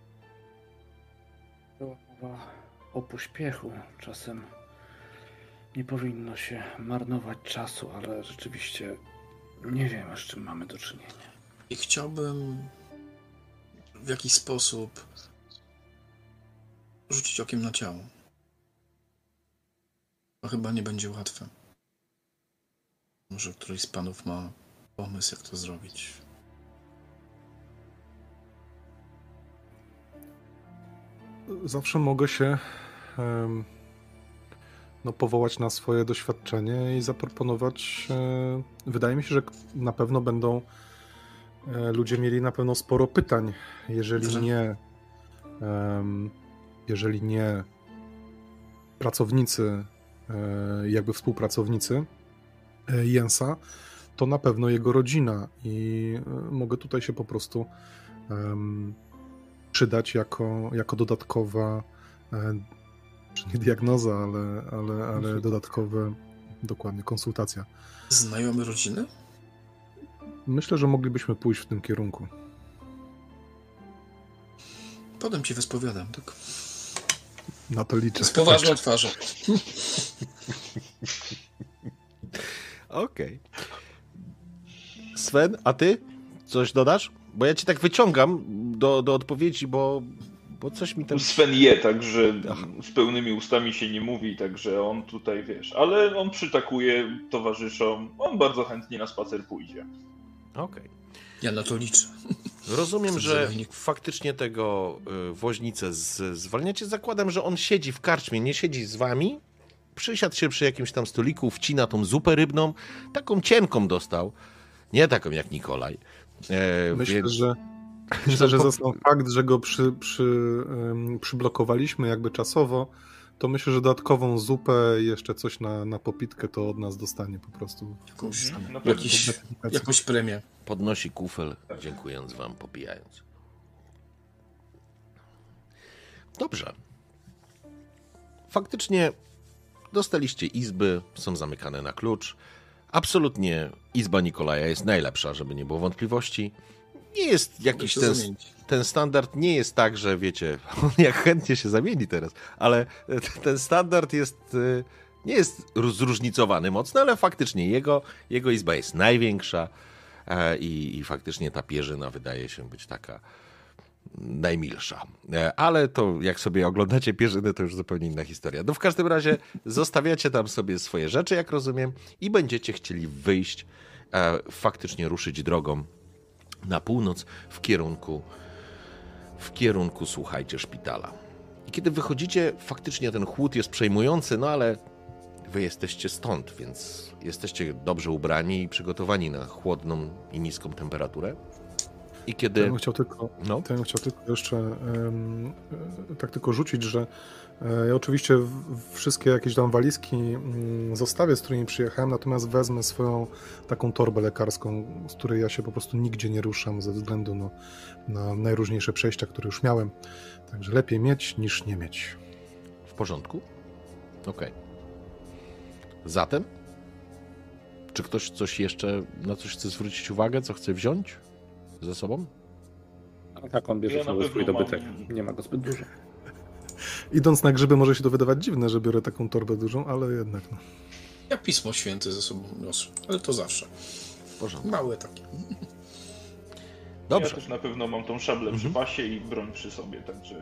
Była mowa o pośpiechu. Czasem nie powinno się marnować czasu, ale rzeczywiście nie wiemy, z czym mamy do czynienia. I chciałbym w jakiś sposób rzucić okiem na ciało. To chyba nie będzie łatwe. Może któryś z panów ma pomysł, jak to zrobić. Zawsze mogę się um, no, powołać na swoje doświadczenie i zaproponować. E, wydaje mi się, że na pewno będą e, ludzie mieli na pewno sporo pytań, jeżeli Że? nie um, jeżeli nie pracownicy, e, jakby współpracownicy e, Jensa, to na pewno jego rodzina i e, mogę tutaj się po prostu um, przydać jako, jako dodatkowa, e, nie diagnoza, ale, ale, ale dodatkowe, dokładnie, konsultacja. Znajomy rodziny? Myślę, że moglibyśmy pójść w tym kierunku. Potem ci wyspowiadam, tak? Na to liczę. Z poważną twarzą. Okej. Sven, a ty? Coś dodasz? Bo ja cię tak wyciągam do, do odpowiedzi, bo, bo coś mi tam... Sven je, także Ach. z pełnymi ustami się nie mówi, także on tutaj, wiesz, ale on przytakuje towarzyszom, on bardzo chętnie na spacer pójdzie. Okej. Ja na to liczę. Rozumiem, że Zagajnik. faktycznie tego y, woźnicę z, zwalniacie. Zakładam, że on siedzi w karczmie, nie siedzi z wami. Przysiadł się przy jakimś tam stoliku, wcina tą zupę rybną. Taką cienką dostał. Nie taką jak Nikolaj. E, Myślę, więc- że myślę, że za sam fakt, że go przy, przy, um, przyblokowaliśmy jakby czasowo, to myślę, że dodatkową zupę i jeszcze coś na, na popitkę to od nas dostanie po prostu. Jakąś, Mhm, na pewno. jakiś, jakąś premię. Podnosi kufel, dziękując wam, popijając. Dobrze. Faktycznie dostaliście izby, są zamykane na klucz. Absolutnie izba Nikolaja jest najlepsza, żeby nie było wątpliwości. Nie jest jakiś się ten, zamienić. ten standard, nie jest tak, że wiecie, on jak chętnie się zamieni teraz, ale ten standard jest, y, nie jest zróżnicowany mocno, ale faktycznie jego, jego izba jest największa e, i, i faktycznie ta pierzyna wydaje się być taka najmilsza. E, Ale to jak sobie oglądacie pierzynę, to już zupełnie inna historia. No w każdym razie zostawiacie tam sobie swoje rzeczy, jak rozumiem, i będziecie chcieli wyjść, e, faktycznie ruszyć drogą na północ w kierunku, w kierunku, słuchajcie, szpitala. I kiedy wychodzicie, faktycznie ten chłód jest przejmujący, no ale wy jesteście stąd, więc jesteście dobrze ubrani i przygotowani na chłodną i niską temperaturę. I Ja kiedy... bym chciał tylko, No. to ja bym chciał tylko jeszcze um, tak tylko rzucić, że e, ja oczywiście w, wszystkie jakieś tam walizki mm, zostawię, z którymi przyjechałem, natomiast wezmę swoją taką torbę lekarską, z której ja się po prostu nigdzie nie ruszam ze względu no, na najróżniejsze przejścia, które już miałem. Także lepiej mieć niż nie mieć. W porządku? Okej. Zatem? Czy ktoś coś jeszcze, na coś chce zwrócić uwagę, co chce wziąć ze sobą? A tak on bierze Ja na cały swój pewno dobytek. mam- Nie ma go zbyt dużo. Idąc na grzyby może się to wydawać dziwne, że biorę taką torbę dużą, ale jednak no. Ja Pismo Święte ze sobą noszę, ale to zawsze. W porządku. Małe takie. Dobrze. Ja też na pewno mam tą szablę przy Mhm. pasie i broń przy sobie, także...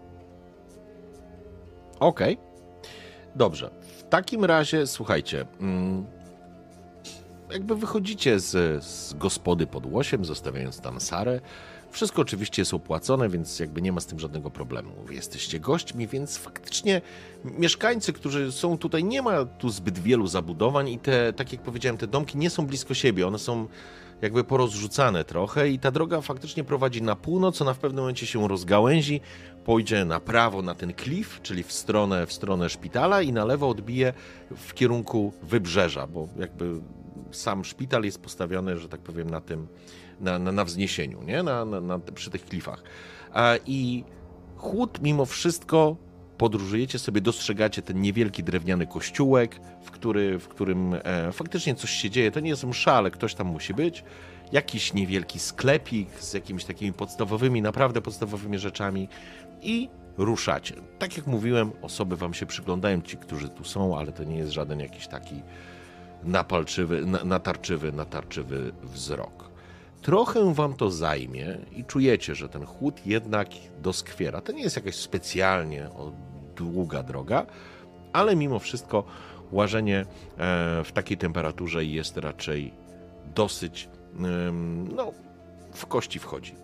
Okej. Dobrze. W takim razie, słuchajcie, mm, jakby wychodzicie z, z gospody pod łosiem, zostawiając tam Sarę, Wszystko oczywiście jest opłacone, więc jakby nie ma z tym żadnego problemu. Wy jesteście gośćmi, więc faktycznie mieszkańcy, którzy są tutaj, nie ma tu zbyt wielu zabudowań i te, tak jak powiedziałem, te domki nie są blisko siebie, one są jakby porozrzucane trochę i ta droga faktycznie prowadzi na północ, ona w pewnym momencie się rozgałęzi, pójdzie na prawo na ten klif, czyli w stronę, w stronę szpitala i na lewo odbije w kierunku wybrzeża, bo jakby sam szpital jest postawiony, że tak powiem, na tym, na, na, na wzniesieniu, nie? Na, na, na, przy tych klifach. A, I chłód mimo wszystko podróżujecie sobie, dostrzegacie ten niewielki drewniany kościółek, w, który, w którym e, faktycznie coś się dzieje. To nie jest msza, ale ktoś tam musi być. Jakiś niewielki sklepik z jakimiś takimi podstawowymi, naprawdę podstawowymi rzeczami i ruszacie. Tak jak mówiłem, osoby wam się przyglądają, ci, którzy tu są, ale to nie jest żaden jakiś taki napalczywy, na, natarczywy, natarczywy wzrok. Trochę wam to zajmie i czujecie, że ten chłód jednak doskwiera. To nie jest jakaś specjalnie długa droga, ale mimo wszystko łażenie w takiej temperaturze jest raczej dosyć, no, w kości wchodzi.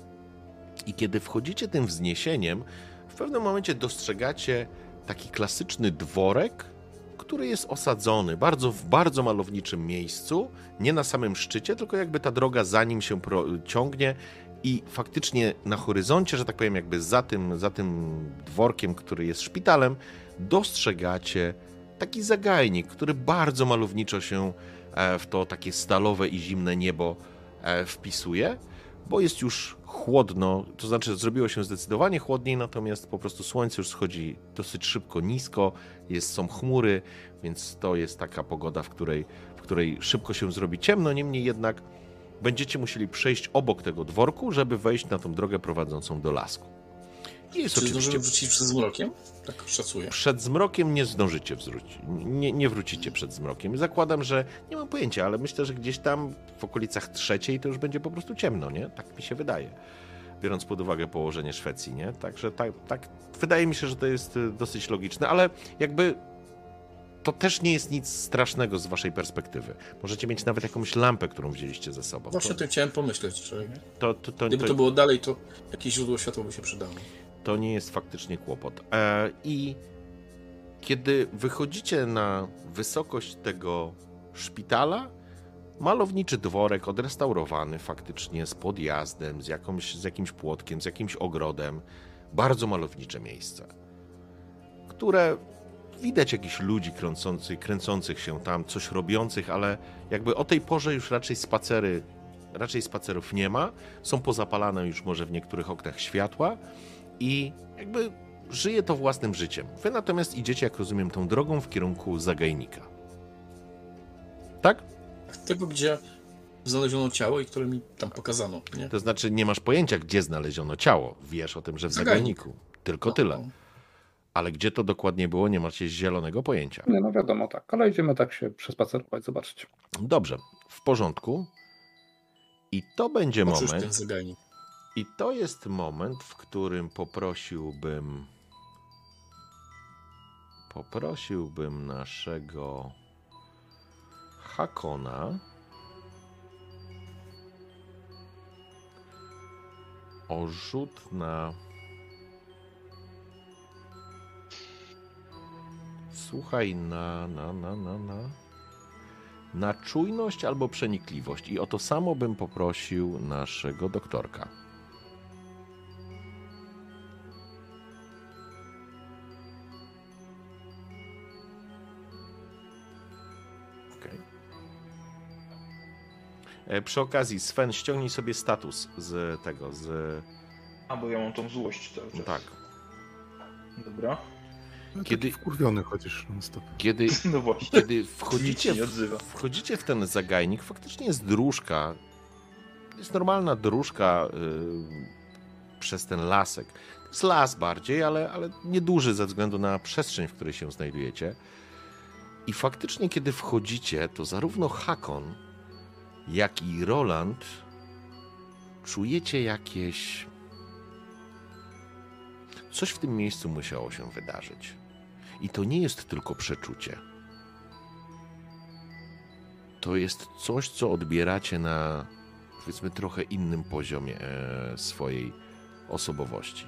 I kiedy wchodzicie tym wzniesieniem, w pewnym momencie dostrzegacie taki klasyczny dworek, który jest osadzony bardzo, w bardzo malowniczym miejscu, nie na samym szczycie, tylko jakby ta droga za nim się pro, ciągnie i faktycznie na horyzoncie, że tak powiem, jakby za tym, za tym dworkiem, który jest szpitalem, dostrzegacie taki zagajnik, który bardzo malowniczo się w to takie stalowe i zimne niebo wpisuje, bo jest już chłodno, to znaczy zrobiło się zdecydowanie chłodniej, natomiast po prostu słońce już schodzi dosyć szybko, nisko, jest, są chmury, więc to jest taka pogoda, w której, w której szybko się zrobi ciemno, niemniej jednak będziecie musieli przejść obok tego dworku, żeby wejść na tą drogę prowadzącą do lasku. I jest Czy oczywiście... zdążymy wrócić przed zmrokiem? Tak szacuję. Przed zmrokiem nie zdążycie wrócić. Nie, nie wrócicie przed zmrokiem. Zakładam, że nie mam pojęcia, ale myślę, że gdzieś tam w okolicach trzeciej to już będzie po prostu ciemno, nie? Tak mi się wydaje. Biorąc pod uwagę położenie Szwecji, nie? Także tak, tak wydaje mi się, że to jest dosyć logiczne, ale jakby to też nie jest nic strasznego z waszej perspektywy. Możecie mieć nawet jakąś lampę, którą wzięliście ze sobą. Właśnie o to, tym chciałem pomyśleć, że to, to, to, gdyby to, to było dalej, to jakieś źródło światła by się przydało. to nie jest faktycznie kłopot. E, I kiedy wychodzicie na wysokość tego szpitala, malowniczy dworek odrestaurowany faktycznie z podjazdem, z, jakąś, z jakimś płotkiem, z jakimś ogrodem. Bardzo malownicze miejsce, które widać jakichś ludzi kręcących, kręcących się tam, coś robiących, ale jakby o tej porze już raczej spacery, raczej spacerów nie ma. Są pozapalane już może w niektórych oknach światła i jakby żyje to własnym życiem. Wy natomiast idziecie, jak rozumiem, tą drogą w kierunku zagajnika. Tak? Tego, gdzie znaleziono ciało i które mi tam pokazano, nie? To znaczy nie masz pojęcia, gdzie znaleziono ciało. Wiesz o tym, że w Zagajnik. zagajniku. Tylko No, tyle. no. Ale gdzie to dokładnie było, nie macie zielonego pojęcia. Nie, no wiadomo, tak, ale idziemy tak się przespacerować, zobaczyć. Dobrze, w porządku. I to będzie Poczuć moment... ten zagajnik. I to jest moment, w którym poprosiłbym... Poprosiłbym naszego Hakona o rzut na... Słuchaj, na, na, na, na, na... Na czujność albo przenikliwość. I o to samo bym poprosił naszego doktorka. Przy okazji, Sven, ściągnij sobie status z tego, z... A, bo ja mam tą złość cały czas. Tak. Dobra. No, Kiedy- Kiedy wkurwiony chodzisz non stop. Kiedy, No właśnie. kiedy wchodzicie, Nic się nie w, odzywa. wchodzicie w ten zagajnik, faktycznie jest dróżka. Jest normalna dróżka yy, przez ten lasek. To jest las bardziej, ale, ale nieduży ze względu na przestrzeń, w której się znajdujecie. I faktycznie, kiedy wchodzicie, to zarówno Hakon, jak i Roland czujecie jakieś... Coś w tym miejscu musiało się wydarzyć. I to nie jest tylko przeczucie. To jest coś, co odbieracie na powiedzmy trochę innym poziomie e, swojej osobowości.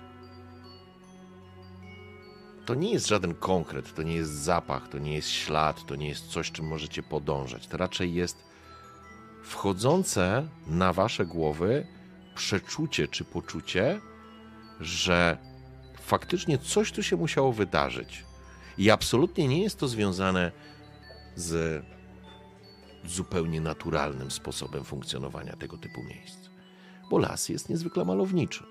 To nie jest żaden konkret, to nie jest zapach, to nie jest ślad, to nie jest coś, czym możecie podążać. To raczej jest wchodzące na wasze głowy przeczucie czy poczucie, że faktycznie coś tu się musiało wydarzyć. I absolutnie nie jest to związane z zupełnie naturalnym sposobem funkcjonowania tego typu miejsc. Bo las jest niezwykle malowniczy.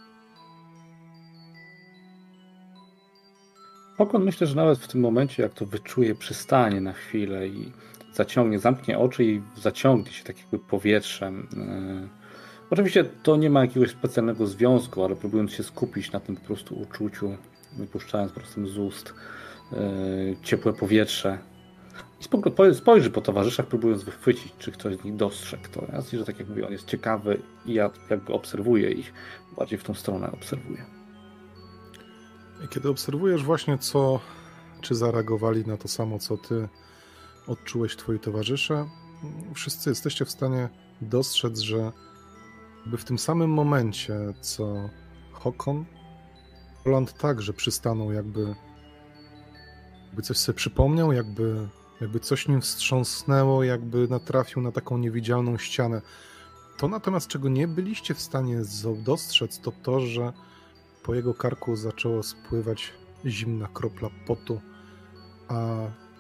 Hakon, myślę, że nawet w tym momencie, jak to wyczuje, przystanie na chwilę i zaciągnie, zamknie oczy i zaciągnie się tak jakby powietrzem. Yy, Oczywiście to nie ma jakiegoś specjalnego związku, ale próbując się skupić na tym po prostu uczuciu, wypuszczając po prostu z ust yy, ciepłe powietrze. I spoko- spojrzy po towarzyszach, próbując wychwycić, czy ktoś z nich dostrzegł to. Ja myślę, że tak jak mówię, on jest ciekawy i ja jakby obserwuję ich, bardziej w tą stronę obserwuję. I kiedy obserwujesz właśnie, co, czy zareagowali na to samo, co ty odczułeś twoi towarzysze, wszyscy jesteście w stanie dostrzec, że by w tym samym momencie, co Hakon, Roland także przystanął, jakby, jakby coś sobie przypomniał, jakby, jakby coś nim wstrząsnęło, jakby natrafił na taką niewidzialną ścianę. To natomiast, czego nie byliście w stanie dostrzec, to to, że po jego karku zaczęło spływać zimna kropla potu, a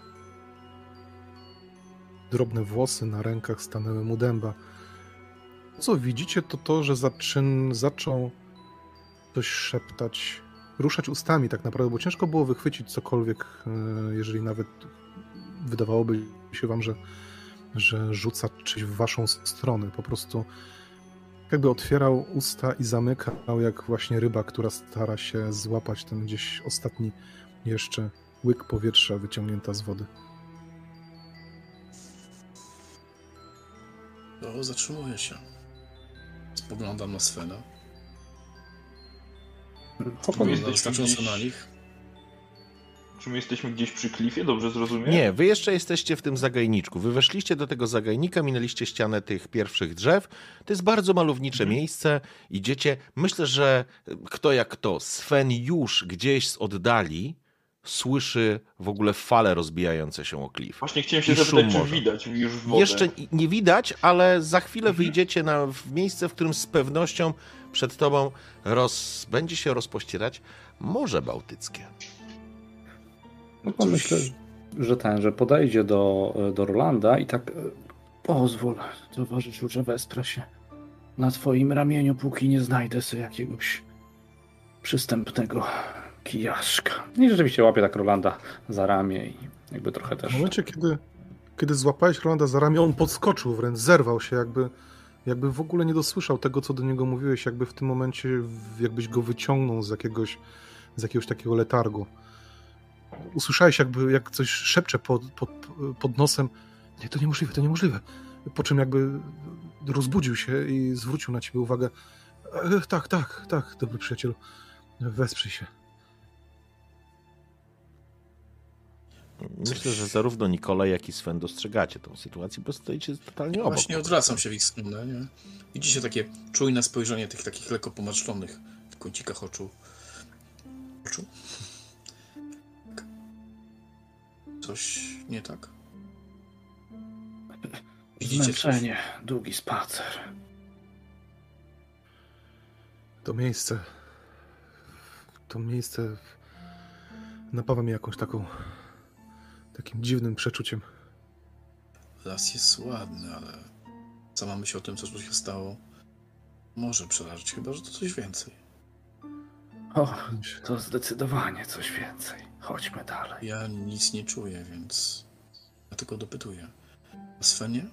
drobne włosy na rękach stanęły mu dęba. Co widzicie, to to, że zaczyn, zaczął coś szeptać, ruszać ustami tak naprawdę, bo ciężko było wychwycić cokolwiek, jeżeli nawet wydawałoby się wam, że, że rzuca czymś w waszą stronę. Po prostu jakby otwierał usta i zamykał, jak właśnie ryba, która stara się złapać ten gdzieś ostatni jeszcze łyk powietrza wyciągnięta z wody. To zatrzymuje się. Spoglądam na Svena. Spoglądam znacząco na nich. Czy my jesteśmy gdzieś przy klifie? Dobrze zrozumiałem? Nie, wy jeszcze jesteście w tym zagajniczku. Wy weszliście do tego zagajnika, minęliście ścianę tych pierwszych drzew. To jest bardzo malownicze hmm. miejsce. Idziecie. Myślę, że kto jak kto, Sven już gdzieś z oddali słyszy w ogóle fale rozbijające się o klif. Właśnie chciałem się zapytać, czy widać już wodę. Jeszcze nie widać, ale za chwilę mhm. wyjdziecie na, w miejsce, w którym z pewnością przed tobą roz, będzie się rozpościerać Morze Bałtyckie. No to myślę, że ten, że podejdzie do, do Rolanda i tak pozwól, towarzyszu, że wesprę się na twoim ramieniu, póki nie znajdę sobie jakiegoś przystępnego kijaszka. I rzeczywiście łapie tak Rolanda za ramię i jakby trochę też... W momencie, kiedy, kiedy złapałeś Rolanda za ramię, on podskoczył wręcz, zerwał się, jakby, jakby w ogóle nie dosłyszał tego, co do niego mówiłeś, jakby w tym momencie jakbyś go wyciągnął z jakiegoś, z jakiegoś takiego letargu. Usłyszałeś, jakby jak coś szepcze pod, pod, pod nosem. Nie, to niemożliwe, to niemożliwe. Po czym jakby rozbudził się i zwrócił na ciebie uwagę. E, tak, tak, tak, dobry przyjacielu. Wesprzyj się. Myślę, że zarówno Nikolaj, jak i Sven dostrzegacie tą sytuację, bo stoicie totalnie obok. Właśnie odwracam się w ich stronę, nie? Widzicie takie czujne spojrzenie tych takich lekko pomarszczonych w kącikach oczu. Oczu? Coś nie tak? Widzicie zmęczenie, coś? Długi spacer. To miejsce... To miejsce napawa mnie jakąś taką... takim dziwnym przeczuciem. Las jest ładny, ale sama myśl o tym, co tu się stało, może przerazić, chyba że to coś więcej. O, to zdecydowanie coś więcej. Chodźmy dalej. Ja nic nie czuję, więc ja tylko dopytuję. A Svenie?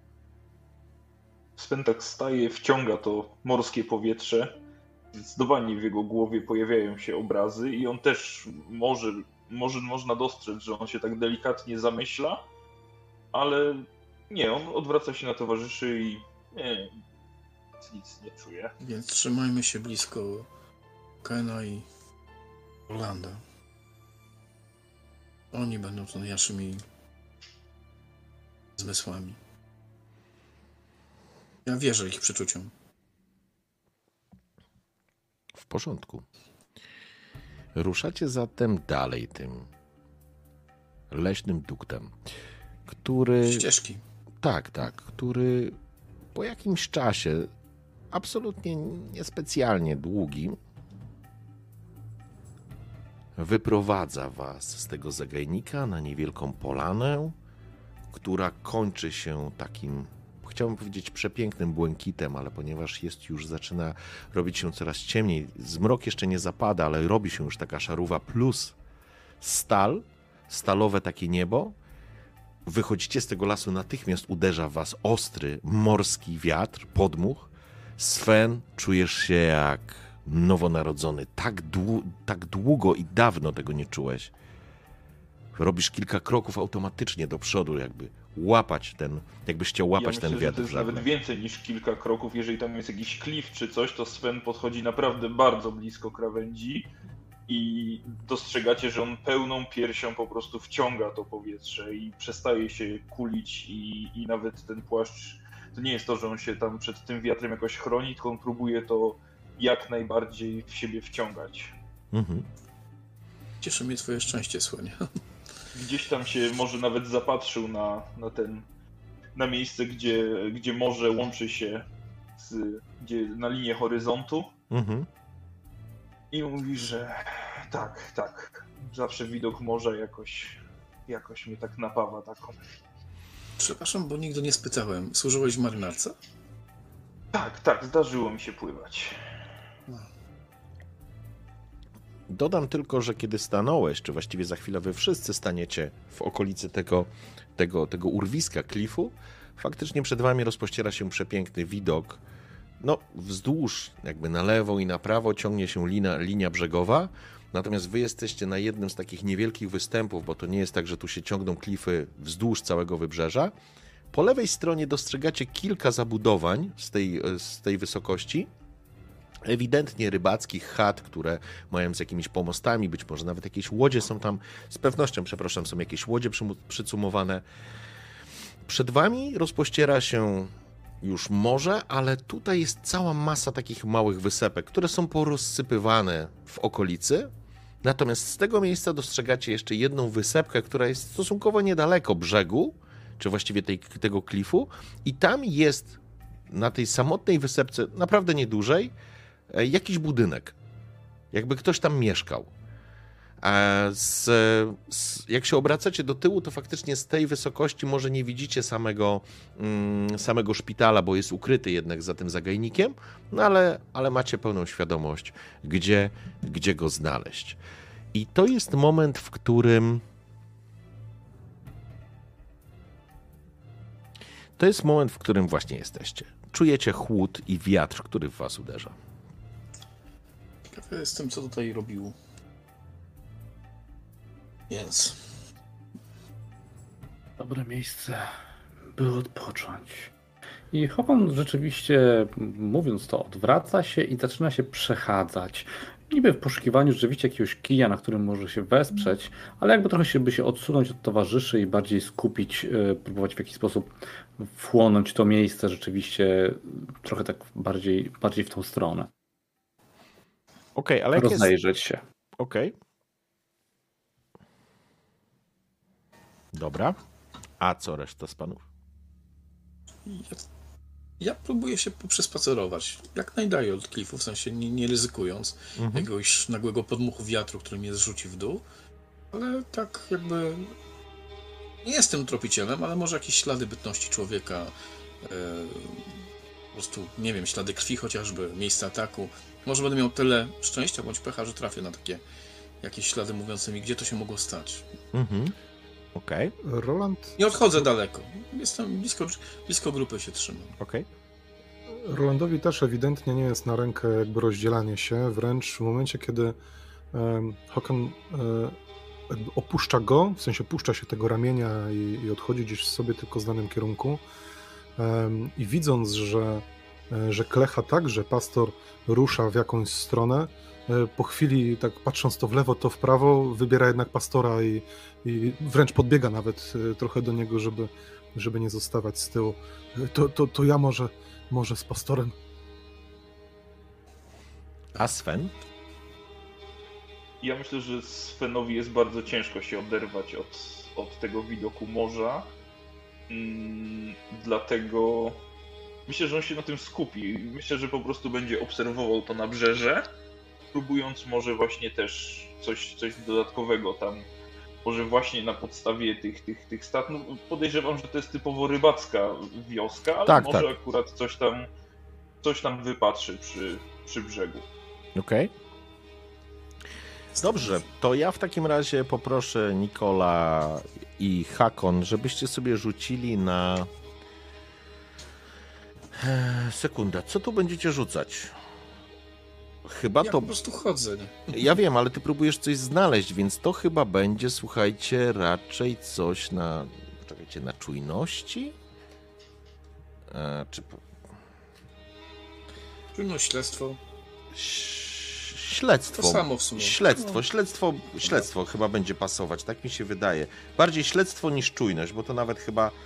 Sven tak staje, wciąga to morskie powietrze. Zdecydowanie w jego głowie pojawiają się obrazy i on też może, może można dostrzec, że on się tak delikatnie zamyśla, ale nie, on odwraca się na towarzyszy i nie, nic nie czuje. Więc trzymajmy się blisko Kena i Rolanda. Oni będą tu naszymi zmysłami. Ja wierzę ich przeczuciom. W porządku. Ruszacie zatem dalej tym leśnym duktem, który... Ścieżki. Tak, tak, który po jakimś czasie, absolutnie niespecjalnie długim, wyprowadza was z tego zagajnika na niewielką polanę, która kończy się takim, chciałbym powiedzieć, przepięknym błękitem, ale ponieważ jest już, zaczyna robić się coraz ciemniej, zmrok jeszcze nie zapada, ale robi się już taka szarówa plus stal, stalowe takie niebo. Wychodzicie z tego lasu, natychmiast uderza w was ostry, morski wiatr, podmuch. Sven, czujesz się jak nowonarodzony. Tak, dłu- tak długo i dawno tego nie czułeś. Robisz kilka kroków automatycznie do przodu, jakby łapać ten, jakbyś chciał łapać ja ten myślę, wiatr że to w jest nawet żagle. więcej niż kilka kroków. Jeżeli tam jest jakiś klif czy coś, to Sven podchodzi naprawdę bardzo blisko krawędzi i dostrzegacie, że on pełną piersią po prostu wciąga to powietrze i przestaje się kulić i, i nawet ten płaszcz, to nie jest to, że on się tam przed tym wiatrem jakoś chroni, tylko on próbuje to jak najbardziej w siebie wciągać. Mhm. Cieszy mnie twoje szczęście, Słanie. Gdzieś tam się może nawet zapatrzył na, na ten, na miejsce, gdzie, gdzie morze łączy się z, gdzie, na linię horyzontu. Mhm. I mówi, że tak, tak, zawsze widok morza jakoś, jakoś mnie tak napawa taką. Przepraszam, bo nigdy nie spytałem. Służyłeś w marynarce? Tak, tak, zdarzyło mi się pływać. Dodam tylko, że kiedy stanąłeś, czy właściwie za chwilę wy wszyscy staniecie w okolicy tego, tego, tego urwiska klifu, faktycznie przed wami rozpościera się przepiękny widok. No, wzdłuż, jakby na lewo i na prawo ciągnie się lina, linia brzegowa, natomiast wy jesteście na jednym z takich niewielkich występów, bo to nie jest tak, że tu się ciągną klify wzdłuż całego wybrzeża. Po lewej stronie dostrzegacie kilka zabudowań z tej, z tej wysokości, ewidentnie rybackich chat, które mają z jakimiś pomostami, być może nawet jakieś łodzie są tam, z pewnością, przepraszam, są jakieś łodzie przymu- przycumowane. Przed wami rozpościera się już morze, ale tutaj jest cała masa takich małych wysepek, które są porozsypywane w okolicy. Natomiast z tego miejsca dostrzegacie jeszcze jedną wysepkę, która jest stosunkowo niedaleko brzegu, czy właściwie tej, tego klifu, i tam jest na tej samotnej wysepce, naprawdę niedużej, jakiś budynek. Jakby ktoś tam mieszkał. A z, z, jak się obracacie do tyłu, to faktycznie z tej wysokości może nie widzicie samego, mm, samego szpitala, bo jest ukryty jednak za tym zagajnikiem, no ale, ale macie pełną świadomość, gdzie, gdzie go znaleźć. I to jest moment, w którym to jest moment, w którym właśnie jesteście. Czujecie chłód i wiatr, który w was uderza. Ciekawy jestem, co tutaj robił Jens. Dobre miejsce, by odpocząć. I Hakon rzeczywiście, mówiąc to, odwraca się i zaczyna się przechadzać. Niby w poszukiwaniu rzeczywiście jakiegoś kija, na którym może się wesprzeć, ale jakby trochę się by się odsunąć od towarzyszy i bardziej skupić, próbować w jakiś sposób wchłonąć to miejsce rzeczywiście trochę tak bardziej, bardziej w tą stronę. Okej, okay, ale jak jest... Rozejrzeć się. Okej. Okay. Dobra. A co reszta z panów? Ja, ja próbuję się poprzespacerować jak najdalej od klifu, w sensie nie, nie ryzykując mhm. jakiegoś nagłego podmuchu wiatru, który mnie zrzuci w dół, ale tak jakby nie jestem tropicielem, ale może jakieś ślady bytności człowieka, e, po prostu, nie wiem, ślady krwi chociażby, miejsce ataku. Może będę miał tyle szczęścia bądź pecha, że trafię na takie jakieś ślady mówiące mi, gdzie to się mogło stać. Mhm. Okej. Okay. Roland... Nie odchodzę daleko. Jestem blisko, blisko grupy się trzymam. Okej. Okay. Rolandowi też ewidentnie nie jest na rękę jakby rozdzielanie się, wręcz w momencie, kiedy um, Hakon um, jakby opuszcza go, w sensie puszcza się tego ramienia i, i odchodzi gdzieś w sobie tylko znanym kierunku um, i widząc, że, że Klecha także pastor rusza w jakąś stronę, po chwili, tak patrząc to w lewo, to w prawo, wybiera jednak pastora i, i wręcz podbiega nawet trochę do niego, żeby, żeby nie zostawać z tyłu. To, to, to ja może Może z pastorem? A Sven? Ja myślę, że Svenowi jest bardzo ciężko się oderwać od, od tego widoku morza. Mm, dlatego myślę, że on się na tym skupi. Myślę, że po prostu będzie obserwował to nabrzeże, próbując może właśnie też coś, coś dodatkowego tam. Może właśnie na podstawie tych, tych, tych stat. No, podejrzewam, że to jest typowo rybacka wioska, ale Tak, może tak. akurat coś tam, coś tam wypatrzy przy, przy brzegu. Okej. Okay. Dobrze, to ja w takim razie poproszę Nikola i Hakon, żebyście sobie rzucili na... Eee, sekunda, co tu będziecie rzucać? Chyba Ja to... po prostu chodzę. Nie? Ja wiem, ale ty próbujesz coś znaleźć, więc to chyba będzie, słuchajcie, raczej coś na... Czekajcie, na czujności? Eee, czy... Trudno śledztwo. Śledztwo. To samo w sumie. Śledztwo, No. śledztwo, śledztwo chyba będzie pasować, tak mi się wydaje. Bardziej śledztwo niż czujność, bo to nawet chyba e,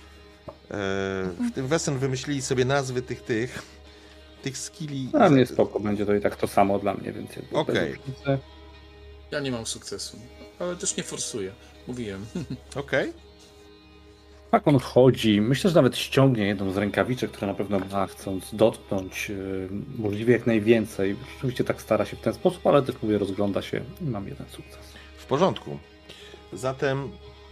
w tym Wesen wymyślili sobie nazwy tych tych tych skilli. Dla mnie spoko, będzie to i tak to samo dla mnie, więc jakby Okej. bez różnicy. Ja nie mam sukcesu, ale też nie forsuję. Mówiłem. Okej. Tak on chodzi. Myślę, że nawet ściągnie jedną z rękawiczek, które na pewno ma, chcąc dotknąć yy, możliwie jak najwięcej. Rzeczywiście tak stara się w ten sposób, ale też mówię, rozgląda się i mam jeden sukces. W porządku. Zatem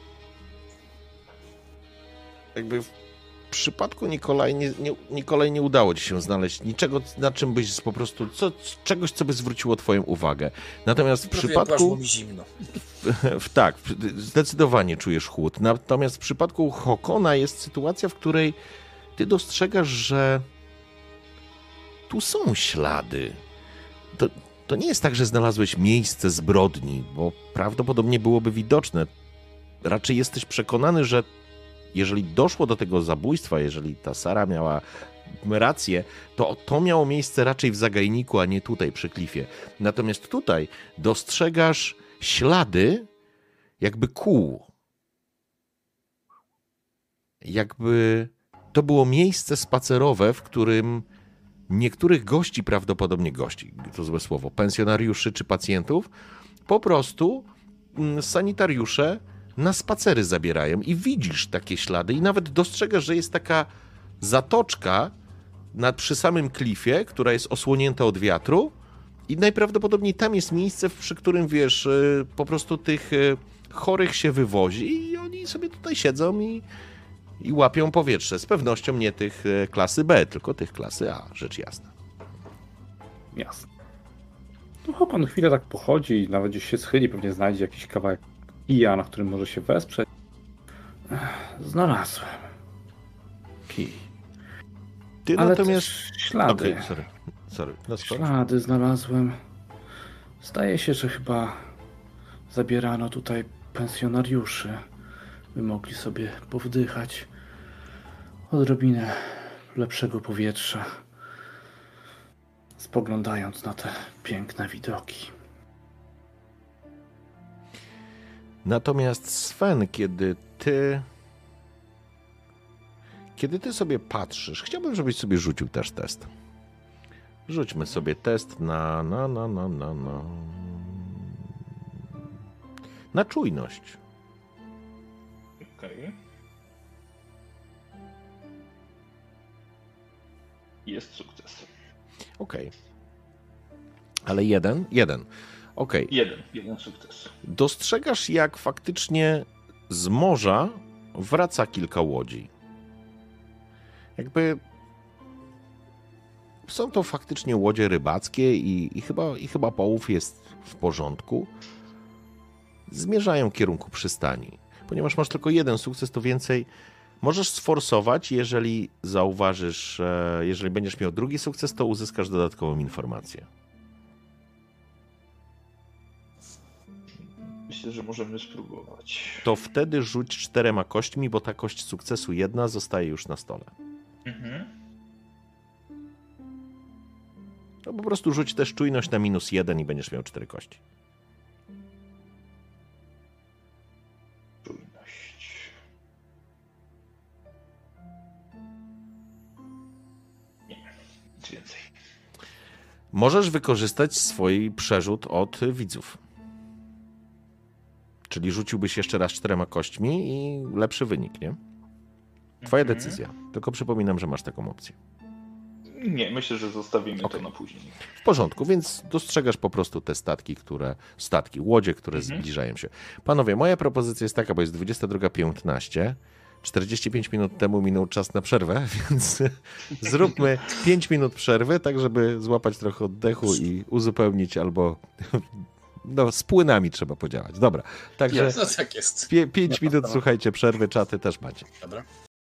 jakby w przypadku Nikolaj nie, nie, Nikolaj nie udało ci się znaleźć niczego, na czym byś po prostu, co, czegoś, co by zwróciło twoją uwagę. Natomiast w Prawie przypadku... płaszcz, mi zimno. W, tak, zdecydowanie czujesz chłód. Natomiast w przypadku Hakona jest sytuacja, w której ty dostrzegasz, że tu są ślady. To, to nie jest tak, że znalazłeś miejsce zbrodni, bo prawdopodobnie byłoby widoczne. Raczej jesteś przekonany, że jeżeli doszło do tego zabójstwa, jeżeli ta Sara miała rację, to to miało miejsce raczej w zagajniku, a nie tutaj przy klifie. Natomiast tutaj dostrzegasz ślady jakby kół. Jakby to było miejsce spacerowe, w którym niektórych gości, prawdopodobnie gości, to złe słowo, pensjonariuszy czy pacjentów, po prostu sanitariusze na spacery zabierają i widzisz takie ślady i nawet dostrzegasz, że jest taka zatoczka nad, przy samym klifie, która jest osłonięta od wiatru i najprawdopodobniej tam jest miejsce, przy którym, wiesz, po prostu tych chorych się wywozi i oni sobie tutaj siedzą i, i łapią powietrze. Z pewnością nie tych klasy B, tylko tych klasy A, rzecz jasna. Jasne. No chyba pan chwilę tak pochodzi i nawet gdzieś się schyli, pewnie znajdzie jakiś kawałek kija, na którym może się wesprzeć. Ech, znalazłem. Kij. Ty Ale natomiast... też ślady. Okay, sorry. sorry. No, Ślady znalazłem. Zdaje się, że chyba zabierano tutaj pensjonariuszy, by mogli sobie powdychać odrobinę lepszego powietrza, spoglądając na te piękne widoki. Natomiast Sven, kiedy ty... Kiedy ty sobie patrzysz, chciałbym, żebyś sobie rzucił też test. Rzućmy sobie test na... na, na, na, na, na... na czujność. Okej. Okay. Jest sukces. Okej. Okay. Ale jeden? Jeden. Okej. Okay. Jeden, jeden sukces. Dostrzegasz, jak faktycznie z morza wraca kilka łodzi. Jakby są to faktycznie łodzie rybackie i, i, chyba, i chyba połów jest w porządku. Zmierzają w kierunku przystani. Ponieważ masz tylko jeden sukces, to więcej możesz sforsować, jeżeli zauważysz, jeżeli będziesz miał drugi sukces, to uzyskasz dodatkową informację. Myślę, że możemy spróbować. To wtedy rzuć czterema kośćmi, bo ta kość sukcesu jedna zostaje już na stole. Mhm. No po prostu rzuć też czujność na minus jeden i będziesz miał cztery kości. Czujność. więcej. Możesz wykorzystać swój przerzut od widzów. Czyli rzuciłbyś jeszcze raz czterema kośćmi i lepszy wynik, nie? Twoja Mhm. decyzja. Tylko przypominam, że masz taką opcję. Nie, myślę, że zostawimy Okej. to na później. W porządku, więc dostrzegasz po prostu te statki, które, statki, łodzie, które Mhm. zbliżają się. Panowie, moja propozycja jest taka, bo jest dwudziesta druga piętnaście, czterdzieści pięć minut temu minął czas na przerwę, więc zróbmy pięć minut przerwy, tak żeby złapać trochę oddechu i uzupełnić albo... No, z płynami trzeba podziałać. Dobra, także No tak jest. pie, pięć minut, słuchajcie, przerwy, czaty też macie. Dobra.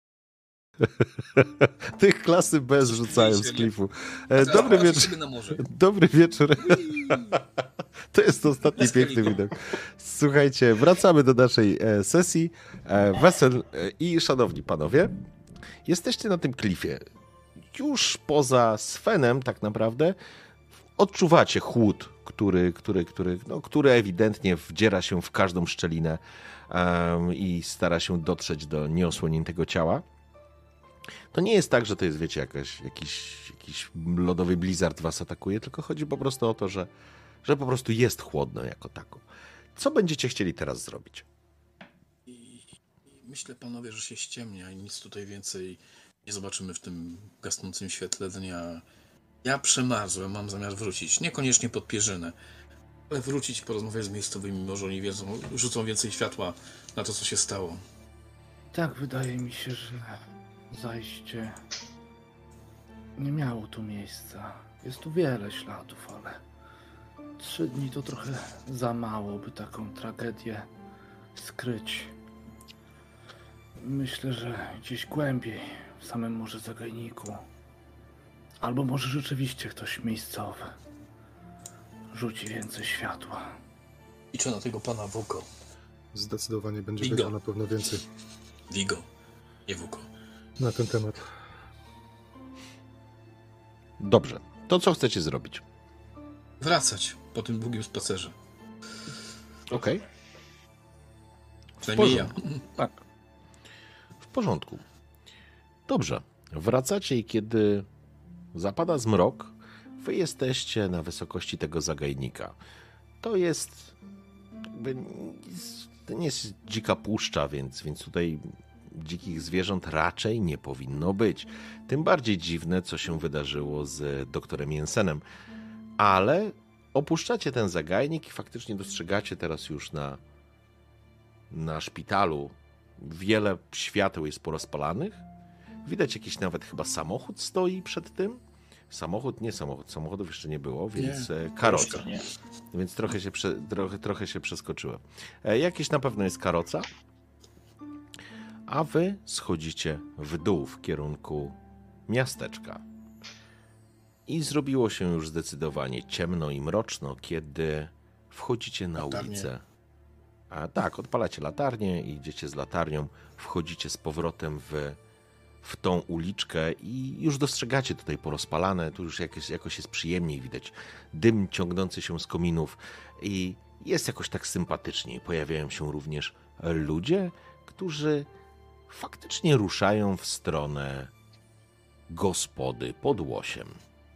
Tych klasy B zrzucają z klifu. E, dobry Zaraz wieczór. sobie na morze. Dobry wieczór. To jest ostatni Bez piękny kaliku. widok. Słuchajcie, wracamy do naszej e, sesji. E, wesel e, i szanowni panowie, jesteście na tym klifie. Już poza Svenem tak naprawdę odczuwacie chłód, który, który, który, no, który ewidentnie wdziera się w każdą szczelinę um, i stara się dotrzeć do nieosłoniętego ciała. To nie jest tak, że to jest, wiecie, jakaś, jakiś, jakiś lodowy blizzard was atakuje, tylko chodzi po prostu o to, że, że po prostu jest chłodno jako tako. Co będziecie chcieli teraz zrobić? I myślę, panowie, że się ściemnia i nic tutaj więcej nie zobaczymy w tym gasnącym świetle dnia. Ja przemarzłem, mam zamiar wrócić. Niekoniecznie pod pierzynę, ale wrócić, porozmawiać z miejscowymi, może oni wiedzą, rzucą więcej światła na to, co się stało. Tak, wydaje mi się, że zajście nie miało tu miejsca. Jest tu wiele śladów, ale trzy dni to trochę za mało, by taką tragedię skryć. Myślę, że gdzieś głębiej, w samym Morzu Zagajniku, albo może rzeczywiście ktoś miejscowy rzuci więcej światła. Liczę na tego pana Wuko. Zdecydowanie będzie Vigo. wiedział na pewno więcej Vigo, nie Wuko. na ten temat. Dobrze, to co chcecie zrobić? Wracać po tym długim spacerze. Okej, Przynajmniej ja. Tak. w porządku. Dobrze, wracacie i kiedy zapada zmrok, wy jesteście na wysokości tego zagajnika. To jest, jakby, to nie jest dzika puszcza, więc, więc tutaj dzikich zwierząt raczej nie powinno być. Tym bardziej dziwne, co się wydarzyło z doktorem Jensenem. Ale opuszczacie ten zagajnik i faktycznie dostrzegacie teraz już na, na szpitalu wiele świateł jest porozpalanych. Widać jakiś nawet chyba samochód stoi przed tym. Samochód, nie samochód, samochodów jeszcze nie było, więc nie. Karoca. Nie. Więc trochę się, prze, trochę, trochę się przeskoczyłem. E, jakieś na pewno jest karoca. A wy schodzicie w dół w kierunku miasteczka. I zrobiło się już zdecydowanie ciemno i mroczno, kiedy wchodzicie na Latarnie. ulicę. A tak, odpalacie latarnię i idziecie z latarnią, wchodzicie z powrotem w, w tą uliczkę i już dostrzegacie tutaj porozpalane, tu już jakoś, jakoś jest przyjemniej widać dym ciągnący się z kominów i jest jakoś tak sympatycznie. Pojawiają się również ludzie, którzy faktycznie ruszają w stronę gospody pod łosiem.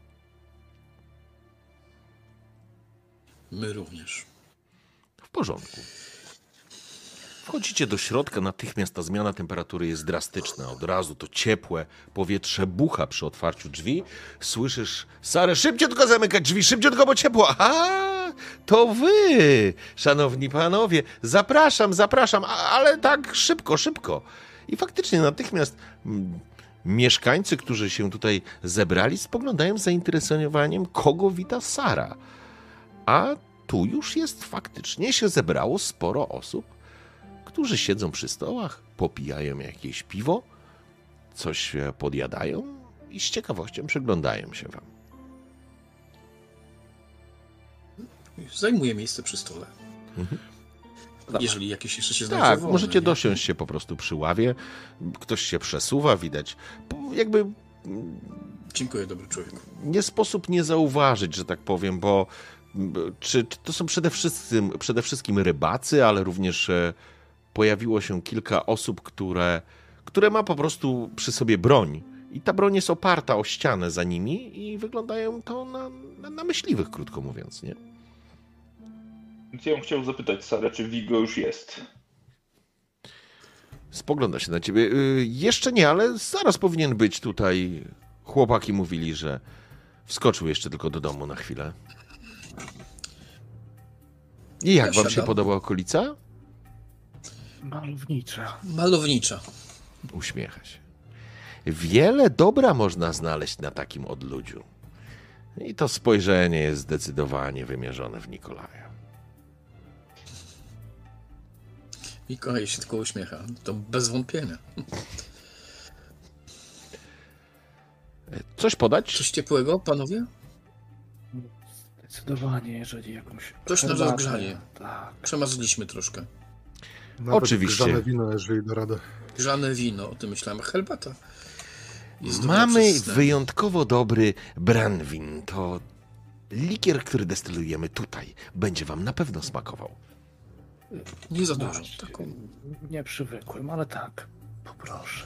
My również. W porządku. Wchodzicie do środka, natychmiast ta zmiana temperatury jest drastyczna. Od razu to ciepłe powietrze bucha przy otwarciu drzwi. Słyszysz, Sarę, szybciutko zamykać drzwi, szybciutko, bo ciepło. Aha, to wy, szanowni panowie, zapraszam, zapraszam, ale tak szybko, szybko. I faktycznie natychmiast mm, mieszkańcy, którzy się tutaj zebrali, spoglądają z zainteresowaniem, kogo wita Sara. A tu już jest faktycznie się zebrało sporo osób, którzy siedzą przy stołach, popijają jakieś piwo, coś podjadają i z ciekawością przyglądają się wam. Zajmuje miejsce przy stole. Mhm. Jeżeli jakieś jeszcze się znajdzie Tak, wolne, możecie nie? dosiąść się po prostu przy ławie, ktoś się przesuwa, widać, jakby Dziękuję, dobry człowieku. nie sposób nie zauważyć, że tak powiem, bo czy, czy to są przede wszystkim, przede wszystkim rybacy, ale również e, pojawiło się kilka osób, które, które ma po prostu przy sobie broń I ta broń jest oparta o ścianę za nimi i wyglądają to na, na, na myśliwych, krótko mówiąc, nie? Więc ja bym chciał zapytać Sarę, czy Vigo już jest. Spogląda się na ciebie. Y, jeszcze nie, ale zaraz powinien być tutaj. Chłopaki mówili, że wskoczył jeszcze tylko do domu na chwilę. I jak Ja wam się siadam. podoba okolica? Malownicza. Malownicza. Uśmiecha się. Wiele dobra można znaleźć na takim odludziu. I to spojrzenie jest zdecydowanie wymierzone w Nikolaja. Mikołaj się tylko uśmiecha. To bez wątpienia. Coś podać? Coś ciepłego, panowie? Zdecydowanie, jeżeli jakąś... Coś na herbatę, rozgrzanie. Tak. Przemarzliśmy troszkę. Nawet Oczywiście. grzane wino, jeżeli da radę. Grzane wino, o tym myślałem. Herbata. Jest dobra Mamy przez sen. wyjątkowo dobry branwin. To likier, który destylujemy tutaj. Będzie wam na pewno smakował. Nie za dużo. Znaczy, Taką... Nie przywykłym, ale tak. Poproszę.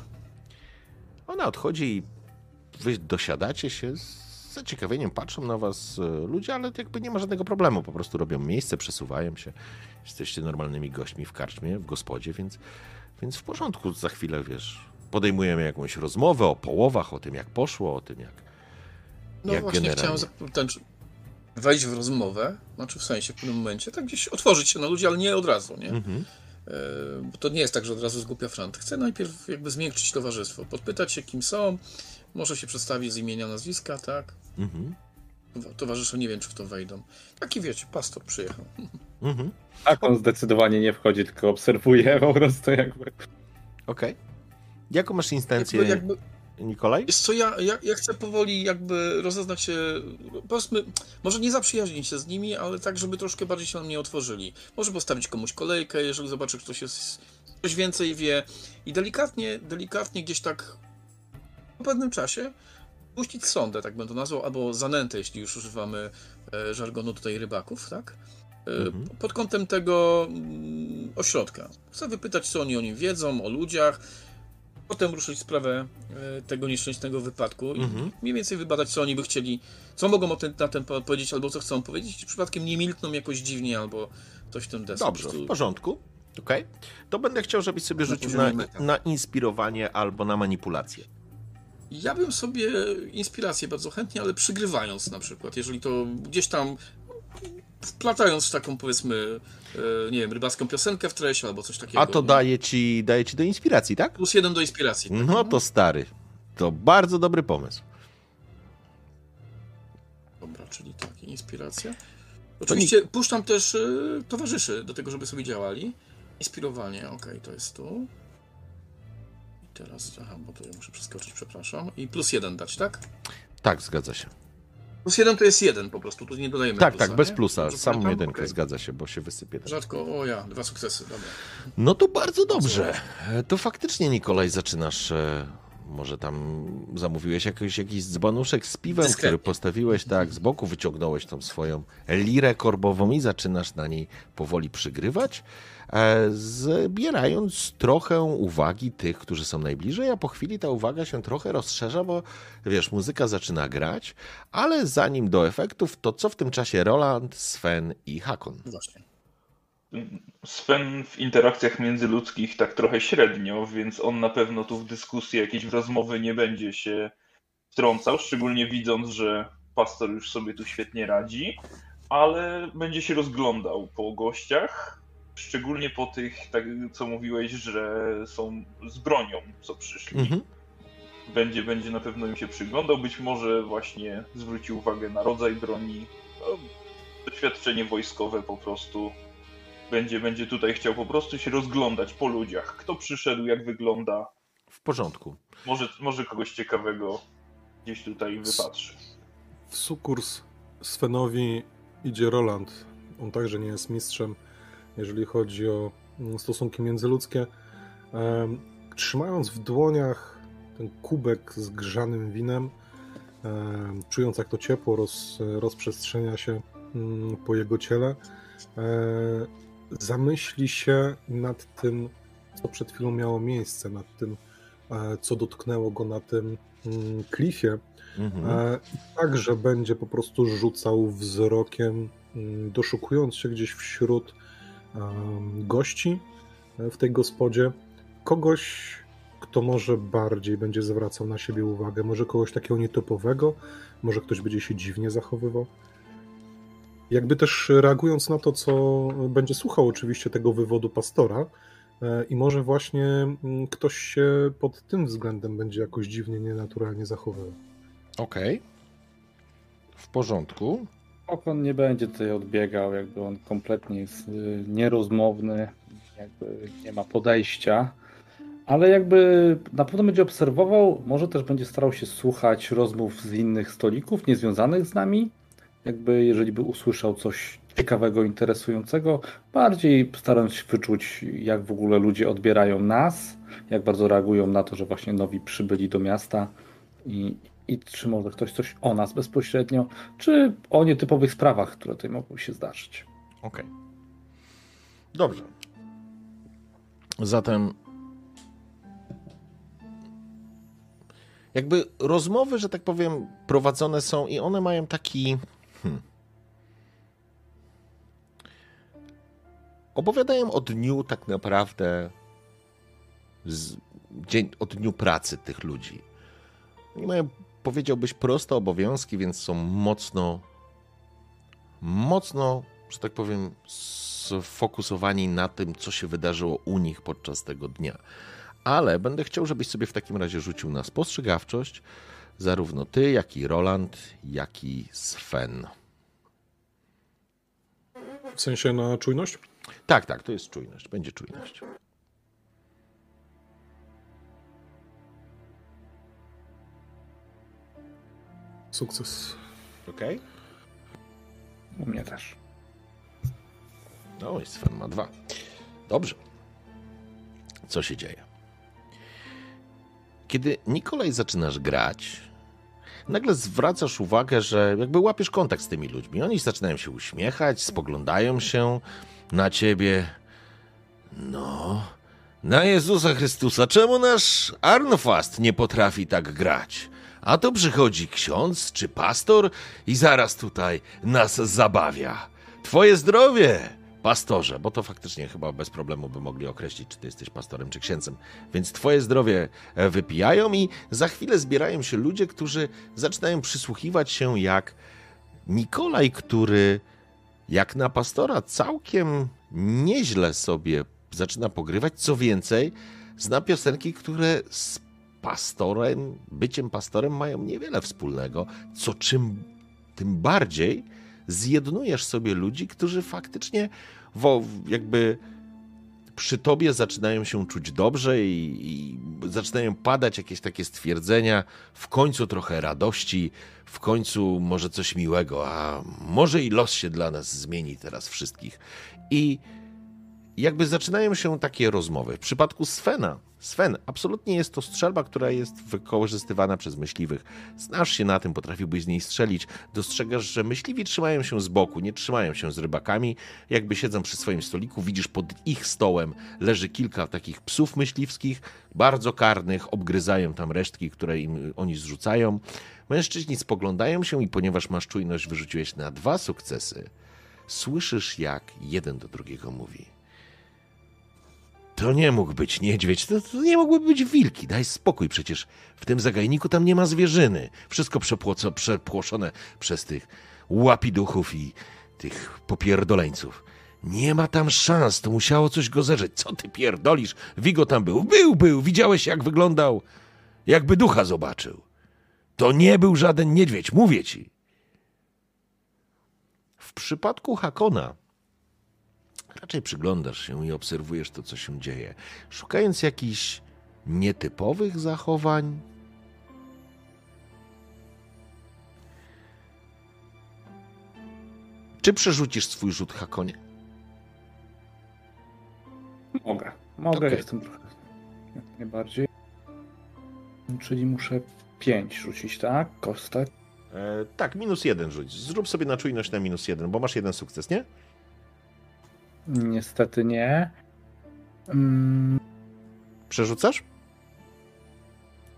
Ona odchodzi i wy dosiadacie się. Z zaciekawieniem patrzą na was e, ludzie, ale jakby nie ma żadnego problemu. Po prostu robią miejsce, przesuwają się. Jesteście normalnymi gośćmi w karczmie, w gospodzie, więc, więc w porządku. Za chwilę, wiesz, podejmujemy jakąś rozmowę o połowach, o tym, jak poszło, o tym, jak, No jak właśnie generalnie. chciałem zapytać, wejść w rozmowę, znaczy w sensie w pewnym momencie, tak gdzieś otworzyć się na ludzi, ale nie od razu, nie? Mhm. E, Bo to nie jest tak, że od razu zgłupia frant. Chcę najpierw jakby zmiękczyć towarzystwo, podpytać się, kim są, może się przedstawić z imienia, nazwiska, tak? Mhm. Towarzysze nie wiem, czy w to wejdą. Taki wiecie, pastor przyjechał. Mhm. Tak, on zdecydowanie nie wchodzi, tylko obserwuje po prostu jakby. Okej. Jaką masz instancję, Jakby, jakby, Nikolaj? Wiesz co, ja, ja, ja chcę powoli jakby rozeznać się, powiedzmy, może nie zaprzyjaźnić się z nimi, ale tak, żeby troszkę bardziej się na mnie otworzyli. Może postawić komuś kolejkę, jeżeli zobaczy, że ktoś jest, coś więcej wie i delikatnie, delikatnie gdzieś tak po pewnym czasie puścić sondę, tak bym to nazwał, albo zanętę, jeśli już używamy e, żargonu tutaj rybaków, tak? E, Mhm. Pod kątem tego mm, ośrodka. Chcę wypytać, co oni o nim wiedzą, o ludziach, potem ruszyć sprawę e, tego nieszczęsnego wypadku i Mhm. mniej więcej wybadać, co oni by chcieli, co mogą o ten, na ten temat powiedzieć, albo co chcą powiedzieć, czy przypadkiem nie milkną jakoś dziwnie, albo coś w tym deseń. Dobrze, w porządku. Okej. To będę chciał, żebyś sobie Na rzucił poziomie na, meta. na inspirowanie albo na manipulację. Ja bym sobie inspirację bardzo chętnie, ale przygrywając na przykład, jeżeli to gdzieś tam wplatając w taką, powiedzmy, e, nie wiem, rybacką piosenkę w treść albo coś takiego. A to nie? daje ci, daje ci do inspiracji, tak? Plus jeden do inspiracji. Tak? No to stary. To bardzo dobry pomysł. Dobra, czyli tak, inspiracja. Oczywiście puszczam też y, towarzyszy do tego, żeby sobie działali. Inspirowanie, okej, to jest tu. I teraz, aha, bo to ja muszę przeskoczyć, przepraszam. I plus jeden dać, tak? Tak, zgadza się. Plus jeden to jest jeden po prostu, tu nie dodajemy Tak, plusa, tak, bez nie? plusa. Dobrze Samą pamiętam? jedynkę, Okej. zgadza się, bo się wysypie. Ten. Rzadko, o ja, dwa sukcesy, dobra. No to bardzo dobrze. E, To faktycznie, Nikolaj, zaczynasz. E, może tam zamówiłeś jakiś, jakiś dzbanuszek z piwem, Dyskretnie. który postawiłeś tak z boku, wyciągnąłeś tą swoją lirę korbową i zaczynasz na niej powoli przygrywać, e, zbierając trochę uwagi tych, którzy są najbliżej, a po chwili ta uwaga się trochę rozszerza, bo wiesz, muzyka zaczyna grać, ale zanim do efektów, to co w tym czasie Roland, Sven i Hakon? Właśnie. Sven w interakcjach międzyludzkich tak trochę średnio, więc on na pewno tu w dyskusję, jakieś w rozmowy nie będzie się wtrącał, szczególnie widząc, że pastor już sobie tu świetnie radzi, ale będzie się rozglądał po gościach, szczególnie po tych, tak co mówiłeś, że są z bronią, co przyszli. Mhm. Będzie, będzie na pewno im się przyglądał, być może właśnie zwróci uwagę na rodzaj broni, no, doświadczenie wojskowe po prostu. Będzie, będzie tutaj chciał po prostu się rozglądać po ludziach. Kto przyszedł, jak wygląda. W porządku. Może, może kogoś ciekawego gdzieś tutaj wypatrzy. W sukurs Svenowi idzie Roland. On także nie jest mistrzem, jeżeli chodzi o mm, stosunki międzyludzkie. Em, Trzymając w dłoniach ten kubek z grzanym winem, em, czując jak to ciepło roz, rozprzestrzenia się mm, po jego ciele, e, zamyśli się nad tym, co przed chwilą miało miejsce, nad tym co dotknęło go na tym klifie. Mhm. I także będzie po prostu rzucał wzrokiem, doszukując się gdzieś wśród gości w tej gospodzie, kogoś, kto może bardziej będzie zwracał na siebie uwagę, może kogoś takiego nietypowego, może ktoś będzie się dziwnie zachowywał. Jakby też reagując na to, co będzie słuchał oczywiście tego wywodu pastora, i może właśnie ktoś się pod tym względem będzie jakoś dziwnie, nienaturalnie zachowywał. Okej. Okay. W porządku. Hakon nie będzie tutaj odbiegał, jakby on kompletnie jest nierozmowny, jakby nie ma podejścia, ale jakby na pewno będzie obserwował, może też będzie starał się słuchać rozmów z innych stolików, niezwiązanych z nami, jakby jeżeli by usłyszał coś ciekawego, interesującego, bardziej starając się wyczuć, jak w ogóle ludzie odbierają nas, jak bardzo reagują na to, że właśnie nowi przybyli do miasta i, i czy może ktoś coś o nas bezpośrednio, czy o nietypowych sprawach, które tutaj mogą się zdarzyć. Okej. Okay. Dobrze. Zatem jakby rozmowy, że tak powiem, prowadzone są i one mają taki... Hmm, opowiadają o dniu tak naprawdę, z, dzień, o dniu pracy tych ludzi. Oni mają, powiedziałbyś, proste obowiązki, więc są mocno, mocno, że tak powiem, sfokusowani na tym, co się wydarzyło u nich podczas tego dnia. Ale będę chciał, żebyś sobie w takim razie rzucił na spostrzegawczość, zarówno ty, jak i Roland, jak i Sven. W sensie na czujność? Tak, tak, to jest czujność, będzie czujność. Sukces. Okej. U mnie też. No i Sven ma dwa. Dobrze. Co się dzieje? Kiedy Nikolaj zaczynasz grać, nagle zwracasz uwagę, że jakby łapiesz kontakt z tymi ludźmi. Oni zaczynają się uśmiechać, spoglądają się na ciebie. No, na Jezusa Chrystusa, czemu nasz Arnfast nie potrafi tak grać? A tu przychodzi ksiądz czy pastor i zaraz tutaj nas zabawia. Twoje zdrowie, pastorze, bo to faktycznie chyba bez problemu by mogli określić, czy ty jesteś pastorem, czy księdzem. Więc twoje zdrowie wypijają i za chwilę zbierają się ludzie, którzy zaczynają przysłuchiwać się, jak Nikolaj, który jak na pastora całkiem nieźle sobie zaczyna pogrywać. Co więcej, zna piosenki, które z pastorem, byciem pastorem mają niewiele wspólnego, co czym tym bardziej zjednujesz sobie ludzi, którzy faktycznie wo, jakby przy tobie zaczynają się czuć dobrze i, i zaczynają padać jakieś takie stwierdzenia, w końcu trochę radości, w końcu może coś miłego, a może i los się dla nas zmieni teraz wszystkich. I jakby zaczynają się takie rozmowy. W przypadku Svena, Sven, absolutnie jest to strzelba, która jest wykorzystywana przez myśliwych. Znasz się na tym, potrafiłbyś z niej strzelić. Dostrzegasz, że myśliwi trzymają się z boku, nie trzymają się z rybakami. Jakby siedzą przy swoim stoliku, widzisz pod ich stołem leży kilka takich psów myśliwskich, bardzo karnych, obgryzają tam resztki, które im oni zrzucają. Mężczyźni spoglądają się i ponieważ masz czujność, wyrzuciłeś na dwa sukcesy, słyszysz, jak jeden do drugiego mówi: to nie mógł być niedźwiedź, to, to nie mogły być wilki, daj spokój, przecież w tym zagajniku tam nie ma zwierzyny. Wszystko przepłoco, przepłoszone przez tych łapiduchów i tych popierdoleńców. Nie ma tam szans, to musiało coś go zerzeć. Co ty pierdolisz? Wigo tam był. Był, był, widziałeś jak wyglądał? Jakby ducha zobaczył. To nie był żaden niedźwiedź, mówię ci. W przypadku Hakona raczej przyglądasz się i obserwujesz to, co się dzieje, szukając jakichś nietypowych zachowań. Czy przerzucisz swój rzut, Hakonie? Mogę. Mogę, Okay. Jestem trochę jak najbardziej. Czyli muszę pięć rzucić, tak? Kostek. E, tak, minus jeden rzuć. Zrób sobie na czujność na minus jeden, bo masz jeden sukces, nie? Niestety nie. Hmm. Przerzucasz?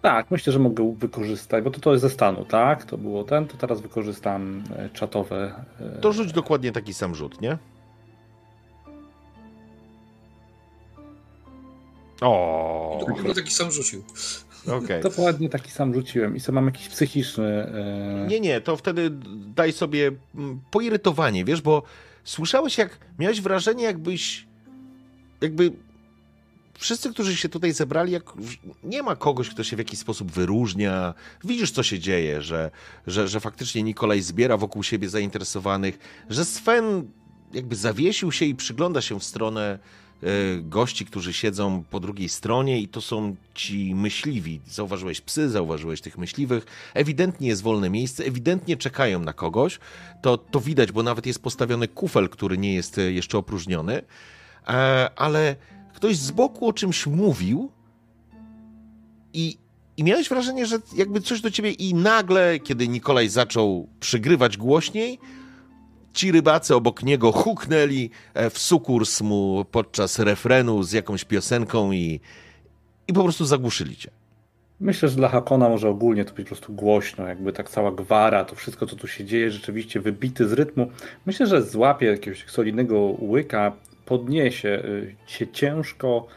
Tak, myślę, że mogę wykorzystać, bo to, to jest ze stanu, tak? To było ten, to teraz wykorzystam e, czatowe. E... To rzuć dokładnie taki sam rzut, nie? O. Dokładnie taki sam rzucił. Okay. Dokładnie taki sam rzuciłem i sobie mam jakiś psychiczny... E... Nie, nie, to wtedy daj sobie poirytowanie, wiesz, bo słyszałeś, jak miałeś wrażenie, jakbyś jakby wszyscy, którzy się tutaj zebrali, jak nie ma kogoś, kto się w jakiś sposób wyróżnia. Widzisz, co się dzieje, że, że, że faktycznie Nikolaj zbiera wokół siebie zainteresowanych, że Sven jakby zawiesił się i przygląda się w stronę gości, którzy siedzą po drugiej stronie i to są ci myśliwi. Zauważyłeś psy, zauważyłeś tych myśliwych. Ewidentnie jest wolne miejsce, ewidentnie czekają na kogoś. To, to widać, bo nawet jest postawiony kufel, który nie jest jeszcze opróżniony. Ale ktoś z boku o czymś mówił i, i miałeś wrażenie, że jakby coś do ciebie i nagle, kiedy Nikolaj zaczął przygrywać głośniej, ci rybacy obok niego huknęli w sukurs mu podczas refrenu z jakąś piosenką i, i po prostu zagłuszyli cię. Myślę, że dla Hakona może ogólnie to być po prostu głośno, jakby tak cała gwara, to wszystko, co tu się dzieje, rzeczywiście wybity z rytmu. Myślę, że złapie jakiegoś solidnego łyka, podniesie się ciężko,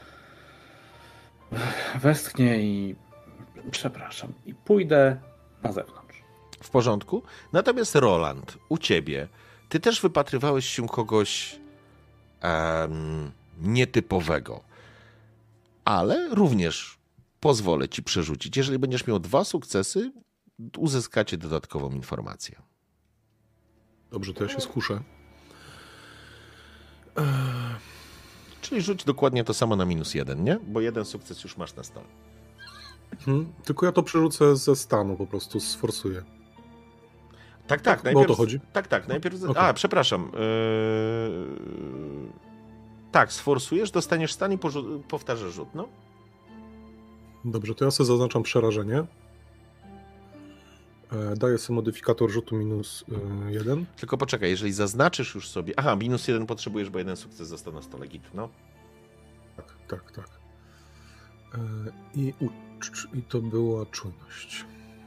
westchnie i przepraszam, i pójdę na zewnątrz. W porządku. Natomiast Roland, u ciebie, ty też wypatrywałeś się kogoś um, nietypowego, ale również pozwolę ci przerzucić. Jeżeli będziesz miał dwa sukcesy, uzyskacie dodatkową informację. Dobrze, to ja się skuszę. Eee... Czyli rzuć dokładnie to samo na minus jeden, nie? Bo jeden sukces już masz na stole. Hmm, tylko ja to przerzucę ze stanu, po prostu sforsuję. Tak, tak. Najpierw... Bo o to chodzi? Tak, tak. Najpierw... Okay. A, przepraszam. Yy... Tak, sforsujesz, dostaniesz stan i porzu... powtarzasz rzut, no. Dobrze, to ja sobie zaznaczam przerażenie. Daję sobie modyfikator rzutu minus jeden. Tylko poczekaj, jeżeli zaznaczysz już sobie... Aha, minus jeden potrzebujesz, bo jeden sukces został na stole. Git, no. Tak, tak, tak. I, ucz... I to była czujność.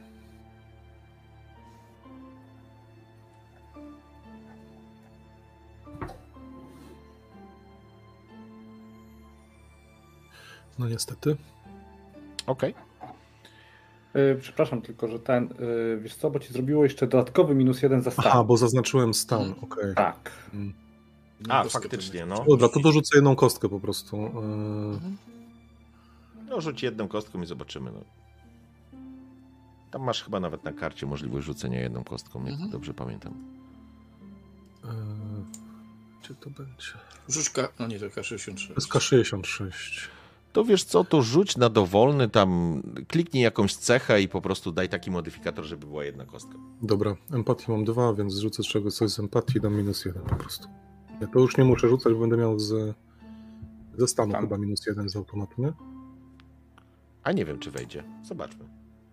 No niestety. Okej. Okay. Yy, przepraszam tylko, że ten, yy, wiesz co, bo ci zrobiło jeszcze dodatkowy minus jeden za stan. Aha, bo zaznaczyłem stan, hmm. okej. Okay. Tak. Hmm. A, faktycznie, no. Dobra, to dorzucę jedną kostkę po prostu. Yy... No, rzuć jedną kostką i zobaczymy. No. Tam masz chyba nawet na karcie możliwość rzucenia jedną kostką, jak mhm. dobrze pamiętam. Yy... Gdzie to będzie? Rzuć K... No nie, to K sześćdziesiąt sześć. To jest K sześćdziesiąt sześć. To wiesz co, to rzuć na dowolny, tam kliknij jakąś cechę i po prostu daj taki modyfikator, żeby była jedna kostka. Dobra, empatii mam dwa, więc zrzucę z czegoś coś z empatii i dam minus jeden po prostu. Ja to już nie muszę rzucać, bo będę miał z, ze stanu Tam. chyba minus jeden z automatu, nie? A nie wiem, czy wejdzie. Zobaczmy.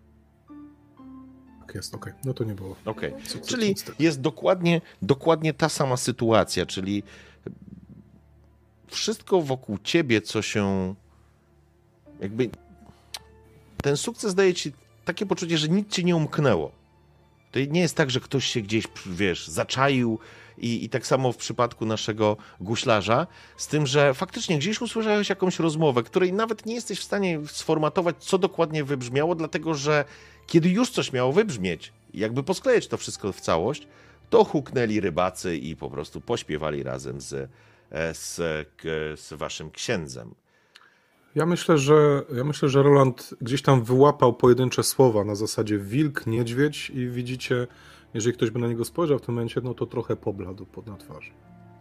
Tak jest, okej. Okay. No to nie było. Okej, okay. Czyli jest dokładnie, dokładnie ta sama sytuacja, czyli wszystko wokół ciebie, co się jakby... Ten sukces daje ci takie poczucie, że nic cię nie umknęło. To nie jest tak, że ktoś się gdzieś, wiesz, zaczaił i, i tak samo w przypadku naszego guślarza, z tym, że faktycznie gdzieś usłyszałeś jakąś rozmowę, której nawet nie jesteś w stanie sformatować, co dokładnie wybrzmiało, dlatego że kiedy już coś miało wybrzmieć, jakby posklejać to wszystko w całość, to huknęli rybacy i po prostu pośpiewali razem z, z, z waszym księdzem. Ja myślę, że ja myślę, że Roland gdzieś tam wyłapał pojedyncze słowa na zasadzie wilk, niedźwiedź i widzicie, jeżeli ktoś by na niego spojrzał w tym momencie, no to trochę pobladł pod na twarzy.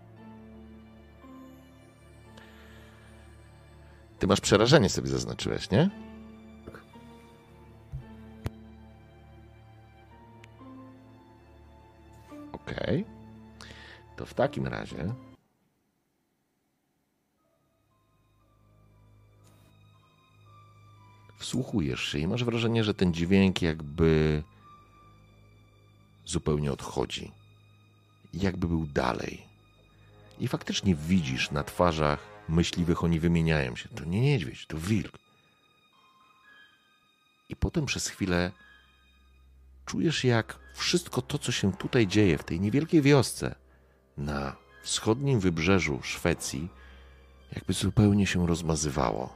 Ty masz przerażenie, sobie zaznaczyłeś, nie? Tak. Okej. Okay. To w takim razie... Wsłuchujesz się i masz wrażenie, że ten dźwięk jakby zupełnie odchodzi. Jakby był dalej. I faktycznie widzisz na twarzach myśliwych, oni wymieniają się. To nie niedźwiedź, to wilk. I potem przez chwilę czujesz, jak wszystko to, co się tutaj dzieje, w tej niewielkiej wiosce, na wschodnim wybrzeżu Szwecji, jakby zupełnie się rozmazywało.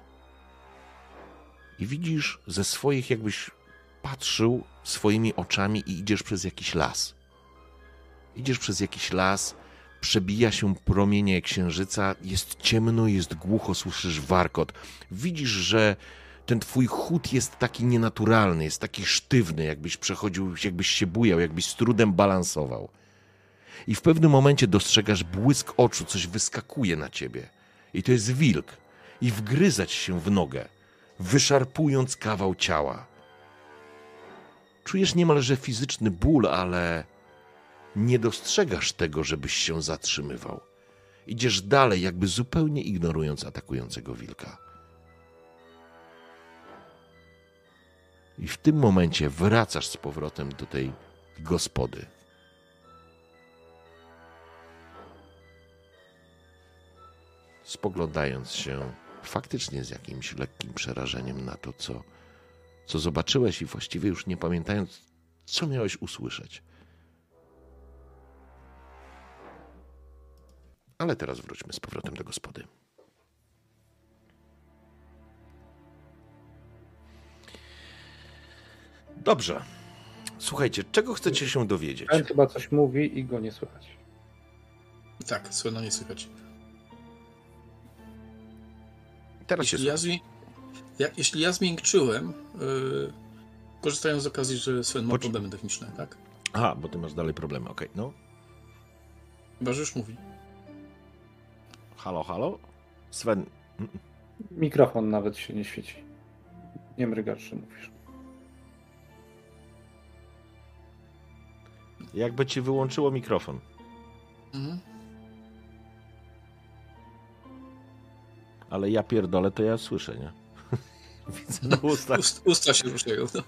I widzisz ze swoich, jakbyś patrzył swoimi oczami i idziesz przez jakiś las. Idziesz przez jakiś las, przebija się promienie księżyca, jest ciemno, jest głucho, słyszysz warkot. Widzisz, że ten twój chód jest taki nienaturalny, jest taki sztywny, jakbyś przechodził, jakbyś się bujał, jakbyś z trudem balansował. I w pewnym momencie dostrzegasz błysk oczu, coś wyskakuje na ciebie. I to jest wilk. I wgryzać się w nogę, wyszarpując kawał ciała. Czujesz niemalże fizyczny ból, ale nie dostrzegasz tego, żebyś się zatrzymywał. Idziesz dalej, jakby zupełnie ignorując atakującego wilka. I w tym momencie wracasz z powrotem do tej gospody. Spoglądając się faktycznie z jakimś lekkim przerażeniem na to, co, co zobaczyłeś i właściwie już nie pamiętając, co miałeś usłyszeć. Ale teraz wróćmy z powrotem do gospody. Dobrze. Słuchajcie, czego chcecie się dowiedzieć? Ten chyba coś mówi i go nie słychać. Tak, słynno nie słychać. Teraz się Jeśli ja, zmi... ja, jeśli ja zmiękczyłem, yy, korzystając z okazji, że Sven ma Poczy- problemy techniczne, tak? Aha, bo ty masz dalej problemy, okej, okay, no. Chyba, że już mówi. Halo, halo? Sven... Mikrofon nawet się nie świeci. Nie mrygasz, że mówisz. Jakby ci wyłączyło mikrofon. Mhm. Ale ja pierdolę, to ja słyszę, nie? Widzę na ustach. Ust, usta się ruszają. No.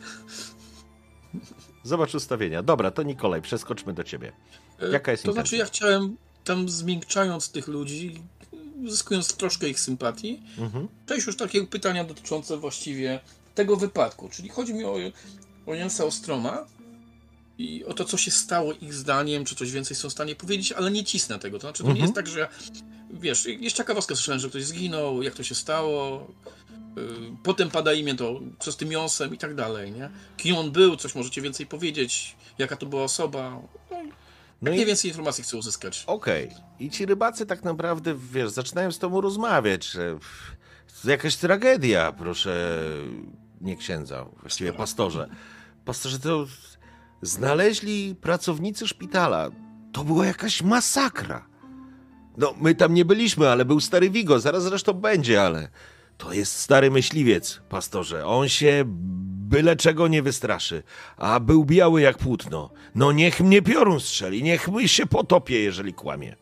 Zobacz ustawienia. Dobra, to Nikolaj, przeskoczmy do ciebie. Jaka jest To intencja? znaczy, ja chciałem tam zmiękczając tych ludzi, uzyskując troszkę ich sympatii, Mhm. przejść już takie pytania dotyczące właściwie tego wypadku. Czyli chodzi mi o, o Jensa Ostroma i o to, co się stało ich zdaniem, czy coś więcej są w stanie powiedzieć, ale nie cisnę tego. To znaczy, to Mhm. nie jest tak, że wiesz, jest ciekawostka, słyszałem, że ktoś zginął, jak to się stało, yy, potem pada imię to, co z tym Jonsem i tak dalej, nie? Kim on był, coś możecie więcej powiedzieć, jaka to była osoba. No, No nie i więcej informacji chcę uzyskać. okej. I ci rybacy tak naprawdę, wiesz, zaczynają z tobą rozmawiać, że pff, to jakaś tragedia, proszę, nie księdza, właściwie pastorze. Pastorze, to znaleźli pracownicy szpitala. To była jakaś masakra. No, my tam nie byliśmy, ale był stary Vigo, zaraz zresztą będzie, ale to jest stary myśliwiec, pastorze. On się byle czego nie wystraszy, a był biały jak płótno. No niech mnie piorun strzeli, niech my się potopię, jeżeli kłamie.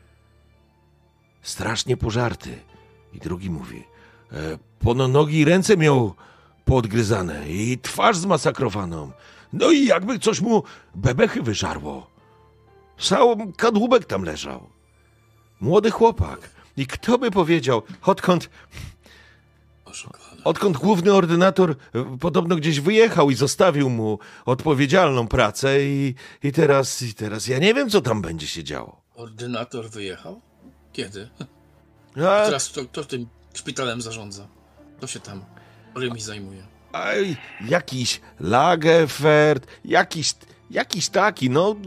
Strasznie pożarty. I drugi mówi, e, pono nogi i ręce miał poodgryzane i twarz zmasakrowaną. No i jakby coś mu bebechy wyżarło. Cały kadłubek tam leżał. Młody chłopak. I kto by powiedział, odkąd, Boże kochany. odkąd główny ordynator e, podobno gdzieś wyjechał i zostawił mu odpowiedzialną pracę i, i teraz, i teraz ja nie wiem, co tam będzie się działo. Ordynator wyjechał? Kiedy? A, Teraz kto, kto tym szpitalem zarządza? Kto się tam rymi zajmuje? aj, jakiś Lagerfeld, jakiś, jakiś taki, no...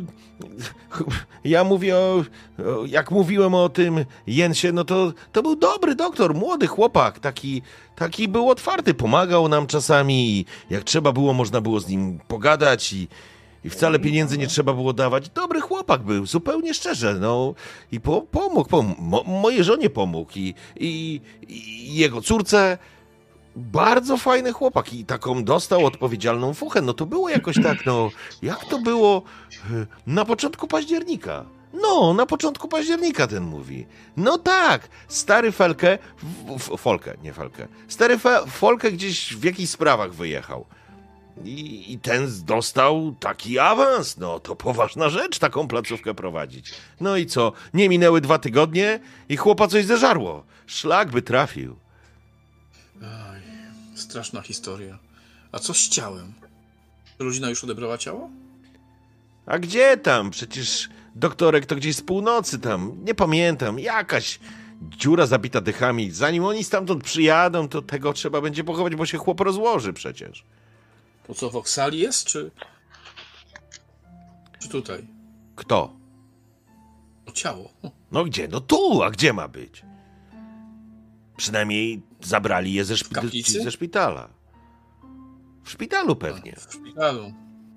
Ja mówię o, o... Jak mówiłem o tym Jensie, no to, to był dobry doktor, młody chłopak, taki, taki był otwarty, pomagał nam czasami i jak trzeba było, można było z nim pogadać i, i wcale pieniędzy nie trzeba było dawać. Dobry chłopak był, zupełnie szczerze, no i po, pomógł, pomógł, mo, mojej żonie pomógł i, i, i jego córce. Bardzo fajny chłopak i taką dostał odpowiedzialną fuchę. No to było jakoś tak, no jak to było e, na początku października? No, na początku października ten mówi. No tak, stary Felkę, w, w, Folkę, nie Felkę, stary Fe, Folkę gdzieś w jakichś sprawach wyjechał. I, I ten dostał taki awans, no to poważna rzecz taką placówkę prowadzić. No i co, nie minęły dwa tygodnie i chłopa coś zeżarło. Szlak by trafił. Aj, straszna historia. A co z ciałem? Rodzina już odebrała ciało? A gdzie tam? Przecież doktorek to gdzieś z północy tam. Nie pamiętam. Jakaś dziura zabita dychami. Zanim oni stamtąd przyjadą, to tego trzeba będzie pochować, bo się chłop rozłoży przecież. To co, w Oksali jest, czy... Czy tutaj? Kto? O ciało. No gdzie? No tu, a gdzie ma być? Przynajmniej zabrali je ze, szpi- kaplicy? ze szpitala. W szpitalu pewnie. A, w szpitalu.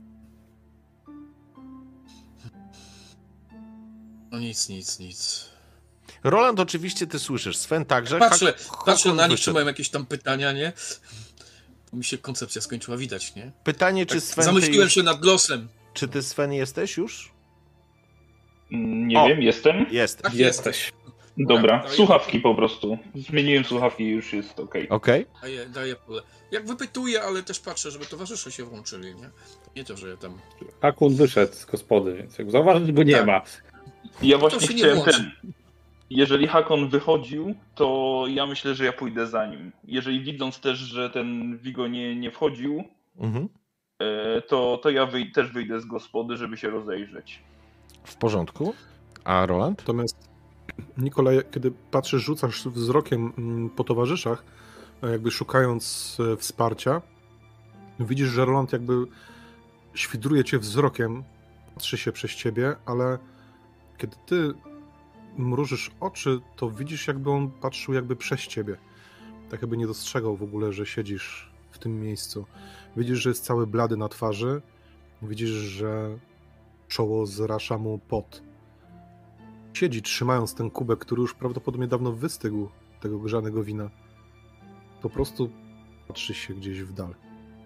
No nic, nic, nic. Roland, oczywiście ty słyszysz. Sven także. Patrzę, Hak- patrzę Hakon na nich, czy wyszedł. mają jakieś tam pytania, nie? Mi się koncepcja skończyła, widać, nie? Pytanie, czy Tak, Sven ty zamyśliłem już... się nad losem. Czy ty, Sven, jesteś już? Nie O. wiem, jestem. Jest. Tak Jesteś. Dobra, daję- słuchawki po prostu. Zmieniłem słuchawki i już jest okej. Okej. Daję, daję pole. Jak wypytuję, ale też patrzę, żeby towarzysze się włączyli, nie? Nie to, że ja tam... Hakun wyszedł z gospody, więc jak zauważyć go nie Tak. ma. Ja To właśnie się nie chciałem włączy. ten. Jeżeli Hakon wychodził, to ja myślę, że ja pójdę za nim. Jeżeli widząc też, że ten Vigo nie, nie wchodził, Mhm. e, to, to ja wyj- też wyjdę z gospody, żeby się rozejrzeć. W porządku. A Roland? Natomiast Nikolaj, kiedy patrzysz, rzucasz wzrokiem mm, po towarzyszach, e, jakby szukając e, wsparcia, widzisz, że Roland jakby świdruje cię wzrokiem, patrzy się przez ciebie, ale kiedy ty mrużysz oczy, to widzisz, jakby on patrzył jakby przez ciebie. Tak jakby nie dostrzegał w ogóle, że siedzisz w tym miejscu. Widzisz, że jest cały blady na twarzy, widzisz, że czoło zrasza mu pot. Siedzi trzymając ten kubek, który już prawdopodobnie dawno wystygł, tego grzanego wina. Po prostu patrzy się gdzieś w dal.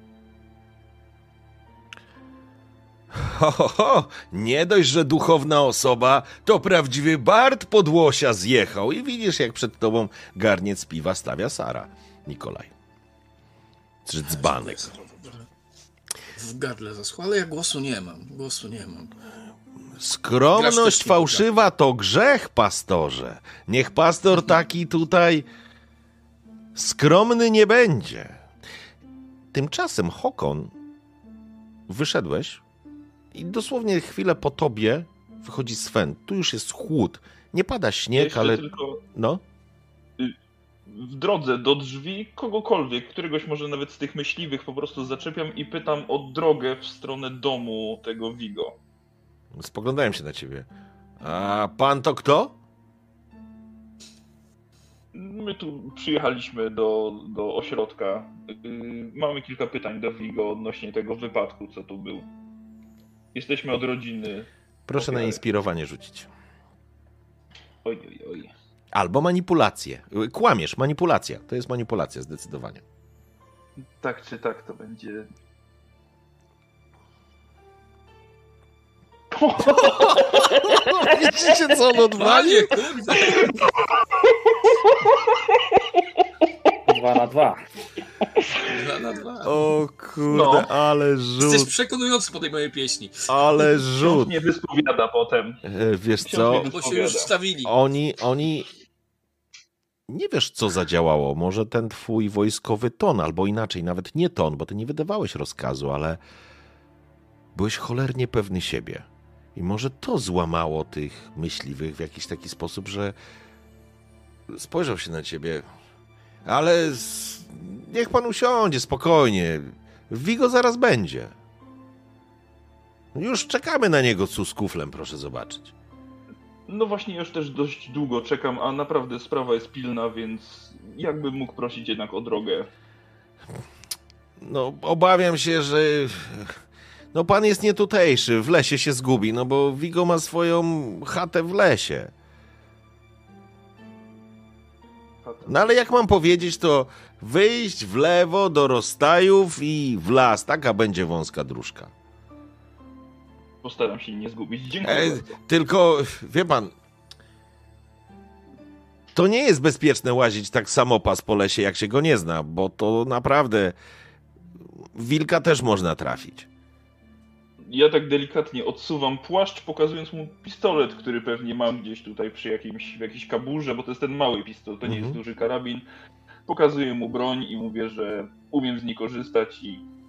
Ho, ho, ho! Nie dość, że duchowna osoba, to prawdziwy bard podłosia zjechał i widzisz, jak przed tobą garniec piwa stawia Sara. Nikolaj. Czy dzbanek. W gardle zaschło, ale ja głosu nie mam. Głosu nie mam. Skromność Grasz też fałszywa to grzech, pastorze. Niech pastor taki tutaj skromny nie będzie. Tymczasem, Hakon, wyszedłeś i dosłownie chwilę po tobie wychodzi Sven. Tu już jest chłód. Nie pada śnieg, Jeszcze ale... tylko No, w drodze do drzwi kogokolwiek, któregoś może nawet z tych myśliwych po prostu zaczepiam i pytam o drogę w stronę domu tego Vigo. spoglądałem się na ciebie. A pan to kto? My tu przyjechaliśmy do, do ośrodka. Yy, mamy kilka pytań do Vigo odnośnie tego wypadku, co tu był. Jesteśmy od rodziny. Proszę na Ofiary. inspirowanie rzucić. Oj, oj, oj. Albo manipulację. Kłamiesz, manipulacja. To jest manipulacja, zdecydowanie. Tak czy tak to będzie... Widzicie, co on odwalił? Panie, kurde! Dwa na dwa. Dwa na dwa. O kurde, No. ale Jesteś rzut, przekonujący po tej mojej pieśni. ale Ksiądz rzut. nie wyspowiada potem. E, Wiesz Ksiądz co, mnie Bo się już wstawili. oni, oni... Nie wiesz, co zadziałało. Może ten twój wojskowy ton, albo inaczej, nawet nie ton, bo ty nie wydawałeś rozkazu, ale byłeś cholernie pewny siebie. I może to złamało tych myśliwych w jakiś taki sposób, że spojrzał się na ciebie. Ale z... niech pan usiądzie spokojnie. Vigo zaraz będzie. Już czekamy na niego z kuflem, proszę zobaczyć. No właśnie już też dość długo czekam, a naprawdę sprawa jest pilna, więc jakbym mógł prosić jednak o drogę. No, obawiam się, że... No, pan jest nietutejszy, w lesie się zgubi, no bo Vigo ma swoją chatę w lesie. No, ale jak mam powiedzieć, to wyjść w lewo do rozstajów i w las. Taka będzie wąska dróżka. Postaram się nie zgubić. Dziękuję E, bardzo. tylko, wie pan... To nie jest bezpieczne łazić tak samopas po lesie, jak się go nie zna, bo to naprawdę... Wilka też można trafić. Ja tak delikatnie odsuwam płaszcz, pokazując mu pistolet, który pewnie mam gdzieś tutaj przy jakimś, w jakiejś kaburze, bo to jest ten mały pistolet, to nie Mhm. jest duży karabin. Pokazuję mu broń i mówię, że umiem z niej korzystać i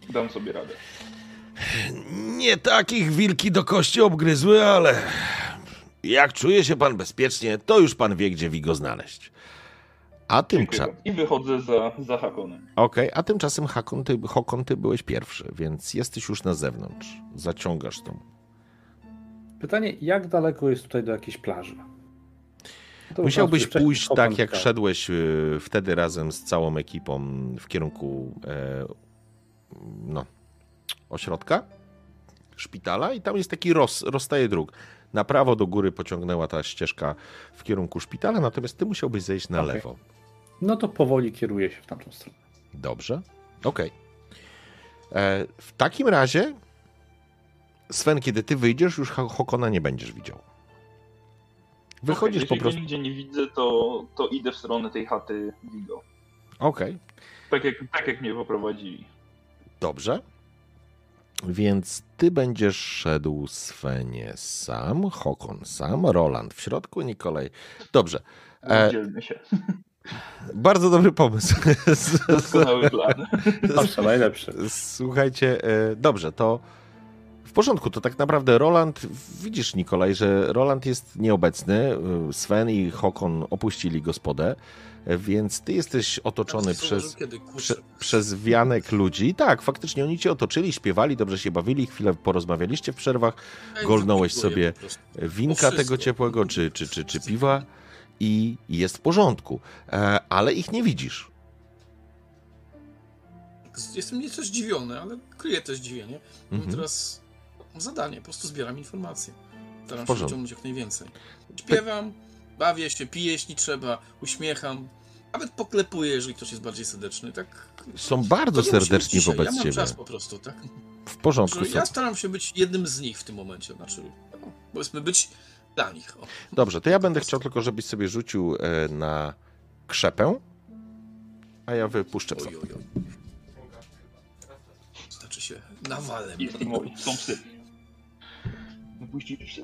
Dam sobie radę. Nie takich wilki do kości obgryzły, ale jak czuje się pan bezpiecznie, to już pan wie, gdzie Vigo znaleźć. A tymczasem... I wychodzę za, za Hakonem. Okej, okay, a tymczasem Hakon ty, Hakon, ty byłeś pierwszy, więc jesteś już na zewnątrz. Zaciągasz tą. Pytanie, jak daleko jest tutaj do jakiejś plaży? To Musiałbyś wcześniej pójść Hakon tak, jak pytał. szedłeś y, wtedy razem z całą ekipą w kierunku e, no, ośrodka, szpitala i tam jest taki roz, rozstaje dróg. Na prawo do góry pociągnęła ta ścieżka w kierunku szpitala, natomiast ty musiałbyś zejść na Okej. lewo. No to powoli kieruję się w tamtą stronę. Dobrze, okej. Okay. W takim razie, Sven, kiedy ty wyjdziesz, już Ha- Hakona nie będziesz widział. Wychodzisz okay, po jeśli prostu... go nigdzie nie widzę, to, to idę w stronę tej chaty Vigo. Okej, okay. Tak jak, tak jak mnie poprowadzili. Dobrze. Więc ty będziesz szedł, Svenie, sam, Hakon sam, Roland w środku, Nikolaj. Dobrze. E, Dzielmy się. bardzo dobry pomysł. Doskonały plan. Zawsze najlepszy. Słuchajcie, e, dobrze, to w porządku, to tak naprawdę Roland, widzisz Nikolaj, że Roland jest nieobecny, Sven i Hakon opuścili gospodę, więc ty jesteś otoczony Nawet przez, zauważył, kiedy, kurczę, prze, przez wianek ludzi. Tak, faktycznie oni cię otoczyli, śpiewali, dobrze się bawili, chwilę porozmawialiście w przerwach, ja golnąłeś dziękuję sobie po prostu. winka wszystko. tego ciepłego, czy, czy, czy, czy piwa i jest w porządku, e, ale ich nie widzisz. Jestem nieco zdziwiony, ale kryję to zdziwienie. Mam Mhm. teraz zadanie, po prostu zbieram informacje. Staram W się porządku. wyciągnąć jak najwięcej. Śpiewam, bawię się, piję jeśli trzeba, uśmiecham. Nawet poklepuję, jeżeli ktoś jest bardziej serdeczny. Tak. Są bardzo To nie musi być serdeczni dzisiaj. wobec ja mam ciebie. czas po prostu, tak? W porządku Znaczy, są. ja staram się być jednym z nich w tym momencie. Znaczy, no, powiedzmy, być dla nich. O. Dobrze, to ja będę chciał tylko, żebyś sobie rzucił e, na krzepę, a ja wypuszczę psa. Oj, oj, oj. Znaczy się nawalem. Jest moi, są psy. Wypuścić psy.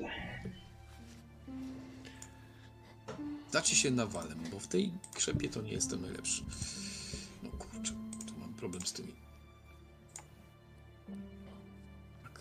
Znaczy się nawalem, bo w tej krzepie to nie jestem najlepszy. No kurczę, tu mam problem z tymi. Tak.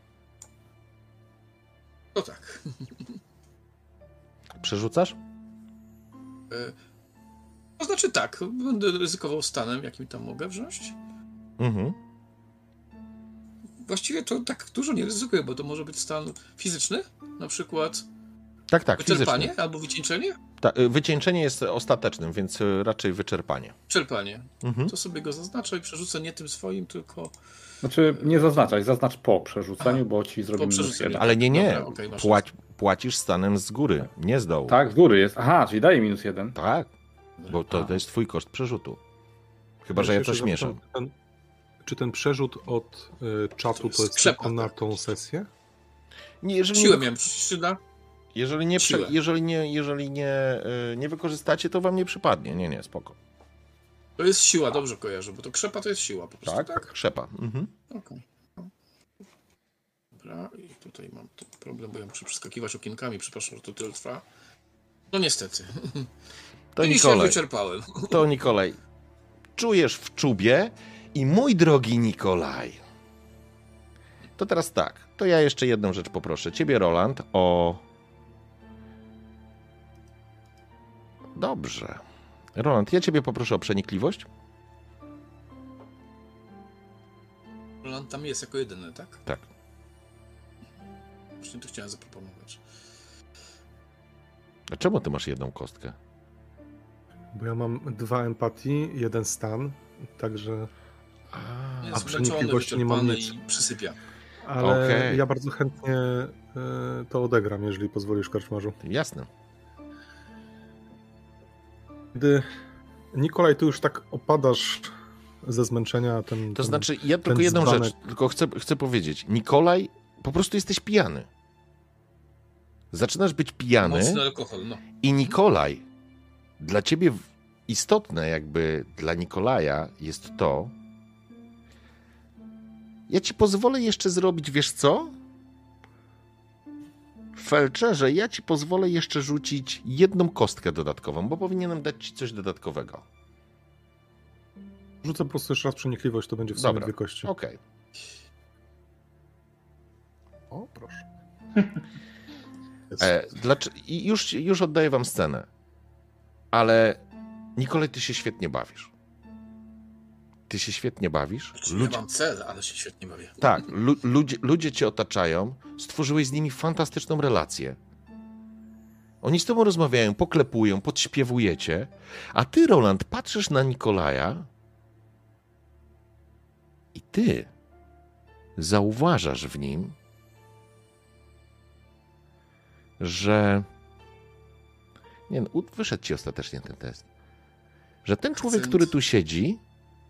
No tak. Przerzucasz? E, To znaczy tak, będę ryzykował stanem, jakim tam mogę wziąć. Mhm. Właściwie to tak dużo nie ryzykuję, bo to może być stan fizyczny, na przykład Tak, tak, wyczerpanie fizycznie. albo wycieńczenie. Ta, y, wycieńczenie jest ostatecznym, więc y, raczej wyczerpanie. Czerpanie. Mhm. To sobie go zaznaczę i przerzucę nie tym swoim, tylko Znaczy, nie zaznaczaj, zaznacz po przerzuceniu, Aha, bo ci zrobimy po minus przerzuceniu. jeden. Ale nie, nie. Dobra, okej, masz Płać, płacisz stanem z góry, nie z dołu. Tak, z góry jest. Aha, czyli daje minus jeden. Tak, bo to, to jest twój koszt przerzutu. Chyba, że ja jeszcze coś mieszam. zapytam, Ten, czy ten przerzut od y, czatu to jest Skrzepa, tylko na tak. tą sesję? Nie, jeżeli Siłę nie, miałem przyda. jeżeli nie, prze, siłę. jeżeli nie, jeżeli nie, y, nie wykorzystacie, to wam nie przypadnie. Nie, nie, spoko. To jest siła, dobrze kojarzę, bo to krzepa to jest siła po prostu, Tak, tak? krzepa. Mhm. Okej. Dobra, i tutaj mam ten problem, bo ja muszę przeskakiwać okienkami, przepraszam, że to tyle trwa. No niestety. To I się Nikolaj, wyczerpałem. to Nikolaj, czujesz w czubie i mój drogi Nikolaj. To teraz tak, to ja jeszcze jedną rzecz poproszę. Ciebie, Roland, o... Dobrze. Roland, ja ciebie poproszę o przenikliwość. Roland tam jest jako jedyny, tak? Tak. Właśnie to chciałem zaproponować. A czemu ty masz jedną kostkę? Bo ja mam dwa empatii, jeden stan, także... A, Jest przy zmęczony, niepliwości nie mam wyczerpany nic. i przysypia. Ale Okej. ja bardzo chętnie y, to odegram, jeżeli pozwolisz, karczmarzu. jasne. Gdy Nikolaj, tu już tak opadasz ze zmęczenia, ten... To ten, znaczy, ja tylko jedną dzbanek- rzecz, tylko chcę, chcę powiedzieć. Nikolaj, po prostu jesteś pijany. Zaczynasz być pijany Mocny alkohol, no. i Nikolaj, dla ciebie w- istotne jakby dla Nikolaja jest to, ja ci pozwolę jeszcze zrobić, wiesz co? Felczerze, ja ci pozwolę jeszcze rzucić jedną kostkę dodatkową, bo powinienem dać ci coś dodatkowego. Rzucę po prostu jeszcze raz przenikliwość, to będzie w sumie Dobra. dwie kości. Okej. O, proszę. E, dlaczego- I już, już oddaję wam scenę. Ale Nikolaj, ty się świetnie bawisz. Ty się świetnie bawisz. Ludzie... Ja Ludzie, mam cel, ale się świetnie bawię. tak, lu, ludzie, ludzie cię otaczają. Stworzyłeś z nimi fantastyczną relację. Oni z tobą rozmawiają, poklepują, podśpiewujecie. A ty, Roland, patrzysz na Nikolaja i ty zauważasz w nim, że... Nie no, wyszedł ci ostatecznie ten test. Że ten człowiek, Akcent. który tu siedzi,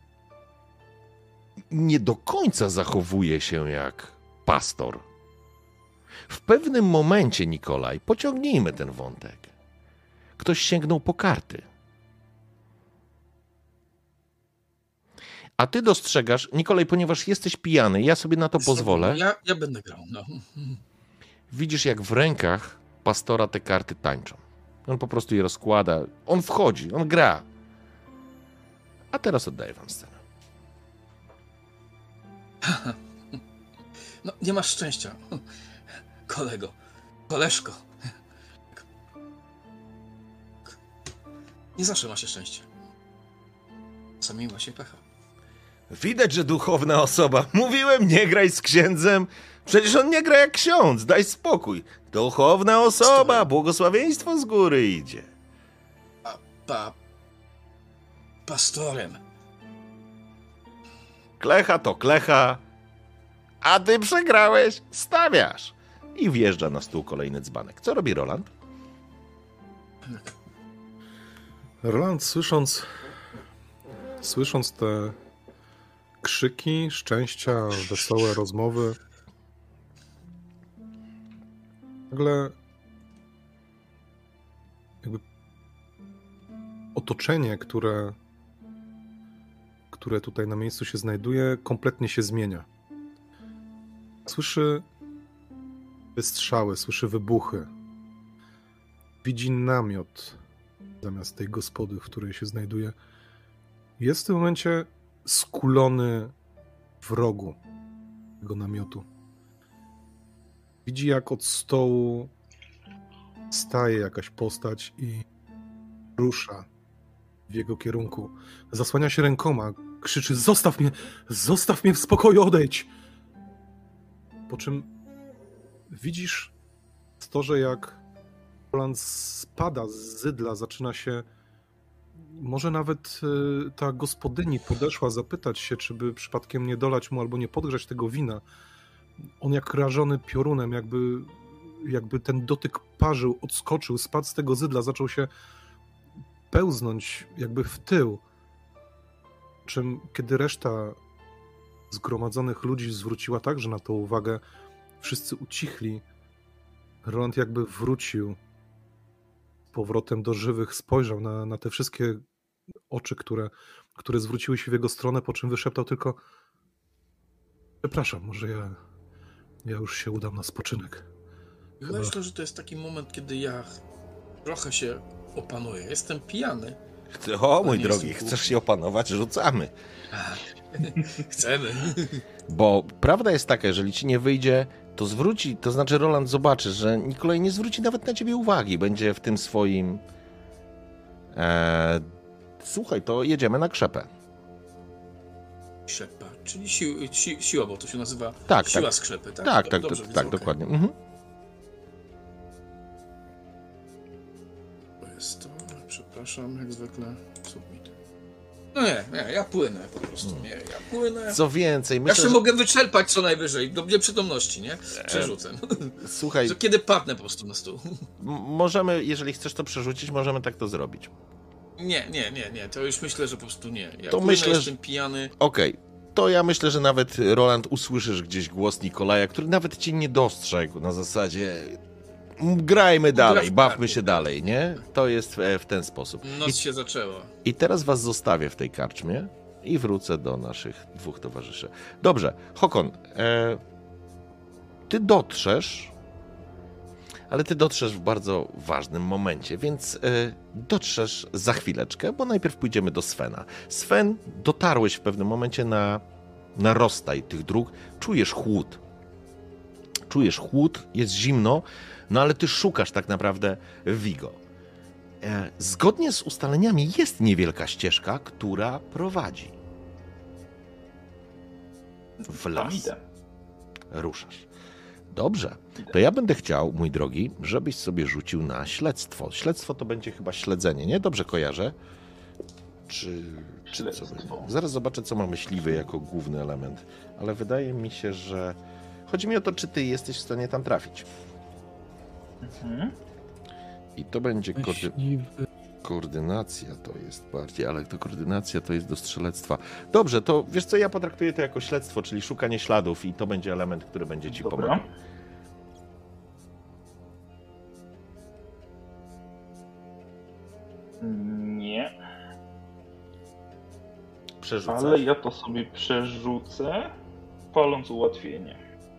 nie do końca zachowuje się jak pastor. W pewnym momencie, Nikolaj, pociągnijmy ten wątek. Ktoś sięgnął po karty. A ty dostrzegasz, Nikolaj, ponieważ jesteś pijany, ja sobie na to pozwolę. Ja, ja będę grał, no. Widzisz, jak w rękach pastora te karty tańczą. On po prostu je rozkłada. On wchodzi, on gra. A teraz oddaję wam scenę. No, nie masz szczęścia. Kolego, koleżko. Nie zawsze ma się szczęście. Czasami ma się pecha. Widać, że duchowna osoba. Mówiłem, nie graj z księdzem. Przecież on nie gra jak ksiądz. Daj spokój. Duchowna osoba. Błogosławieństwo z góry idzie. A pa... pastorem. Klecha to klecha. A ty przegrałeś. Stawiasz. I wjeżdża na stół kolejny dzbanek. Co robi Roland? Roland, słysząc, słysząc te krzyki, szczęścia, wesołe rozmowy, nagle jakby otoczenie, które, które tutaj na miejscu się znajduje, kompletnie się zmienia. Słyszy wystrzały, słyszy wybuchy. Widzi namiot zamiast tej gospody, w której się znajduje. Jest w tym momencie skulony w rogu tego namiotu. Widzi, jak od stołu staje jakaś postać i rusza w jego kierunku. Zasłania się rękoma, krzyczy: zostaw mnie, zostaw mnie w spokoju, odejdź! Po czym widzisz w torze, jak Roland spada z zydla, zaczyna się... Może nawet y, ta gospodyni podeszła zapytać się, czy by przypadkiem nie dolać mu albo nie podgrzać tego wina. On jak rażony piorunem, jakby, jakby ten dotyk parzył, odskoczył, spadł z tego zydla, zaczął się pełznąć jakby w tył. Czym kiedy reszta zgromadzonych ludzi zwróciła także na to uwagę, wszyscy ucichli. Roland jakby wrócił z powrotem do żywych, spojrzał na, na te wszystkie oczy, które, które zwróciły się w jego stronę, po czym wyszeptał tylko: przepraszam, może ja, ja już się udam na spoczynek. Chyba... Myślę, że to jest taki moment, kiedy ja trochę się opanuję. Jestem pijany. O, mój nie drogi, jestem chcesz się opanować? Rzucamy. Chcemy. Bo prawda jest taka, jeżeli ci nie wyjdzie, to zwróci, to znaczy Roland zobaczy, że Nikolaj nie zwróci nawet na ciebie uwagi. Będzie w tym swoim... Eee, słuchaj, to jedziemy na krzepę. Krzepa, czyli si si siła, bo to się nazywa Tak, siła tak. skrzepy, tak? Tak, tak, Dobrze, tak, widzę, tak okej. dokładnie. Mhm. To jest to, przepraszam, jak zwykle, submit. No nie, nie, ja płynę po prostu, nie, ja płynę. Co więcej, Ja myślę, się że... mogę wyczerpać co najwyżej, do nieprzytomności, nie? Przerzucę. Słuchaj, Że kiedy padnę po prostu na stół. m- możemy, jeżeli chcesz to przerzucić, możemy tak to zrobić. Nie, nie, nie, nie, to już myślę, że po prostu nie. Ja To płynę, myślę, że- jestem pijany. Okej, to ja myślę, że nawet Roland usłyszysz gdzieś głos Nikolaja, który nawet cię nie dostrzegł na zasadzie "M, grajmy dalej, w bawmy karty, się tak. dalej, nie? To jest e, w ten sposób. Noc się zaczęła. I teraz was zostawię w tej karczmie i wrócę do naszych dwóch towarzyszy. Dobrze, Håkon, e, ty dotrzesz ale ty dotrzesz w bardzo ważnym momencie, więc y, dotrzesz za chwileczkę, bo najpierw pójdziemy do Svena. Sven, dotarłeś w pewnym momencie na, na rozstaj tych dróg, czujesz chłód. Czujesz chłód, jest zimno, no ale ty szukasz tak naprawdę Vigo. E, zgodnie z ustaleniami jest niewielka ścieżka, która prowadzi w las. Tam idę. Ruszasz. Dobrze, to ja będę chciał, mój drogi, żebyś sobie rzucił na śledztwo. Śledztwo to będzie chyba śledzenie, nie? Dobrze kojarzę? Czy, czy co? Śledztwo. Zaraz zobaczę, co ma myśliwy jako główny element, ale wydaje mi się, że chodzi mi o to, czy ty jesteś w stanie tam trafić. Mhm. I to będzie koordy... Myśliwy. koordynacja, to jest bardziej, ale to koordynacja to jest do strzelectwa. Dobrze, to wiesz co, ja potraktuję to jako śledztwo, czyli szukanie śladów i to będzie element, który będzie ci Dobra. pomagał. Nie, Przerzucasz. ale ja to sobie przerzucę, paląc ułatwienie.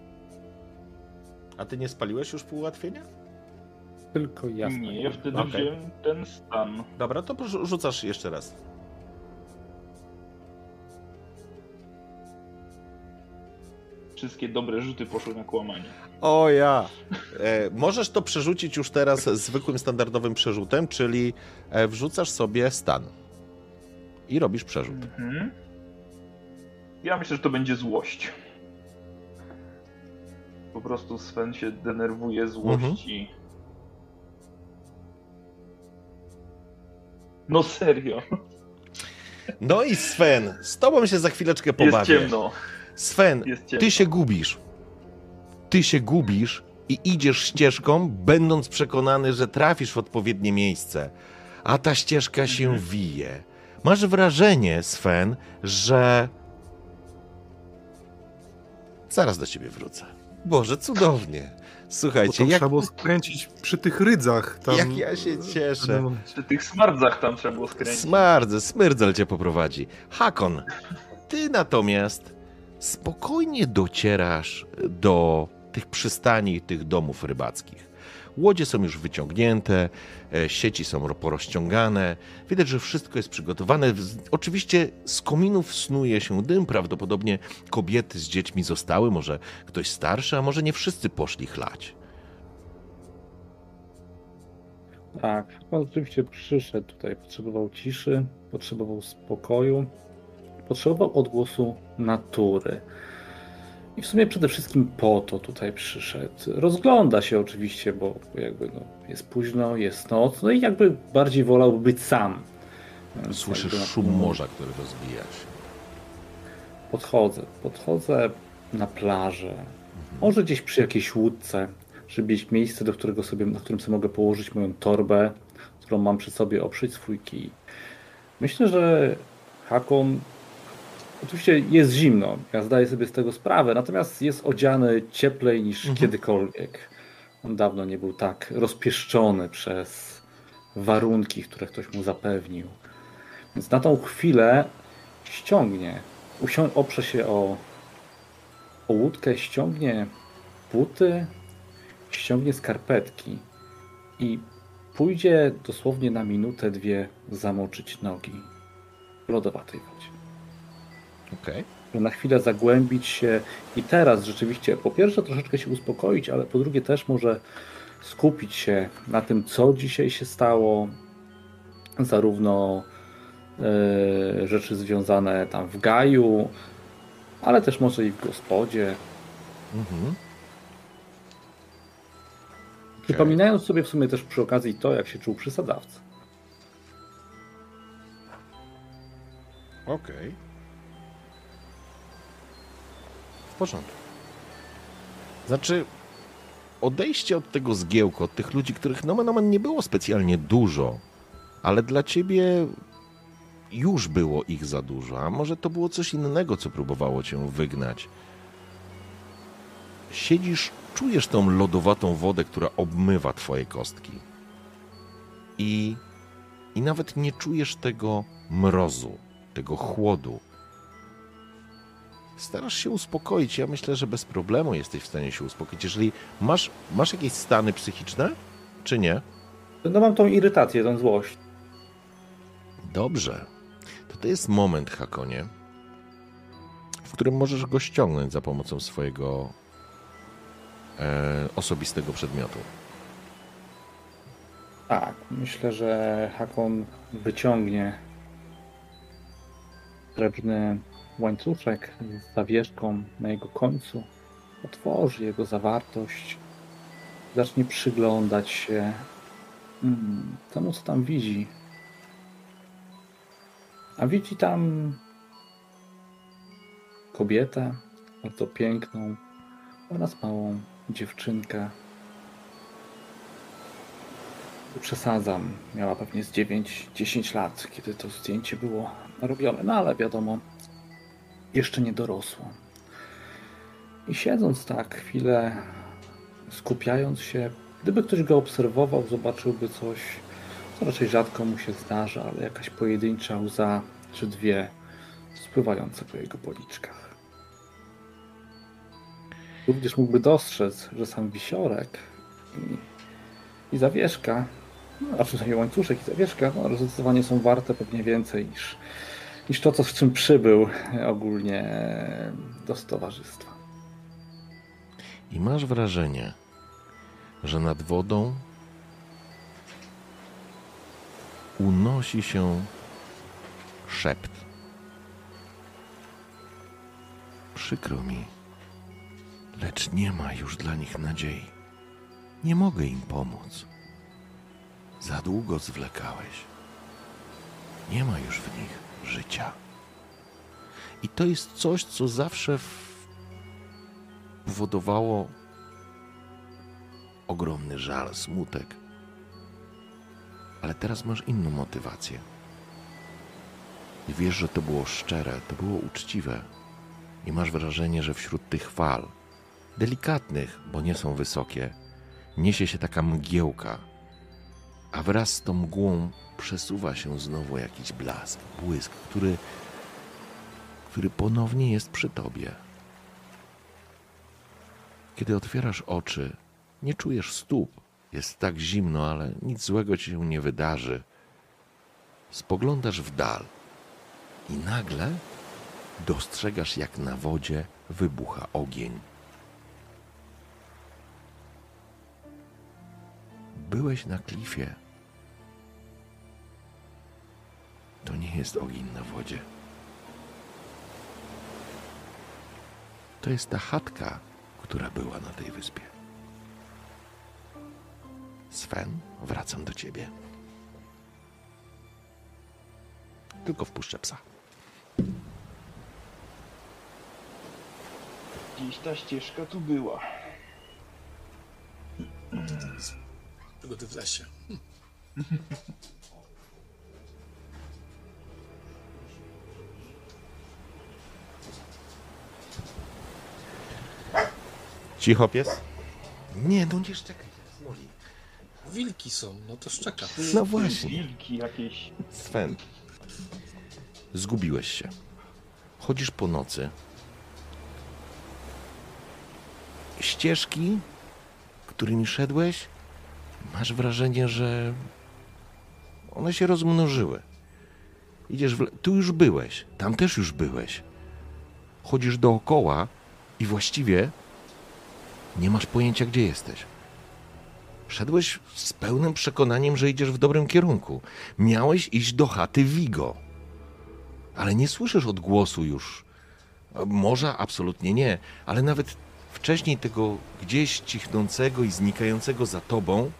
A ty nie spaliłeś już pół ułatwienia? Tylko ja. Nie, ja wtedy Okej. wziąłem ten stan. Dobra, to rzu- rzucasz jeszcze raz. Wszystkie dobre rzuty poszły na kłamanie. O ja! E, możesz to przerzucić już teraz zwykłym, standardowym przerzutem, czyli e, wrzucasz sobie stan i robisz przerzut. Mhm. Ja myślę, że to będzie złość. Po prostu Sven się denerwuje złości. No serio. No i Sven, z tobą się za chwileczkę pobawię. Jest ciemno. Sven, Jest ciemno. ty się gubisz. Ty się gubisz i idziesz ścieżką, będąc przekonany, że trafisz w odpowiednie miejsce. A ta ścieżka się Mhm. wije. Masz wrażenie, Sven, że... Zaraz do ciebie wrócę. Boże, cudownie. Bo Słuchajcie, tam jak, trzeba było skręcić przy tych rydzach. Tam, jak ja się cieszę. Przy tych smardzach tam trzeba było skręcić. Smardze, smyrdzel cię poprowadzi. Hakon, ty natomiast spokojnie docierasz do tych przystani, tych domów rybackich. Łodzie są już wyciągnięte, e, sieci są porozciągane. Widać, że wszystko jest przygotowane. Z- Oczywiście z kominów snuje się dym. Prawdopodobnie kobiety z dziećmi zostały, może ktoś starszy, a może nie wszyscy poszli chlać. Tak, on oczywiście przyszedł tutaj, potrzebował ciszy, potrzebował spokoju, potrzebował odgłosu natury. I w sumie przede wszystkim po to tutaj przyszedł. Rozgląda się oczywiście, bo jakby no, jest późno, jest noc, no i jakby bardziej wolałby być sam. Więc Słyszysz jakby na szum pewno morza, który rozbija się. Podchodzę, podchodzę na plażę, może gdzieś przy jakiejś łódce, żeby mieć miejsce, do którego sobie, na którym sobie mogę położyć moją torbę, którą mam przy sobie, oprzeć swój kij. Myślę, że Hakon, oczywiście jest zimno, ja zdaję sobie z tego sprawę, natomiast jest odziany cieplej niż Mhm. kiedykolwiek. On dawno nie był tak rozpieszczony przez warunki, które ktoś mu zapewnił. Więc na tą chwilę ściągnie, usią- oprze się o, o łódkę, ściągnie buty, ściągnie skarpetki i pójdzie dosłownie na minutę, dwie zamoczyć nogi w lodowatej wodzie. Okej. Na chwilę zagłębić się i teraz rzeczywiście po pierwsze troszeczkę się uspokoić, ale po drugie też może skupić się na tym, co dzisiaj się stało, zarówno e, rzeczy związane tam w Gaju, ale też może i w gospodzie. Mhm. Przypominając sobie w sumie też przy okazji to, jak się czuł przy sadawce. Okej. W porządku. Znaczy, odejście od tego zgiełku, od tych ludzi, których nomen omen nie było specjalnie dużo, ale dla ciebie już było ich za dużo, a może to było coś innego, co próbowało cię wygnać. Siedzisz, czujesz tą lodowatą wodę, która obmywa twoje kostki. I, i nawet nie czujesz tego mrozu, tego chłodu. starasz się uspokoić. Ja myślę, że bez problemu jesteś w stanie się uspokoić. Jeżeli masz, masz jakieś stany psychiczne, czy nie? No mam tą irytację, tą złość. Dobrze. To to jest moment, Hakonie, w którym możesz go ściągnąć za pomocą swojego e, osobistego przedmiotu. Tak, myślę, że Hakon wyciągnie srebrny łańcuszek z zawieszką na jego końcu, otworzy jego zawartość, zacznie przyglądać się hmm, temu, co tam widzi. A widzi tam kobietę, bardzo piękną oraz małą dziewczynkę. Przesadzam, miała pewnie z dziewięć dziesięć lat, kiedy to zdjęcie było robione, no ale wiadomo, jeszcze nie dorosło. I siedząc tak chwilę, skupiając się, gdyby ktoś go obserwował, zobaczyłby coś, co raczej rzadko mu się zdarza, ale jakaś pojedyncza łza czy dwie spływające po jego policzkach. Również mógłby dostrzec, że sam wisiorek i, i zawieszka, no, a przynajmniej łańcuszek i zawieszka, no, zdecydowanie są warte pewnie więcej niż, niż to, co z czym przybył ogólnie do towarzystwa. I masz wrażenie, że nad wodą unosi się szept. Przykro mi, lecz nie ma już dla nich nadziei. Nie mogę im pomóc. Za długo zwlekałeś. Nie ma już w nich życia. I to jest coś, co zawsze powodowało ogromny żal, smutek. Ale teraz masz inną motywację. I wiesz, że to było szczere, to było uczciwe. I masz wrażenie, że wśród tych fal, delikatnych, bo nie są wysokie, niesie się taka mgiełka, a wraz z tą mgłą przesuwa się znowu jakiś blask, błysk, który, który ponownie jest przy tobie. Kiedy otwierasz oczy, nie czujesz stóp. Jest tak zimno, ale nic złego ci się nie wydarzy. Spoglądasz w dal i nagle dostrzegasz, jak na wodzie wybucha ogień. Byłeś na klifie. To nie jest ogień na wodzie. To jest ta chatka, która była na tej wyspie. Sven, wracam do ciebie. Tylko wpuszczę psa. Gdzieś ta ścieżka tu była. Przygody w lesie. Cicho, pies? Nie, no nie szczekaj. Smoli. Wilki są, no to szczeka. No właśnie. Wilki jakieś. Sven, zgubiłeś się. Chodzisz po nocy. Ścieżki, którymi szedłeś, masz wrażenie, że one się rozmnożyły. Idziesz w... Tu już byłeś, tam też już byłeś. Chodzisz dookoła i właściwie nie masz pojęcia, gdzie jesteś. Szedłeś z pełnym przekonaniem, że idziesz w dobrym kierunku. Miałeś iść do chaty Vigo. Ale nie słyszysz odgłosu już. Morza absolutnie nie, ale nawet wcześniej tego gdzieś cichnącego i znikającego za tobą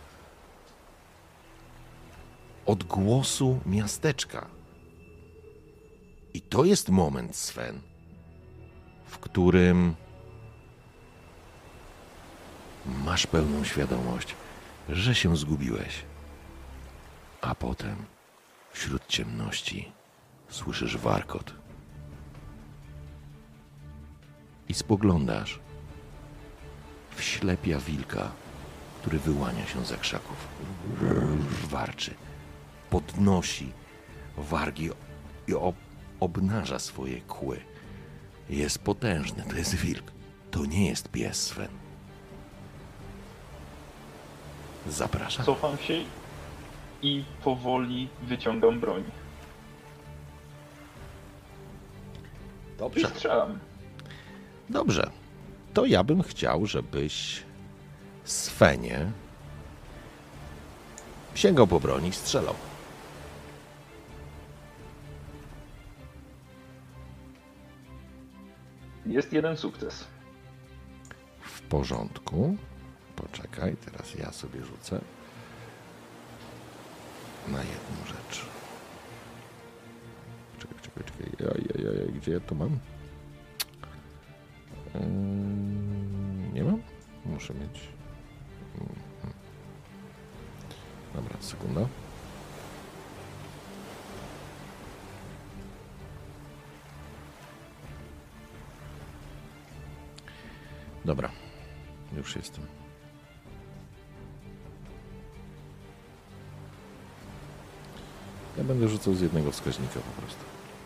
odgłosu miasteczka. I to jest moment, Sven, w którym masz pełną świadomość, że się zgubiłeś. A potem wśród ciemności słyszysz warkot. I spoglądasz w ślepia wilka, który wyłania się za krzaków. Warczy, podnosi wargi i ob- obnaża swoje kły. Jest potężny, to jest wilk. To nie jest pies, Sven. Zapraszam. Cofam się i powoli wyciągam broń. I Dobrze. strzelam. Dobrze. To ja bym chciał, żebyś Svenie sięgał po broń i strzelał. Jest jeden sukces. W porządku. Poczekaj, teraz ja sobie rzucę na jedną rzecz. Czekaj, czekaj, czekaj. Oj, oj, oj, gdzie ja to mam? Yy, nie mam? Muszę mieć. Mhm. Dobra, sekunda. Dobra, już jestem. Ja będę rzucał z jednego wskaźnika po prostu.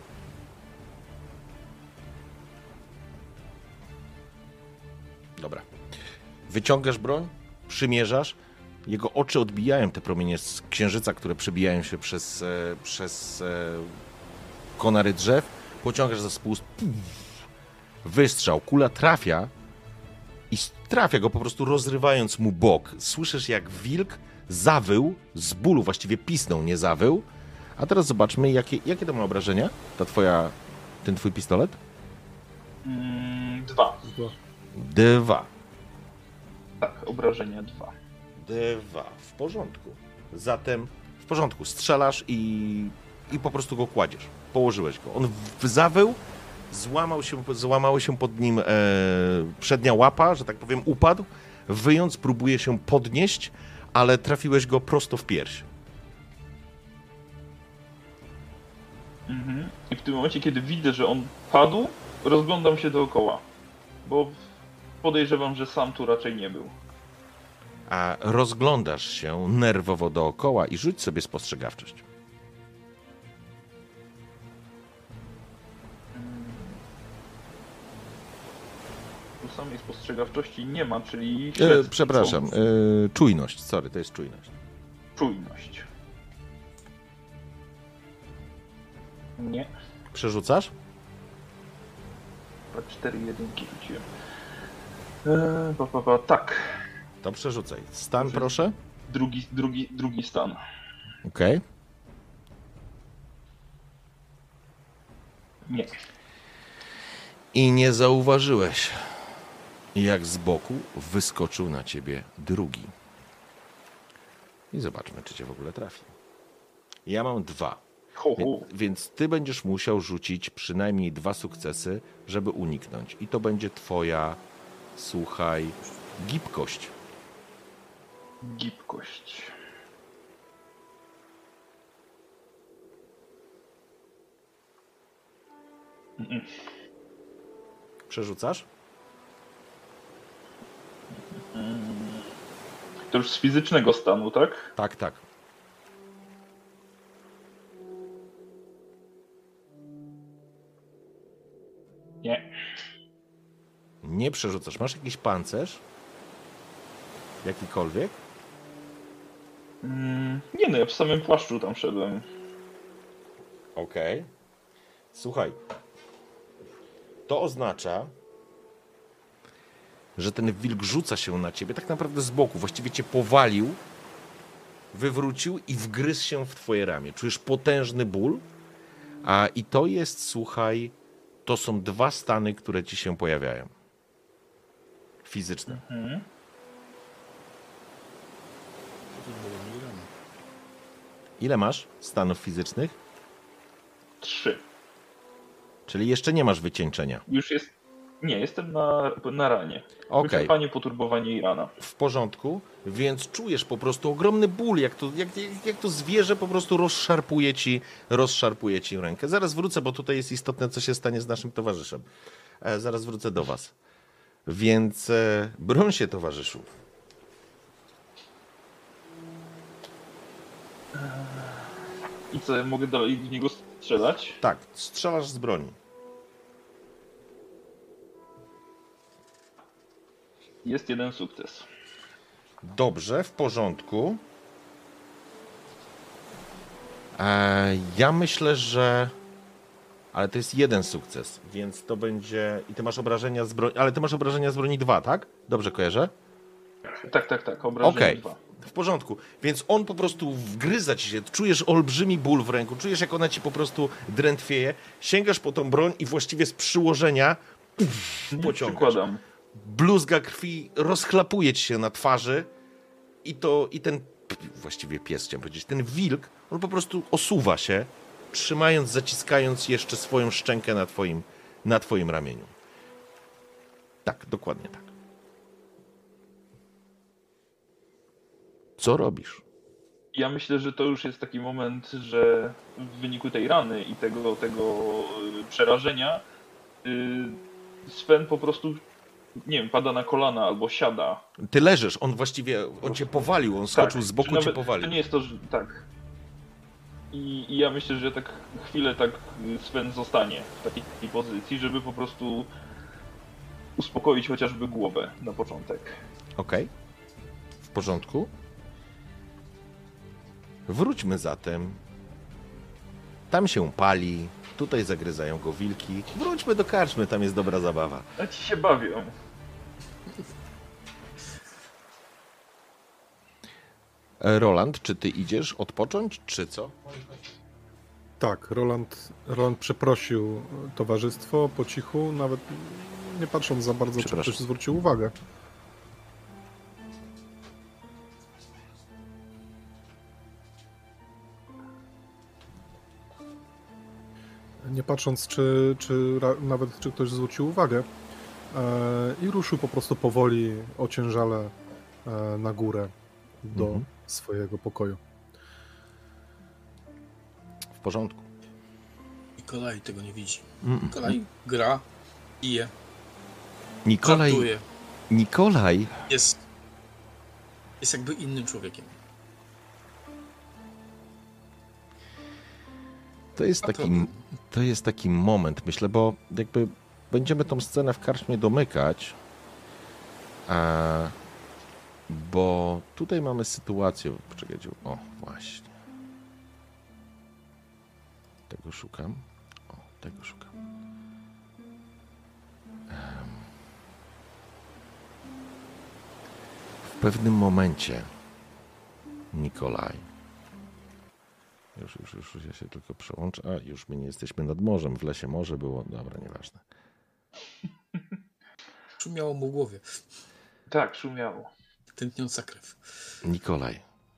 Dobra. Wyciągasz broń, przymierzasz, jego oczy odbijają te promienie z księżyca, które przebijają się przez, e, przez e, konary drzew. Pociągasz za spust. Wystrzał, kula trafia i trafia go po prostu rozrywając mu bok. Słyszysz, jak wilk zawył z bólu, właściwie pisnął, nie zawył. A teraz zobaczmy, jakie, jakie to ma obrażenia, ta twoja, ten twój pistolet? Mm, dwa. Dwa. Dwa. Tak, obrażenia dwa. Dwa. W porządku. Zatem w porządku. Strzelasz i, i po prostu go kładziesz. Położyłeś go. On w- zawył, złamał się, złamała się pod nim e, przednia łapa, że tak powiem, upadł. Wyjąc, próbuje się podnieść, ale trafiłeś go prosto w pierś. Mhm. I w tym momencie, kiedy widzę, że on padł, rozglądam się dookoła. Bo podejrzewam, że sam tu raczej nie był. A rozglądasz się nerwowo dookoła i rzuć sobie spostrzegawczość. Tu samej spostrzegawczości nie ma, czyli E, śledztwo. przepraszam, e, czujność, sorry, to jest czujność. Czujność. Nie. Przerzucasz? Chyba cztery jedynki rzuciłem. Eee, pa, pa, pa, tak. To przerzucaj. Stan, Dobrze. proszę. Drugi, drugi, drugi stan. Okej. Nie. I nie zauważyłeś, jak z boku wyskoczył na ciebie drugi. I zobaczmy, czy cię w ogóle trafi. Ja mam dwa. Ho, Wie- ho. Więc ty będziesz musiał rzucić przynajmniej dwa sukcesy, żeby uniknąć. I to będzie twoja, słuchaj, gibkość. Gibkość. Mm-mm. Przerzucasz? To już z fizycznego stanu, tak? Tak, tak. Nie. Nie przerzucasz. Masz jakiś pancerz? Jakikolwiek? Mm, nie no, ja w samym płaszczu tam szedłem. Okej. Słuchaj. To oznacza, że ten wilk rzuca się na ciebie tak naprawdę z boku. Właściwie cię powalił, wywrócił i wgryzł się w twoje ramię. Czujesz potężny ból. A i to jest, słuchaj, to są dwa stany, które ci się pojawiają. Fizyczne. Mhm. Ile masz stanów fizycznych? Trzy. Czyli jeszcze nie masz wycieńczenia. Już jest... Nie, jestem na, na ranie. Okej. Wyczerpanie, poturbowanie i rana. W porządku, więc czujesz po prostu ogromny ból, jak to, jak, jak, jak to zwierzę po prostu rozszarpuje ci, rozszarpuje ci rękę. Zaraz wrócę, bo tutaj jest istotne, co się stanie z naszym towarzyszem. E, zaraz wrócę do was. Więc e, broń się, towarzyszu. I co, mogę dalej w niego strzelać? Tak, strzelasz z broni. Jest jeden sukces. Dobrze, w porządku. E, ja myślę, że... Ale to jest jeden sukces, więc to będzie... I ty masz obrażenia z broni... Ale ty masz obrażenia z broni dwa, tak? Dobrze kojarzę? Tak, tak, tak. Obrażenia Okej, dwa. w porządku. Więc on po prostu wgryza ci się, czujesz olbrzymi ból w ręku, czujesz jak ona ci po prostu drętwieje, sięgasz po tą broń i właściwie z przyłożenia uff, pociągasz. Przykładam. Bluzga krwi rozchlapuje ci się na twarzy i to, i ten, właściwie pies chciałem powiedzieć, ten wilk, on po prostu osuwa się, trzymając, zaciskając jeszcze swoją szczękę na twoim, na twoim ramieniu. Tak, dokładnie tak. Co robisz? Ja myślę, że to już jest taki moment, że w wyniku tej rany i tego, tego y, przerażenia y, Sven po prostu, nie wiem, pada na kolana albo siada. Ty leżysz, on właściwie, on cię powalił, on skoczył Tak, z boku, że nawet cię powalił. To nie jest to, że tak. I, I ja myślę, że tak chwilę tak Sven zostanie w takiej, takiej pozycji, żeby po prostu uspokoić chociażby głowę na początek. Okej, w porządku. Wróćmy zatem. Tam się pali, tutaj zagryzają go wilki. Wróćmy do karczmy, tam jest dobra zabawa. A ci się bawią. E, Roland, czy ty idziesz odpocząć, czy co? Tak, Roland, Roland przeprosił towarzystwo po cichu, nawet nie patrząc za bardzo, czy Przepraszam. ktoś zwrócił uwagę. Nie patrząc, czy, czy ra, nawet czy ktoś zwrócił uwagę. E, I ruszył po prostu powoli, ociężale e, na górę do Mhm. swojego pokoju. W porządku. Nikolaj tego nie widzi. Mm. Nikolaj gra, pije, Nikolaj, żartuje. Nikolaj, Jest, jest jakby innym człowiekiem. to jest A to- taki, to jest taki moment, myślę, bo jakby będziemy tą scenę w karczmie domykać, a, bo tutaj mamy sytuację, poczekajcie, o właśnie, tego szukam, o, tego szukam. Em. W pewnym momencie Nikolaj, już, już, już, już ja się tylko przełączę, a już my nie jesteśmy nad morzem, w lesie morze było, dobra, nieważne. Szumiało mu w głowie. Tak, szumiało. Tętniąca krew. Nikolaj,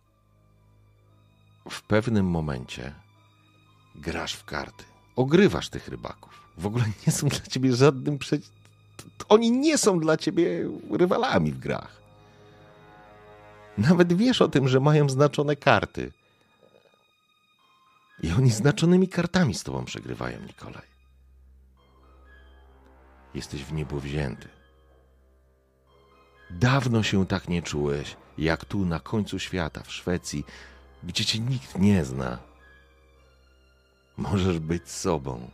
w pewnym momencie grasz w karty, ogrywasz tych rybaków. W ogóle nie są dla ciebie żadnym prze... Oni nie są dla ciebie rywalami w grach. Nawet wiesz o tym, że mają znaczone karty. I oni znaczonymi kartami z tobą przegrywają, Nikolaj. Jesteś w niebo wzięty. Dawno się tak nie czułeś, jak tu na końcu świata, w Szwecji, gdzie cię nikt nie zna. Możesz być sobą.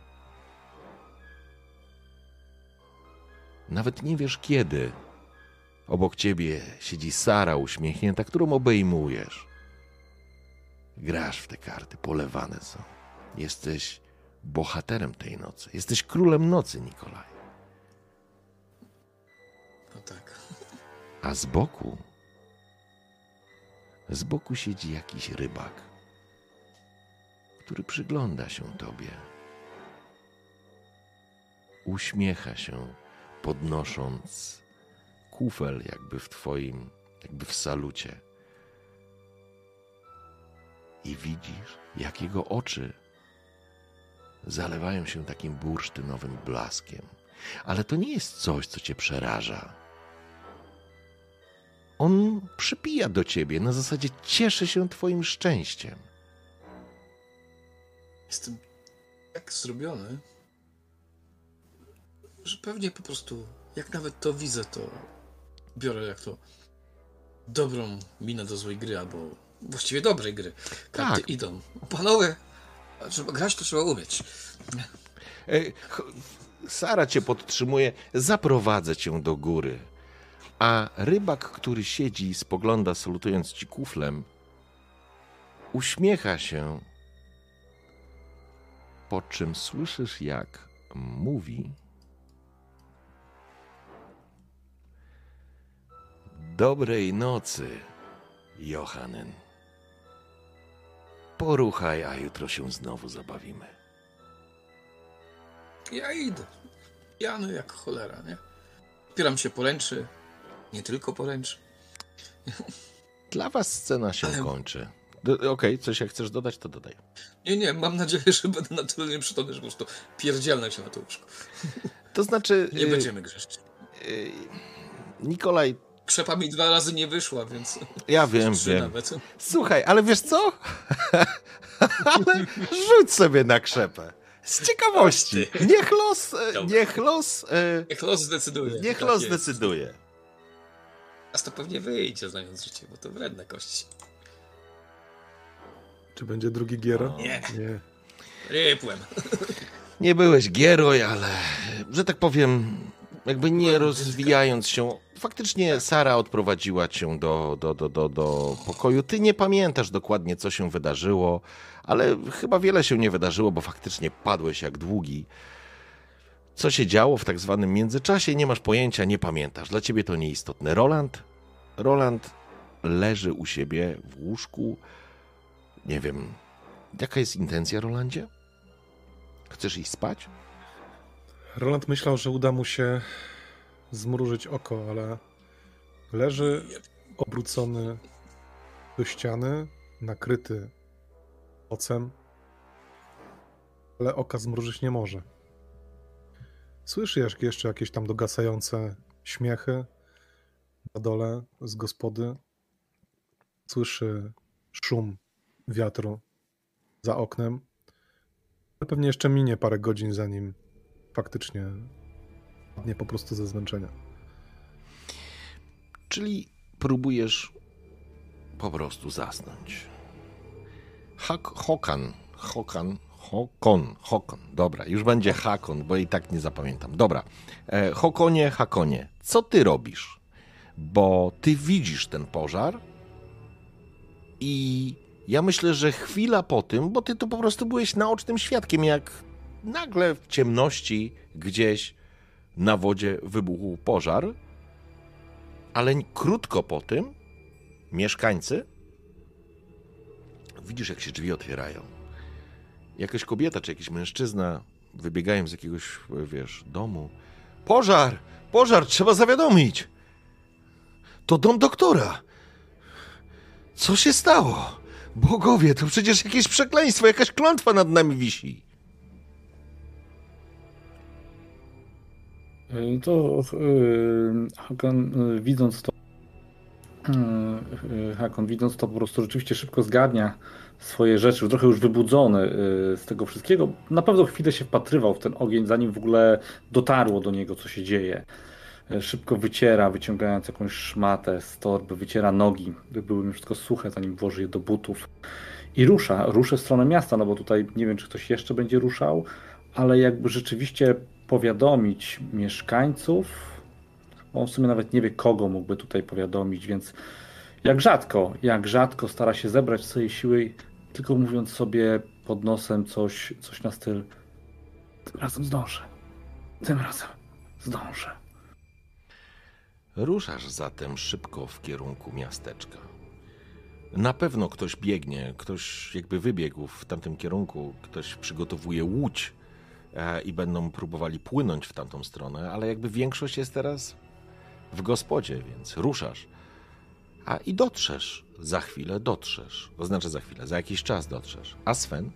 Nawet nie wiesz kiedy. Obok ciebie siedzi Sara uśmiechnięta, którą obejmujesz. Grasz w te karty, polewane są. Jesteś bohaterem tej nocy. Jesteś królem nocy, Nikolaj. No tak. A z boku, z boku siedzi jakiś rybak, który przygląda się tobie. Uśmiecha się, podnosząc kufel jakby w twoim, jakby w salucie. I widzisz, jak jego oczy zalewają się takim bursztynowym blaskiem. Ale to nie jest coś, co cię przeraża. On przypija do ciebie, na zasadzie cieszy się twoim szczęściem. Jestem tak zrobiony, że pewnie po prostu, jak nawet to widzę, to biorę jak to dobrą minę do złej gry, albo właściwie dobrej gry. Karty Tak. idą. Panowie, żeby grać, to trzeba umieć. E, ch- Sara cię podtrzymuje, zaprowadzę cię do góry. A rybak, który siedzi i spogląda, salutując ci kuflem, uśmiecha się, po czym słyszysz, jak mówi: dobrej nocy, Johanen. Poruchaj, a jutro się znowu zabawimy. Ja idę. Pijany jak cholera, nie? Opieram się poręczy. Nie tylko poręczy. Dla was scena się Ale- kończy. Do- Okej, okay, coś jak chcesz dodać, to dodaj. Nie, nie, mam nadzieję, że będę na tyle nieprzytomny, że po prostu pierdzielnę się na to łóżko. To znaczy... Nie y, będziemy grzeszyć. y, Nikolaj, Krzepa mi dwa razy nie wyszła, więc... ja wiem, Trzy wiem. nawet. Słuchaj, ale wiesz co? Ale rzuć sobie na krzepę. Z ciekawości. Ty. Niech los... e, Dobra. Niech los... e, Niech los zdecyduje. Niech Tak los jest. decyduje. Teraz to pewnie wyjdzie, znając życie, bo to wredne kości. Czy będzie drugi gier? O. Nie, Nie. rypłem. Nie byłeś Gieroj, ale, że tak powiem, jakby nie rozwijając się, faktycznie Sara odprowadziła cię do, do, do, do, do pokoju. Ty nie pamiętasz dokładnie, co się wydarzyło, ale chyba wiele się nie wydarzyło, bo faktycznie padłeś jak długi. Co się działo w tak zwanym międzyczasie, nie masz pojęcia, nie pamiętasz. Dla ciebie to nieistotne. Roland, Roland leży u siebie w łóżku. Nie wiem, jaka jest intencja, Rolandzie? Chcesz iść spać? Roland myślał, że uda mu się zmrużyć oko, ale leży obrócony do ściany, nakryty ocem, ale oka zmrużyć nie może. Słyszy jeszcze jakieś tam dogasające śmiechy na dole z gospody. Słyszy szum wiatru za oknem. Ale pewnie jeszcze minie parę godzin, zanim faktycznie padnie po prostu ze zmęczenia. Czyli próbujesz po prostu zasnąć. Hak, Hokan, Hokan, Hokon, Hokon. Dobra, już będzie Hakon, bo i tak nie zapamiętam. Dobra, e, Hokonie, Hakonie, co ty robisz? Bo ty widzisz ten pożar i ja myślę, że chwila po tym, bo ty to po prostu byłeś naocznym świadkiem, jak nagle w ciemności gdzieś na wodzie wybuchł pożar, ale krótko po tym mieszkańcy, widzisz, jak się drzwi otwierają. Jakaś kobieta czy jakiś mężczyzna wybiegają z jakiegoś, wiesz, domu. Pożar! Pożar! Trzeba zawiadomić! To dom doktora! Co się stało? Bogowie, to przecież jakieś przekleństwo, jakaś klątwa nad nami wisi. To yy, Hakon, yy, widząc to, yy, Hakon, widząc to, po prostu rzeczywiście szybko zgarnia swoje rzeczy, trochę już wybudzony yy, z tego wszystkiego. Na pewno chwilę się wpatrywał w ten ogień, zanim w ogóle dotarło do niego, co się dzieje. Yy, szybko wyciera, wyciągając jakąś szmatę z torby, wyciera nogi, by były już wszystko suche, zanim włoży je do butów. I rusza, ruszy w stronę miasta, no bo tutaj nie wiem, czy ktoś jeszcze będzie ruszał, ale jakby rzeczywiście powiadomić mieszkańców, bo on w sumie nawet nie wie, kogo mógłby tutaj powiadomić, więc jak rzadko, jak rzadko stara się zebrać swojej siły, tylko mówiąc sobie pod nosem coś, coś na styl: tym razem zdążę, tym razem zdążę. Ruszasz zatem szybko w kierunku miasteczka. Na pewno ktoś biegnie, ktoś jakby wybiegł w tamtym kierunku, ktoś przygotowuje łódź e, i będą próbowali płynąć w tamtą stronę, ale jakby większość jest teraz w gospodzie, więc ruszasz. A i dotrzesz, za chwilę dotrzesz, to znaczy za chwilę, za jakiś czas dotrzesz. A Sven?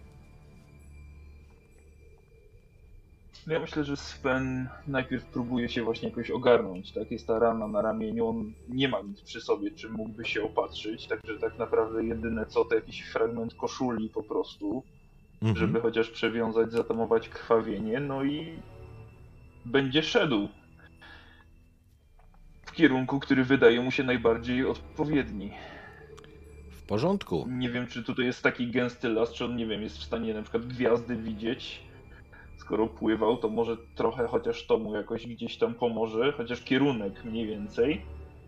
Ja myślę, że Sven najpierw próbuje się właśnie jakoś ogarnąć, tak? Jest ta rana na ramieniu, on nie ma nic przy sobie, czym mógłby się opatrzyć, także tak naprawdę jedyne co to jakiś fragment koszuli po prostu, Mhm. żeby chociaż przewiązać, zatamować krwawienie, no i będzie szedł w kierunku, który wydaje mu się najbardziej odpowiedni. W porządku. Nie wiem, czy tutaj jest taki gęsty las, czy on, nie wiem, jest w stanie na przykład gwiazdy widzieć. Skoro pływał, to może trochę chociaż to mu jakoś gdzieś tam pomoże, chociaż kierunek mniej więcej.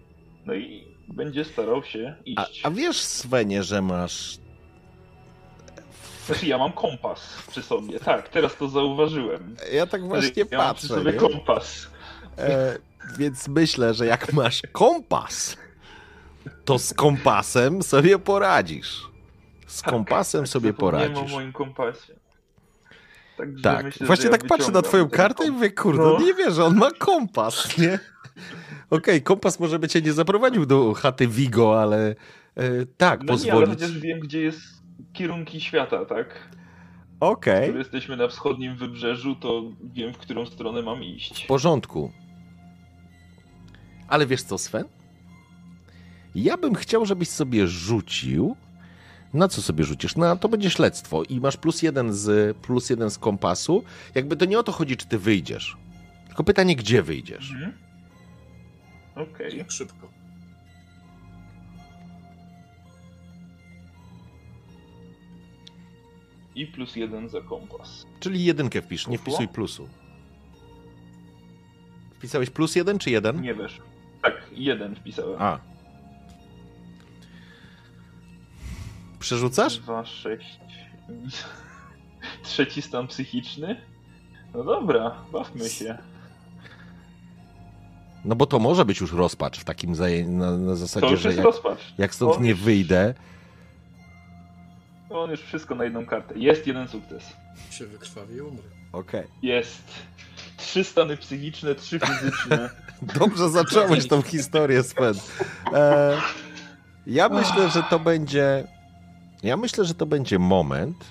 No i będzie starał się A, iść. a wiesz, Svenie, że masz... Znaczy ja mam kompas przy sobie, tak, teraz to zauważyłem. Ja tak właśnie ja mam przy patrzę, sobie nie? kompas. E, więc myślę, że jak masz kompas, to z kompasem sobie poradzisz. Z kompasem tak, sobie zapomniałem poradzisz. o moim kompasie. Także Tak, myślę, właśnie że ja tak patrzę na wyciągam twoją ten kartę i kompas. mówię, kurde, No. nie wierzę, on ma kompas, nie? Okej, kompas może by cię nie zaprowadził do chaty Vigo, ale e, tak, No nie, ale pozwolić. chociaż wiem, gdzie jest kierunki świata, tak? Okej, Skoro jesteśmy na wschodnim wybrzeżu, to wiem, w którą stronę mam iść. w porządku. Ale wiesz co, Sven? Ja bym chciał, żebyś sobie rzucił. Na co sobie rzucisz? Na to będzie śledztwo i masz plus jeden z, plus jeden z kompasu. Jakby to nie o to chodzi, czy ty wyjdziesz. Tylko pytanie, gdzie wyjdziesz. Mhm. Okej. Jak szybko. I plus jeden za kompas. Czyli jedynkę wpisz, nie Poszło? wpisuj plusu. Wpisałeś plus jeden czy jeden? Nie wiesz. Tak, jeden wpisałem. A. Przerzucasz? Dwa, sześć. Trzeci stan psychiczny? No dobra, bawmy się. No bo to może być już rozpacz w takim zaje... na, na To zasadzie, już że jest jak, rozpacz. jak stąd On nie już- wyjdę, On już wszystko na jedną kartę. Jest jeden sukces. Się wykrwawi i umrę. okej. Jest. Trzy stany psychiczne, trzy fizyczne. Dobrze zacząłeś tą historię, Sven. E, ja myślę, że to będzie... Ja myślę, że to będzie moment,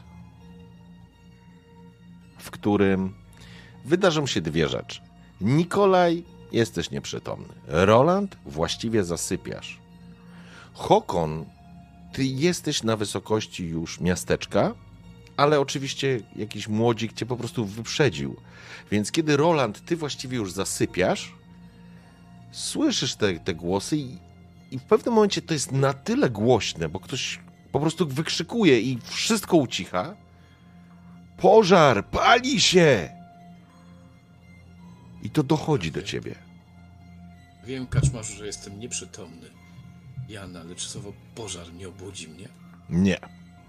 w którym wydarzą się dwie rzeczy. Nikolaj, jesteś nieprzytomny. Roland, właściwie zasypiasz. Håkon, ty jesteś na wysokości już miasteczka, ale oczywiście jakiś młodzik cię po prostu wyprzedził. Więc kiedy Roland, ty właściwie już zasypiasz, słyszysz te, te głosy i, i w pewnym momencie to jest na tyle głośne, bo ktoś po prostu wykrzykuje i wszystko ucicha. Pożar! Pali się! I to dochodzi do ciebie. Wiem, Kaczmarzu, że jestem nieprzytomny. Jana, lecz słowo pożar nie obudzi mnie. Nie.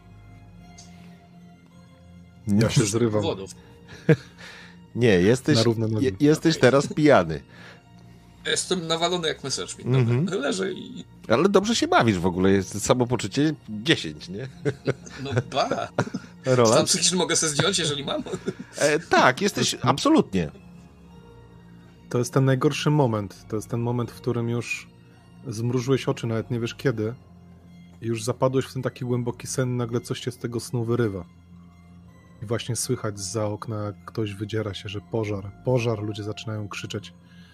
Ja się zrywam. Wodów. Nie, jesteś, Na równe nogi. je, jesteś teraz pijany. Jestem nawalony jak Messerschmitt. Dobra, Mhm. leżę i... Ale dobrze się bawisz w ogóle. Jest samopoczucie dziesięć, nie? No ba! Stan Roland? psychiczny mogę sobie zdjąć, jeżeli mam. E, tak, jesteś absolutnie. To jest ten najgorszy moment. To jest ten moment, w którym już zmrużyłeś oczy, nawet nie wiesz kiedy. I już zapadłeś w ten taki głęboki sen, nagle coś cię z tego snu wyrywa. I właśnie słychać zza okna, jak ktoś wydziera się, że pożar, pożar, ludzie zaczynają krzyczeć.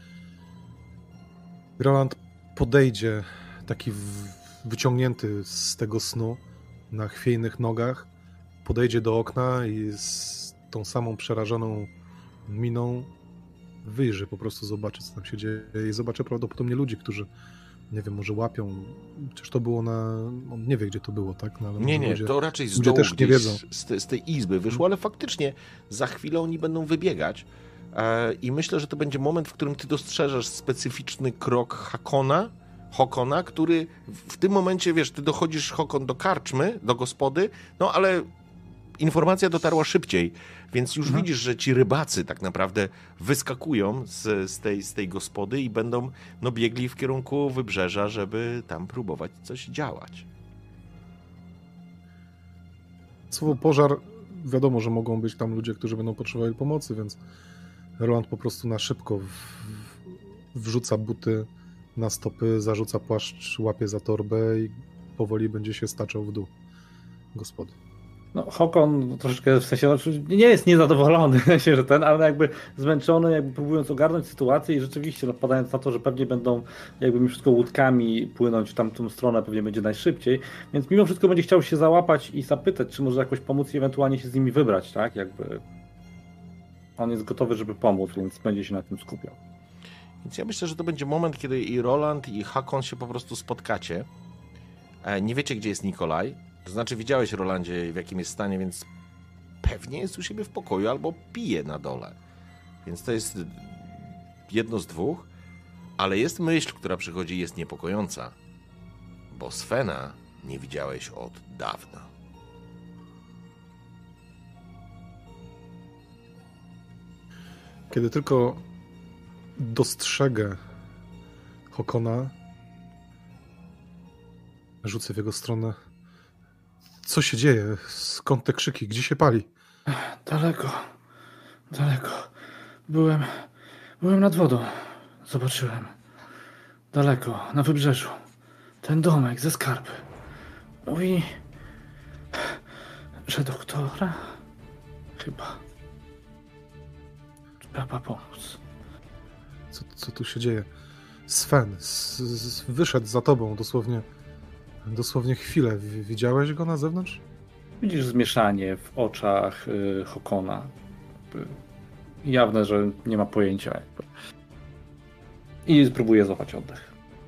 Roland podejdzie, taki w, wyciągnięty z tego snu, na chwiejnych nogach, podejdzie do okna i z tą samą przerażoną miną wyjrzy, po prostu zobaczy, co tam się dzieje i zobaczy prawdopodobnie ludzi, którzy, nie wiem, może łapią, przecież to było na, on nie wie, gdzie to było, tak? No, ale Nie, może nie, ludzie... to raczej z ludzie dołu też nie gdzieś wiedzą. z, te, z tej izby wyszło, ale faktycznie za chwilę oni będą wybiegać e, i myślę, że to będzie moment, w którym ty dostrzeżesz specyficzny krok Hakona, Håkona, który w, w tym momencie, wiesz, ty dochodzisz, Håkon, do karczmy, do gospody, no ale informacja dotarła szybciej, więc już Mhm. widzisz, że ci rybacy tak naprawdę wyskakują z, z, tej, z tej gospody i będą no, biegli w kierunku wybrzeża, żeby tam próbować coś działać. Słowo pożar, wiadomo, że mogą być tam ludzie, którzy będą potrzebowali pomocy, więc Roland po prostu na szybko w, wrzuca buty na stopy, zarzuca płaszcz, łapie za torbę i powoli będzie się staczał w dół gospody. No, Håkon troszeczkę w sensie, znaczy nie jest niezadowolony, w sensie, że ten, ale jakby zmęczony, jakby próbując ogarnąć sytuację i rzeczywiście no, wpadając na to, że pewnie będą jakby mi wszystko łódkami płynąć w tamtą stronę, pewnie będzie najszybciej, więc mimo wszystko będzie chciał się załapać i zapytać, czy może jakoś pomóc i ewentualnie się z nimi wybrać, tak? Jakby on jest gotowy, żeby pomóc, więc będzie się na tym skupiał. Więc ja myślę, że to będzie moment, kiedy i Roland, i Hakon się po prostu spotkacie. E, Nie wiecie, gdzie jest Nikolaj. To znaczy, widziałeś, Rolandzie, w jakim jest stanie, więc pewnie jest u siebie w pokoju albo pije na dole. Więc to jest jedno z dwóch. Ale jest myśl, która przychodzi i jest niepokojąca, bo Svena nie widziałeś od dawna. Kiedy tylko dostrzegę Hakona, rzucę w jego stronę. Co się dzieje? Skąd te krzyki? Gdzie się pali? Daleko, daleko. Byłem, byłem nad wodą. Zobaczyłem. Daleko, na wybrzeżu. Ten domek ze skarby. Mówi, że doktora? Chyba. Trzeba pomóc. Co, co tu się dzieje? Sven z, z, wyszedł za tobą dosłownie, dosłownie chwilę. W- Widziałeś go na zewnątrz? Widzisz zmieszanie w oczach y, Hakona. Y, Jawne, że nie ma pojęcia. Jakby. I spróbuje złapać oddech.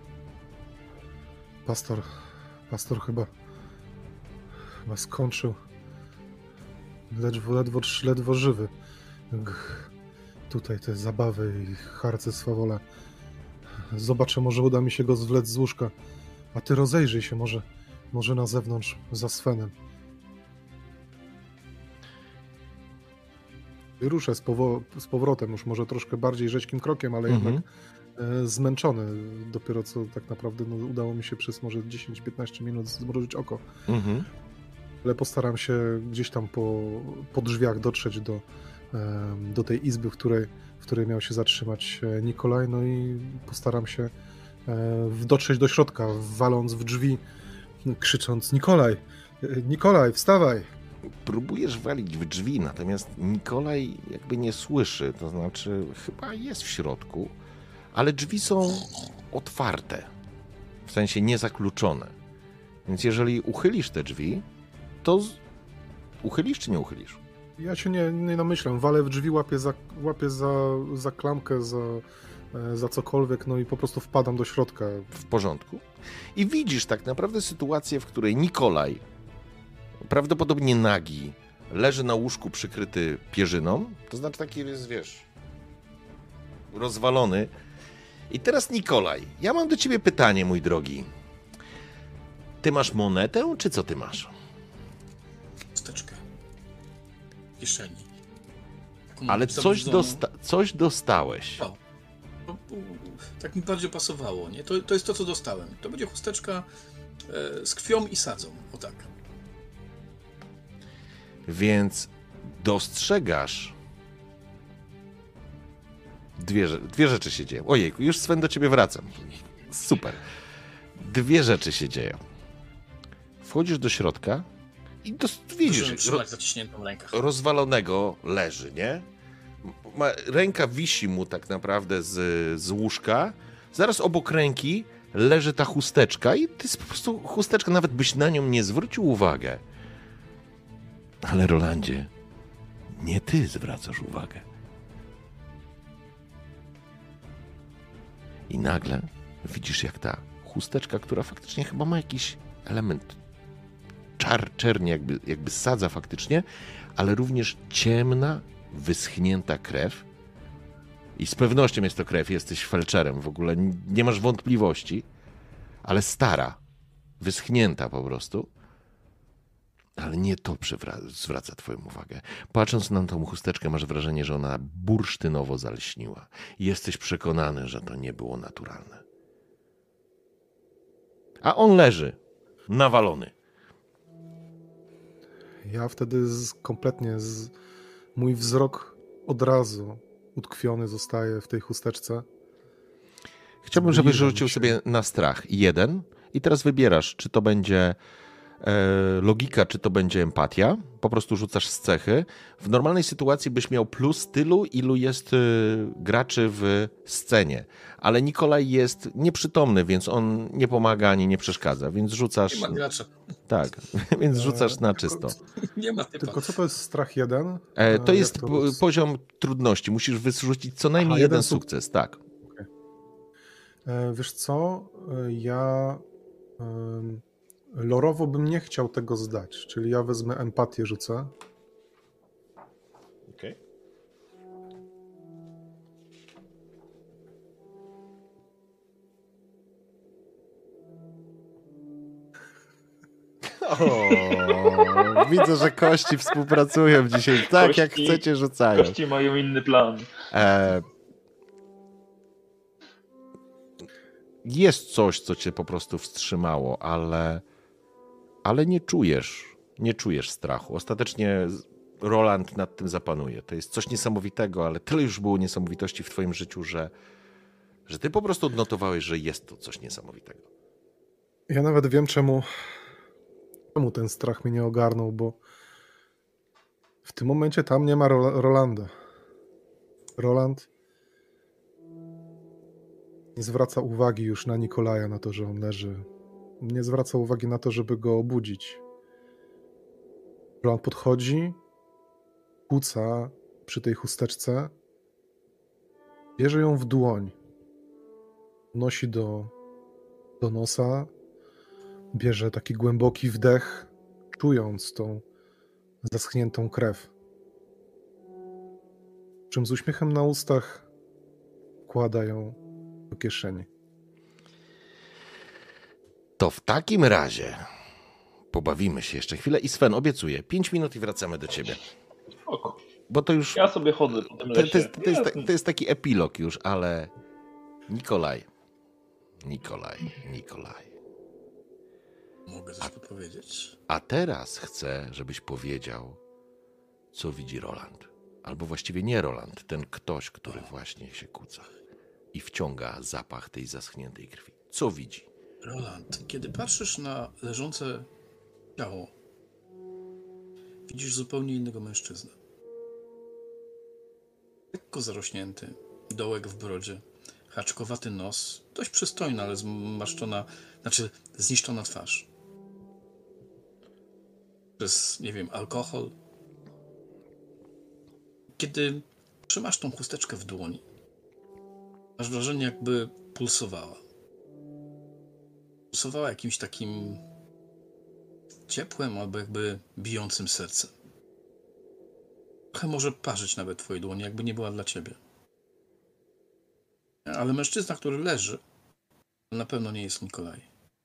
Pastor, pastor chyba, chyba skończył. Ledwo, ledwo, ledwo żywy. Gh, tutaj te zabawy i harce swawole. Zobaczę, może uda mi się go zwlec z łóżka. A ty rozejrzyj się może, może na zewnątrz za Svenem. I ruszę z, powo- z powrotem, już może troszkę bardziej rzeźkim krokiem, ale Mhm. jednak e, zmęczony. Dopiero co tak naprawdę no, udało mi się przez może dziesięć piętnaście minut zmrużyć oko. Mhm. Ale postaram się gdzieś tam po, po drzwiach dotrzeć do, em, do tej izby, w której, w której miał się zatrzymać e, Nikolaj, no i postaram się e, w- dotrzeć do środka, waląc w drzwi, krzycząc: Nikolaj, e, Nikolaj, wstawaj! Próbujesz walić w drzwi, natomiast Nikolaj jakby nie słyszy, to znaczy chyba jest w środku, ale drzwi są otwarte, w sensie niezakluczone. Więc jeżeli uchylisz te drzwi, to z... uchylisz czy nie uchylisz? Ja się nie, nie namyślam, walę w drzwi, łapię za, łapię za, za klamkę, za, e, za cokolwiek, no i po prostu wpadam do środka. W porządku. I widzisz tak naprawdę sytuację, w której Nikolaj, prawdopodobnie nagi, leży na łóżku przykryty pierzyną, to znaczy taki jest, wiesz, rozwalony. I teraz Nikolaj, ja mam do ciebie pytanie, mój drogi. Ty masz monetę, czy co ty masz? Chusteczkę. W kieszeni. Taką Ale coś, zabrudzoną. dosta- coś dostałeś. O, bo- bo tak mi bardziej pasowało, nie? To, to jest to, co dostałem. To będzie chusteczka e, z krwią i sadzą. O tak. Więc dostrzegasz. Dwie, rze- dwie rzeczy się dzieją. Ojejku, już Sven do ciebie wracam. Super. Dwie rzeczy się dzieją. Wchodzisz do środka i dos- Proszę widzisz, ro- trzymać zaciśniętą w rękach. rozwalonego leży, nie? Ma, ręka wisi mu tak naprawdę z, z łóżka. Zaraz obok ręki leży ta chusteczka i to jest po prostu chusteczka, nawet byś na nią nie zwrócił uwagę. Ale Rolandzie, nie ty zwracasz uwagę. I nagle widzisz, jak ta chusteczka, która faktycznie chyba ma jakiś element czar, czerni, jakby, jakby sadza faktycznie, ale również ciemna, wyschnięta krew. I z pewnością jest to krew, jesteś felczerem, w ogóle nie masz wątpliwości, ale stara, wyschnięta po prostu. Ale nie to przywra- zwraca twoją uwagę. Patrząc na tą chusteczkę, masz wrażenie, że ona bursztynowo zalśniła. I jesteś przekonany, że to nie było naturalne. A on leży, nawalony. Ja wtedy z, kompletnie, z, mój wzrok od razu utkwiony zostaje w tej chusteczce. Chciałbym, żebyś Zbliżam rzucił się. sobie na strach jeden i teraz wybierasz, czy to będzie e, logika, czy to będzie empatia. Po prostu rzucasz z cechy. W normalnej sytuacji byś miał plus tylu, ilu jest e, graczy w scenie. Ale Nikolaj jest nieprzytomny, więc on nie pomaga ani nie przeszkadza, więc rzucasz... Nie ma gracza. Tak, więc rzucasz na czysto. Nie ma typa. Tylko co to jest strach jeden? E, to Jak jest po, poziom trudności. Musisz wyrzucić co najmniej Aha, jeden jeden suk- sukces, tak. E, Wiesz co, E, ja em, lorowo bym nie chciał tego zdać, czyli ja wezmę empatię, rzucę. Okay. O, widzę, że kości współpracują dzisiaj. Tak, Kości, jak chcecie, rzucają. Kości mają inny plan. E... Jest coś, co cię po prostu wstrzymało, ale, ale nie czujesz, nie czujesz strachu. Ostatecznie Roland nad tym zapanuje. To jest coś niesamowitego, ale tyle już było niesamowitości w twoim życiu, że, że ty po prostu odnotowałeś, że jest to coś niesamowitego. Ja nawet wiem, czemu, czemu ten strach mnie nie ogarnął, bo w tym momencie tam nie ma Ro- Rolanda. Roland nie zwraca uwagi już na Nikolaja, na to, że on leży. Nie zwraca uwagi na to, żeby go obudzić. Roland podchodzi, kłóca przy tej chusteczce, bierze ją w dłoń, nosi do, do nosa, bierze taki głęboki wdech, czując tą zaschniętą krew. Czym z uśmiechem na ustach wkłada ją do kieszeni. To w takim razie pobawimy się jeszcze chwilę i Sven, obiecuję, pięć minut i wracamy do ciebie. Oko. Bo to już... Ja sobie chodzę po tym To, lesie. to, jest, to, jest, to jest taki epilog już, ale Nikolaj, Nikolaj, Nikolaj. Mogę coś podpowiedzieć? A teraz chcę, żebyś powiedział, co widzi Roland. Albo właściwie nie Roland, ten ktoś, który właśnie się kłóca i wciąga zapach tej zaschniętej krwi. Co widzi? Roland, kiedy patrzysz na leżące ciało, widzisz zupełnie innego mężczyznę. Lekko zarośnięty, dołek w brodzie, haczkowaty nos, dość przystojna, ale zmarszczona, znaczy zniszczona twarz. Przez, nie wiem, alkohol. Kiedy trzymasz tą chusteczkę w dłoni, masz wrażenie, jakby pulsowała. Pulsowała jakimś takim ciepłem albo jakby bijącym sercem. Trochę może parzyć nawet twoje dłonie, jakby nie była dla ciebie. Ale mężczyzna, który leży, na pewno nie jest Nikolaj.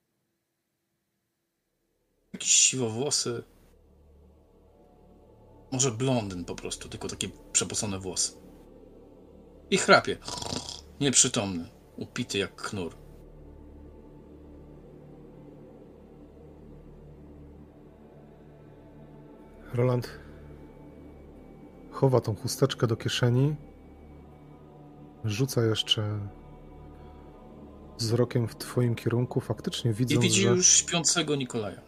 Jakiś siwowłosy, może blondyn po prostu, tylko takie przepocone włosy. I chrapie. Nieprzytomny, upity jak knur. Roland chowa tą chusteczkę do kieszeni, rzuca jeszcze wzrokiem w twoim kierunku, faktycznie widząc, I widzi że... już śpiącego Nikolaja.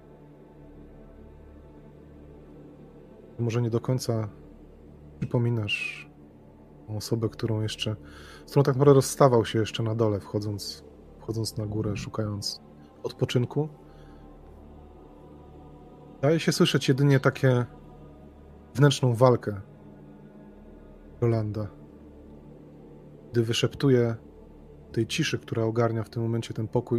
Może nie do końca przypominasz osobę, którą jeszcze, z którą tak naprawdę rozstawał się jeszcze na dole, wchodząc, wchodząc na górę, szukając odpoczynku. Daje się słyszeć jedynie takie wewnętrzną walkę Rolanda, gdy wyszeptuje tej ciszy, która ogarnia w tym momencie ten pokój.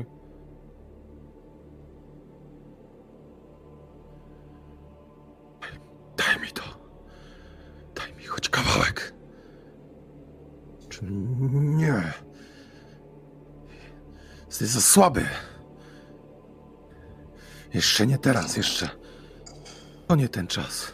Daj mi to. Daj mi choć kawałek. Czy nie? Jesteś za słaby. Jeszcze nie teraz, jeszcze. To nie ten czas.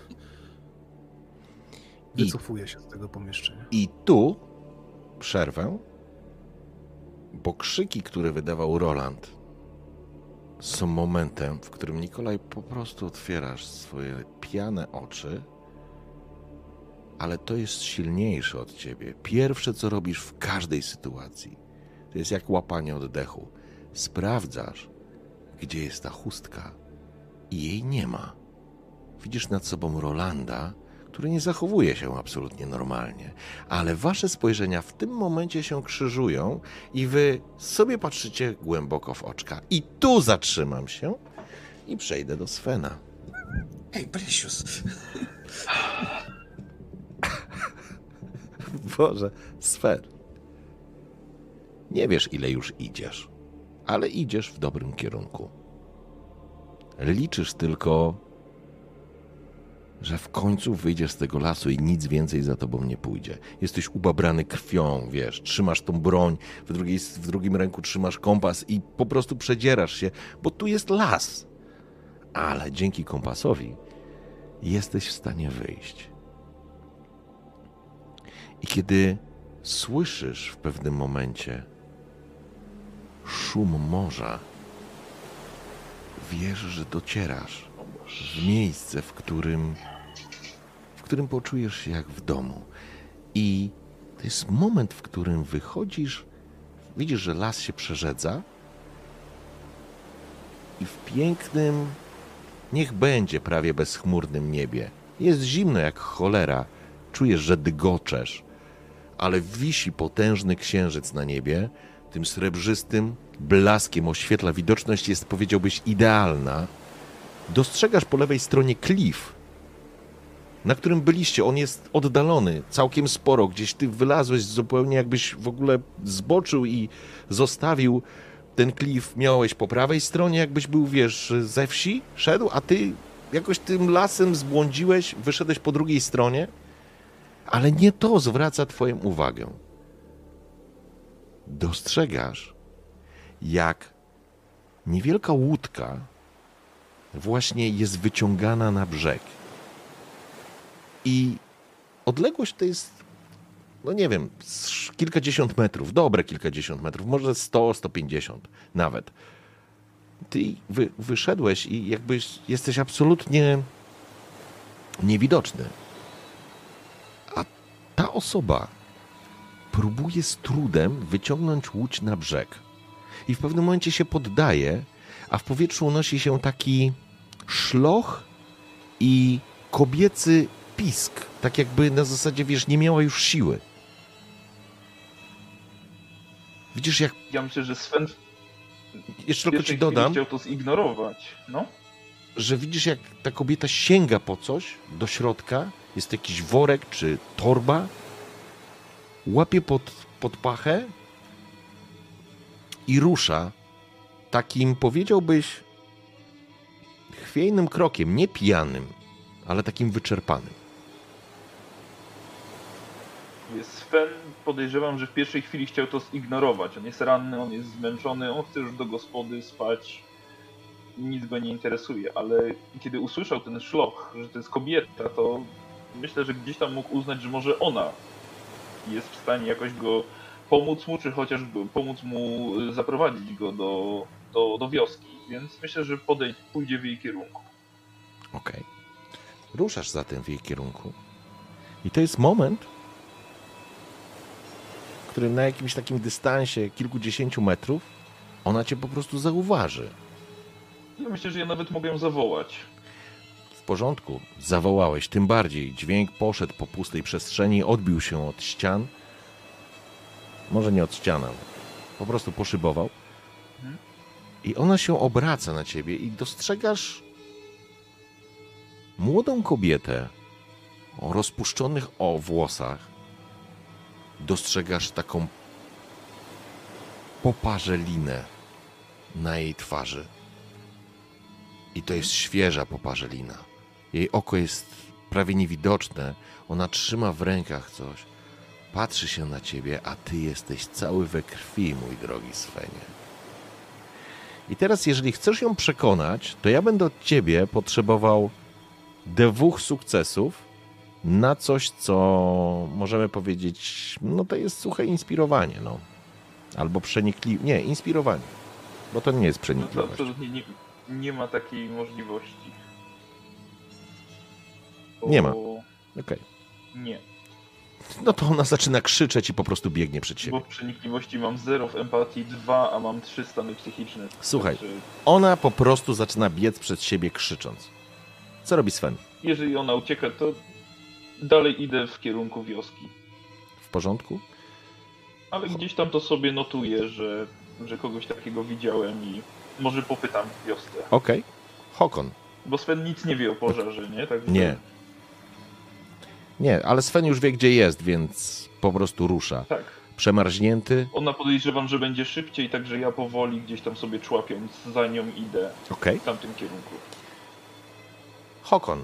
Wycofuję się z tego pomieszczenia. I tu przerwę, bo krzyki, które wydawał Roland, są momentem, w którym Nikolaj po prostu otwierasz swoje pijane oczy, ale to jest silniejsze od ciebie. Pierwsze, co robisz w każdej sytuacji, to jest jak łapanie oddechu. Sprawdzasz, gdzie jest ta chustka i jej nie ma. Widzisz nad sobą Rolanda, który nie zachowuje się absolutnie normalnie, ale wasze spojrzenia w tym momencie się krzyżują i wy sobie patrzycie głęboko w oczka. I tu zatrzymam się i przejdę do Svena. Ej, Precious. Boże, Sven. Nie wiesz, ile już idziesz, ale idziesz w dobrym kierunku. Liczysz tylko, że w końcu wyjdziesz z tego lasu i nic więcej za tobą nie pójdzie. Jesteś ubabrany krwią, wiesz, trzymasz tą broń, w, drugiej, w drugim ręku trzymasz kompas i po prostu przedzierasz się, bo tu jest las. ale dzięki kompasowi jesteś w stanie wyjść. I kiedy słyszysz w pewnym momencie szum morza, wiesz, że docierasz w miejsce, w którym, w którym poczujesz się jak w domu. I to jest moment, w którym wychodzisz, widzisz, że las się przerzedza i w pięknym, niech będzie prawie bezchmurnym niebie. Jest zimno jak cholera, czujesz, że dygoczesz, ale wisi potężny księżyc na niebie, tym srebrzystym blaskiem oświetla. Widoczność jest, powiedziałbyś, idealna. Dostrzegasz po lewej stronie klif, na którym byliście. On jest oddalony całkiem sporo. Gdzieś ty wylazłeś zupełnie, jakbyś w ogóle zboczył i zostawił ten klif. Miałeś po prawej stronie, jakbyś był, wiesz, ze wsi szedł, a ty jakoś tym lasem zbłądziłeś, wyszedłeś po drugiej stronie, ale nie to zwraca twoją uwagę. Dostrzegasz, jak niewielka łódka właśnie jest wyciągana na brzeg. I odległość to jest, no nie wiem, kilkadziesiąt metrów, dobre kilkadziesiąt metrów, może sto, sto pięćdziesiąt nawet. Ty wy, wyszedłeś i jakbyś jesteś absolutnie niewidoczny. A ta osoba próbuje z trudem wyciągnąć łódź na brzeg. I w pewnym momencie się poddaje, a w powietrzu unosi się taki szloch i kobiecy pisk. Tak jakby na zasadzie, wiesz, nie miała już siły. Widzisz, jak... Ja myślę, że Sven Jeszcze tylko ci dodam, chciał to zignorować. No? że widzisz, jak ta kobieta sięga po coś do środka. Jest jakiś worek czy torba. Łapie pod, pod pachę i rusza takim, powiedziałbyś, chwiejnym krokiem, nie pijanym, ale takim wyczerpanym. Sven, podejrzewam, że w pierwszej chwili chciał to zignorować. On jest ranny, on jest zmęczony, on chce już do gospody spać. Nic go nie interesuje, ale kiedy usłyszał ten szloch, że to jest kobieta, to myślę, że gdzieś tam mógł uznać, że może ona jest w stanie jakoś go pomóc mu, czy chociaż pomóc mu zaprowadzić go do, do, do wioski. Więc myślę, że podejdzie, pójdzie w jej kierunku. Okej. Okay. Ruszasz zatem w jej kierunku. I to jest moment, w którym na jakimś takim dystansie kilkudziesięciu metrów ona cię po prostu zauważy. Ja myślę, że ja nawet mogę ją zawołać. W porządku, zawołałeś, tym bardziej. Dźwięk poszedł po pustej przestrzeni, odbił się od ścian. Może nie od ścian, ale po prostu poszybował. Hmm? I ona się obraca na ciebie i dostrzegasz młodą kobietę o rozpuszczonych o włosach. Dostrzegasz taką poparzelinę na jej twarzy. I to jest świeża poparzelina. Jej oko jest prawie niewidoczne. Ona trzyma w rękach coś. Patrzy się na ciebie, a ty jesteś cały we krwi, mój drogi Svenie. I teraz, jeżeli chcesz ją przekonać, to ja będę od ciebie potrzebował dwóch sukcesów na coś, co możemy powiedzieć, no to jest suche inspirowanie, no. Albo przenikliwe. Nie, inspirowanie. Bo to nie jest No to przenikliwość. absolutnie nie, nie ma takiej możliwości. Bo... Nie ma. Okej. Nie. No to ona zaczyna krzyczeć i po prostu biegnie przed siebie. Bo w przenikliwości mam zero, w empatii dwa, a mam trzy stany psychiczne. Słuchaj, Znaczy, ona po prostu zaczyna biec przed siebie krzycząc. Co robi Sven? jeżeli ona ucieka, to dalej idę w kierunku wioski. W porządku? Ale gdzieś tam to sobie notuję, że, że kogoś takiego widziałem i może popytam w wiosce. Okej. Okay. Håkon. Bo Sven nic nie wie o pożarze, nie? Także... Nie. Nie, ale Sven już wie, gdzie jest, więc po prostu rusza. Tak. Przemarznięty. Ona podejrzewam, że będzie szybciej, także ja powoli gdzieś tam sobie człapiąc za nią idę Okej. w tamtym kierunku. Håkon.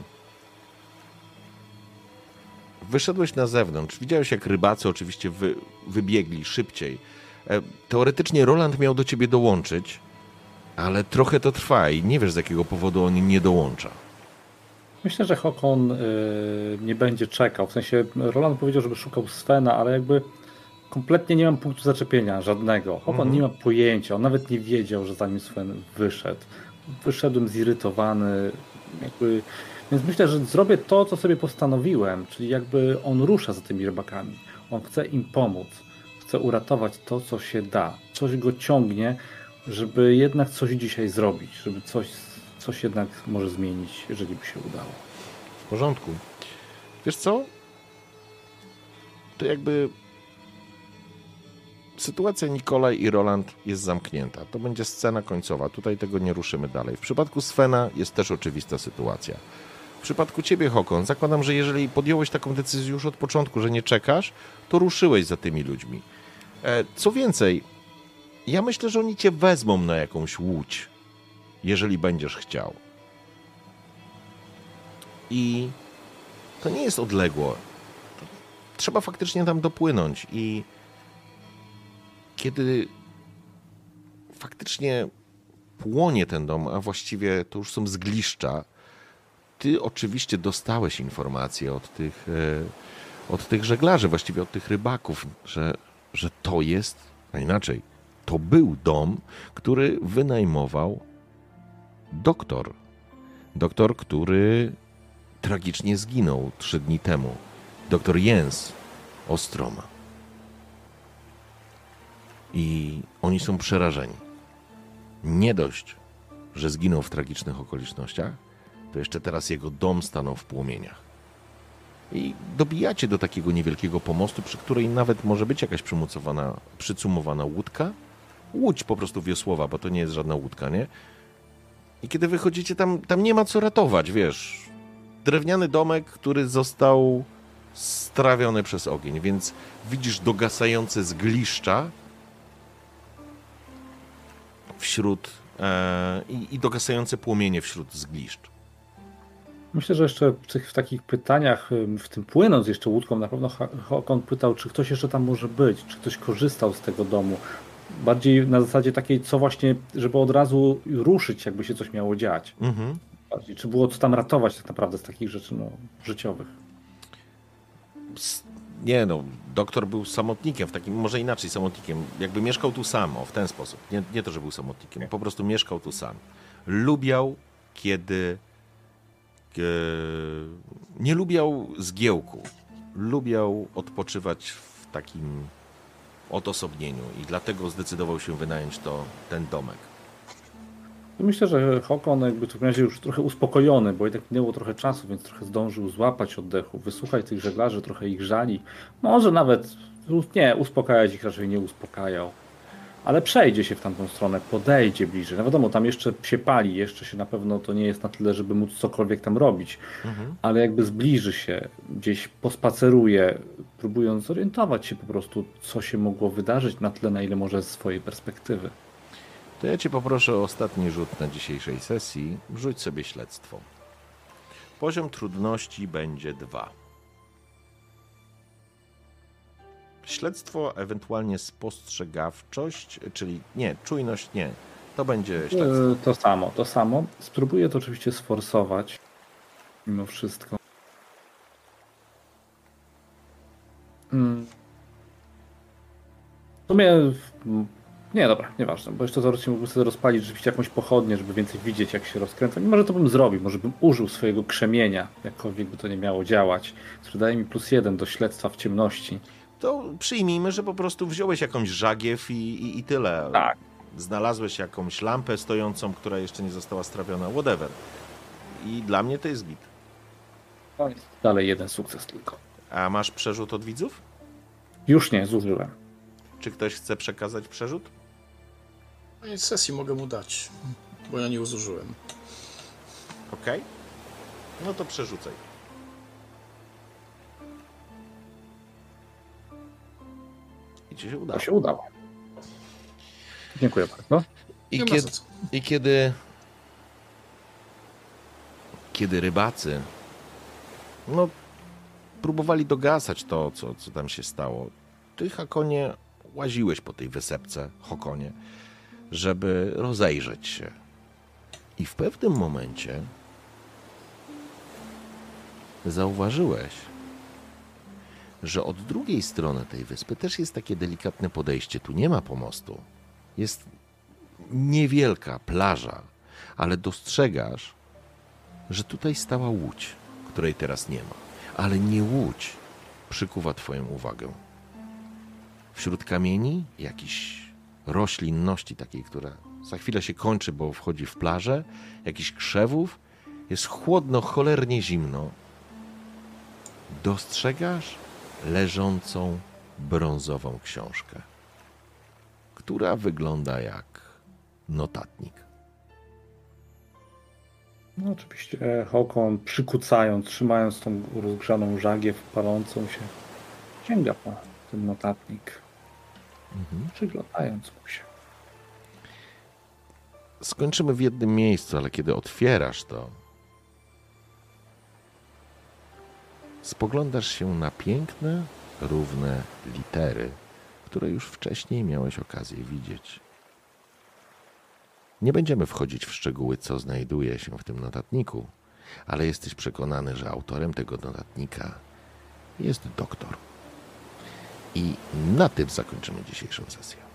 Wyszedłeś na zewnątrz. Widziałeś, jak rybacy oczywiście wy, wybiegli szybciej. Teoretycznie Roland miał do ciebie dołączyć, Ale trochę to trwa i nie wiesz, z jakiego powodu on nie dołącza. Myślę, że Håkon y, nie będzie czekał. W sensie Roland powiedział, żeby szukał Svena, ale jakby kompletnie nie mam punktu zaczepienia żadnego. Håkon Mhm. nie ma pojęcia, on nawet nie wiedział, że zanim Sven wyszedł. Wyszedłem zirytowany, jakby... Więc myślę, że zrobię to, co sobie postanowiłem, czyli jakby on rusza za tymi rybakami. On chce im pomóc. Chce uratować to, co się da. Coś go ciągnie, żeby jednak coś dzisiaj zrobić, żeby coś, coś jednak może zmienić, jeżeli by się udało. W porządku. Wiesz co? To jakby sytuacja Nikolaj i Roland jest zamknięta. To będzie scena końcowa. Tutaj tego nie ruszymy dalej. W przypadku Svena jest też oczywista sytuacja. W przypadku ciebie, Håkon, zakładam, że jeżeli podjąłeś taką decyzję już od początku, że nie czekasz, to ruszyłeś za tymi ludźmi. E, co więcej, ja myślę, że oni cię wezmą na jakąś łódź, jeżeli będziesz chciał. I to nie jest odległo. Trzeba faktycznie tam dopłynąć i kiedy faktycznie płonie ten dom, a właściwie to już są zgliszcza, ty oczywiście dostałeś informacje od tych, e, od tych żeglarzy, właściwie od tych rybaków, że, że to jest, a inaczej, to był dom, który wynajmował doktor. Doktor, który tragicznie zginął trzy dni temu. Doktor Jens Ostroma. I oni są przerażeni. Nie dość, że zginął w tragicznych okolicznościach, to jeszcze teraz jego dom stanął w płomieniach. I dobijacie do takiego niewielkiego pomostu, przy której nawet może być jakaś przymocowana, przycumowana łódka. Łódź po prostu wiosłowa, bo to nie jest żadna łódka, nie? I kiedy wychodzicie, tam, tam nie ma co ratować, wiesz. Drewniany domek, który został strawiony przez ogień, więc widzisz dogasające zgliszcza wśród e, i, i dogasające płomienie wśród zgliszcz. Myślę, że jeszcze w tych w takich pytaniach, w tym płynąc jeszcze łódką, na pewno Håkon pytał, czy ktoś jeszcze tam może być, czy ktoś korzystał z tego domu. Bardziej na zasadzie takiej, co właśnie, żeby od razu ruszyć, jakby się coś miało dziać. Mhm. Bardziej, czy było co tam ratować tak naprawdę z takich rzeczy no, życiowych. Nie no, doktor był samotnikiem, w takim, może inaczej samotnikiem, jakby mieszkał tu sam, o, w ten sposób. Nie, nie to, że był samotnikiem, po prostu mieszkał tu sam. Lubiał, kiedy e, nie lubiał zgiełku. Lubiał odpoczywać w takim odosobnieniu i dlatego zdecydował się wynająć to, ten domek. Myślę, że Håkon jakby w takim razie już trochę uspokojony, bo jednak minęło trochę czasu, więc trochę zdążył złapać oddechu, wysłuchać tych żeglarzy, trochę ich żali. Może nawet, nie, uspokajać ich raczej nie uspokajał. Ale przejdzie się w tamtą stronę, podejdzie bliżej. No wiadomo, tam jeszcze się pali, jeszcze się na pewno to nie jest na tyle, żeby móc cokolwiek tam robić. Mhm. Ale jakby zbliży się, gdzieś pospaceruje, próbując zorientować się po prostu, co się mogło wydarzyć na tyle, na ile może z swojej perspektywy. To ja cię poproszę o ostatni rzut na dzisiejszej sesji. Wrzuć sobie śledztwo. Poziom trudności będzie dwa. Śledztwo, ewentualnie spostrzegawczość, czyli nie, czujność nie. To będzie śledztwo. To samo, to samo. Spróbuję to oczywiście sforsować. Mimo wszystko. Hmm. W sumie... Nie, dobra, nieważne, bo jeszcze zaraz mógłbym sobie rozpalić rzeczywiście jakąś pochodnię, żeby więcej widzieć, jak się rozkręca. Mimo, że to bym zrobił, może bym użył swojego krzemienia, jakkolwiek by to nie miało działać, który daje mi plus jeden do śledztwa w ciemności. To przyjmijmy, że po prostu wziąłeś jakąś żagiew i, i, i tyle. Tak. Znalazłeś jakąś lampę stojącą, która jeszcze nie została strawiona, whatever. I dla mnie to jest git. Dalej jeden sukces tylko. A masz przerzut od widzów? Już nie, zużyłem. Czy ktoś chce przekazać przerzut? Koniec sesji mogę mu dać, bo ja nie zużyłem. Okej. Okay. No to przerzucaj. I ci się udało. To się udało. Dziękuję bardzo. I, kiedy, I kiedy kiedy rybacy no próbowali dogasać to, co, co tam się stało, ty, Hakonie, łaziłeś po tej wysepce, Håkonie. żeby rozejrzeć się. I w pewnym momencie zauważyłeś, że od drugiej strony tej wyspy też jest takie delikatne podejście. Tu nie ma pomostu. Jest niewielka plaża, ale dostrzegasz, że tutaj stała łódź, której teraz nie ma. Ale nie łódź przykuwa twoją uwagę. Wśród kamieni jakiś roślinności takiej, która za chwilę się kończy, bo wchodzi w plażę, jakichś krzewów, jest chłodno, cholernie zimno. Dostrzegasz leżącą brązową książkę, która wygląda jak notatnik. No oczywiście Hakon, przykucając, trzymając tą rozgrzaną żagiew palącą się, sięga po ten notatnik, mhm. przyglądając mu się. Skończymy w jednym miejscu, ale kiedy otwierasz to, spoglądasz się na piękne, równe litery, które już wcześniej miałeś okazję widzieć. Nie będziemy wchodzić w szczegóły, co znajduje się w tym notatniku, ale jesteś przekonany, że autorem tego notatnika jest doktor. I na tym zakończymy dzisiejszą sesję.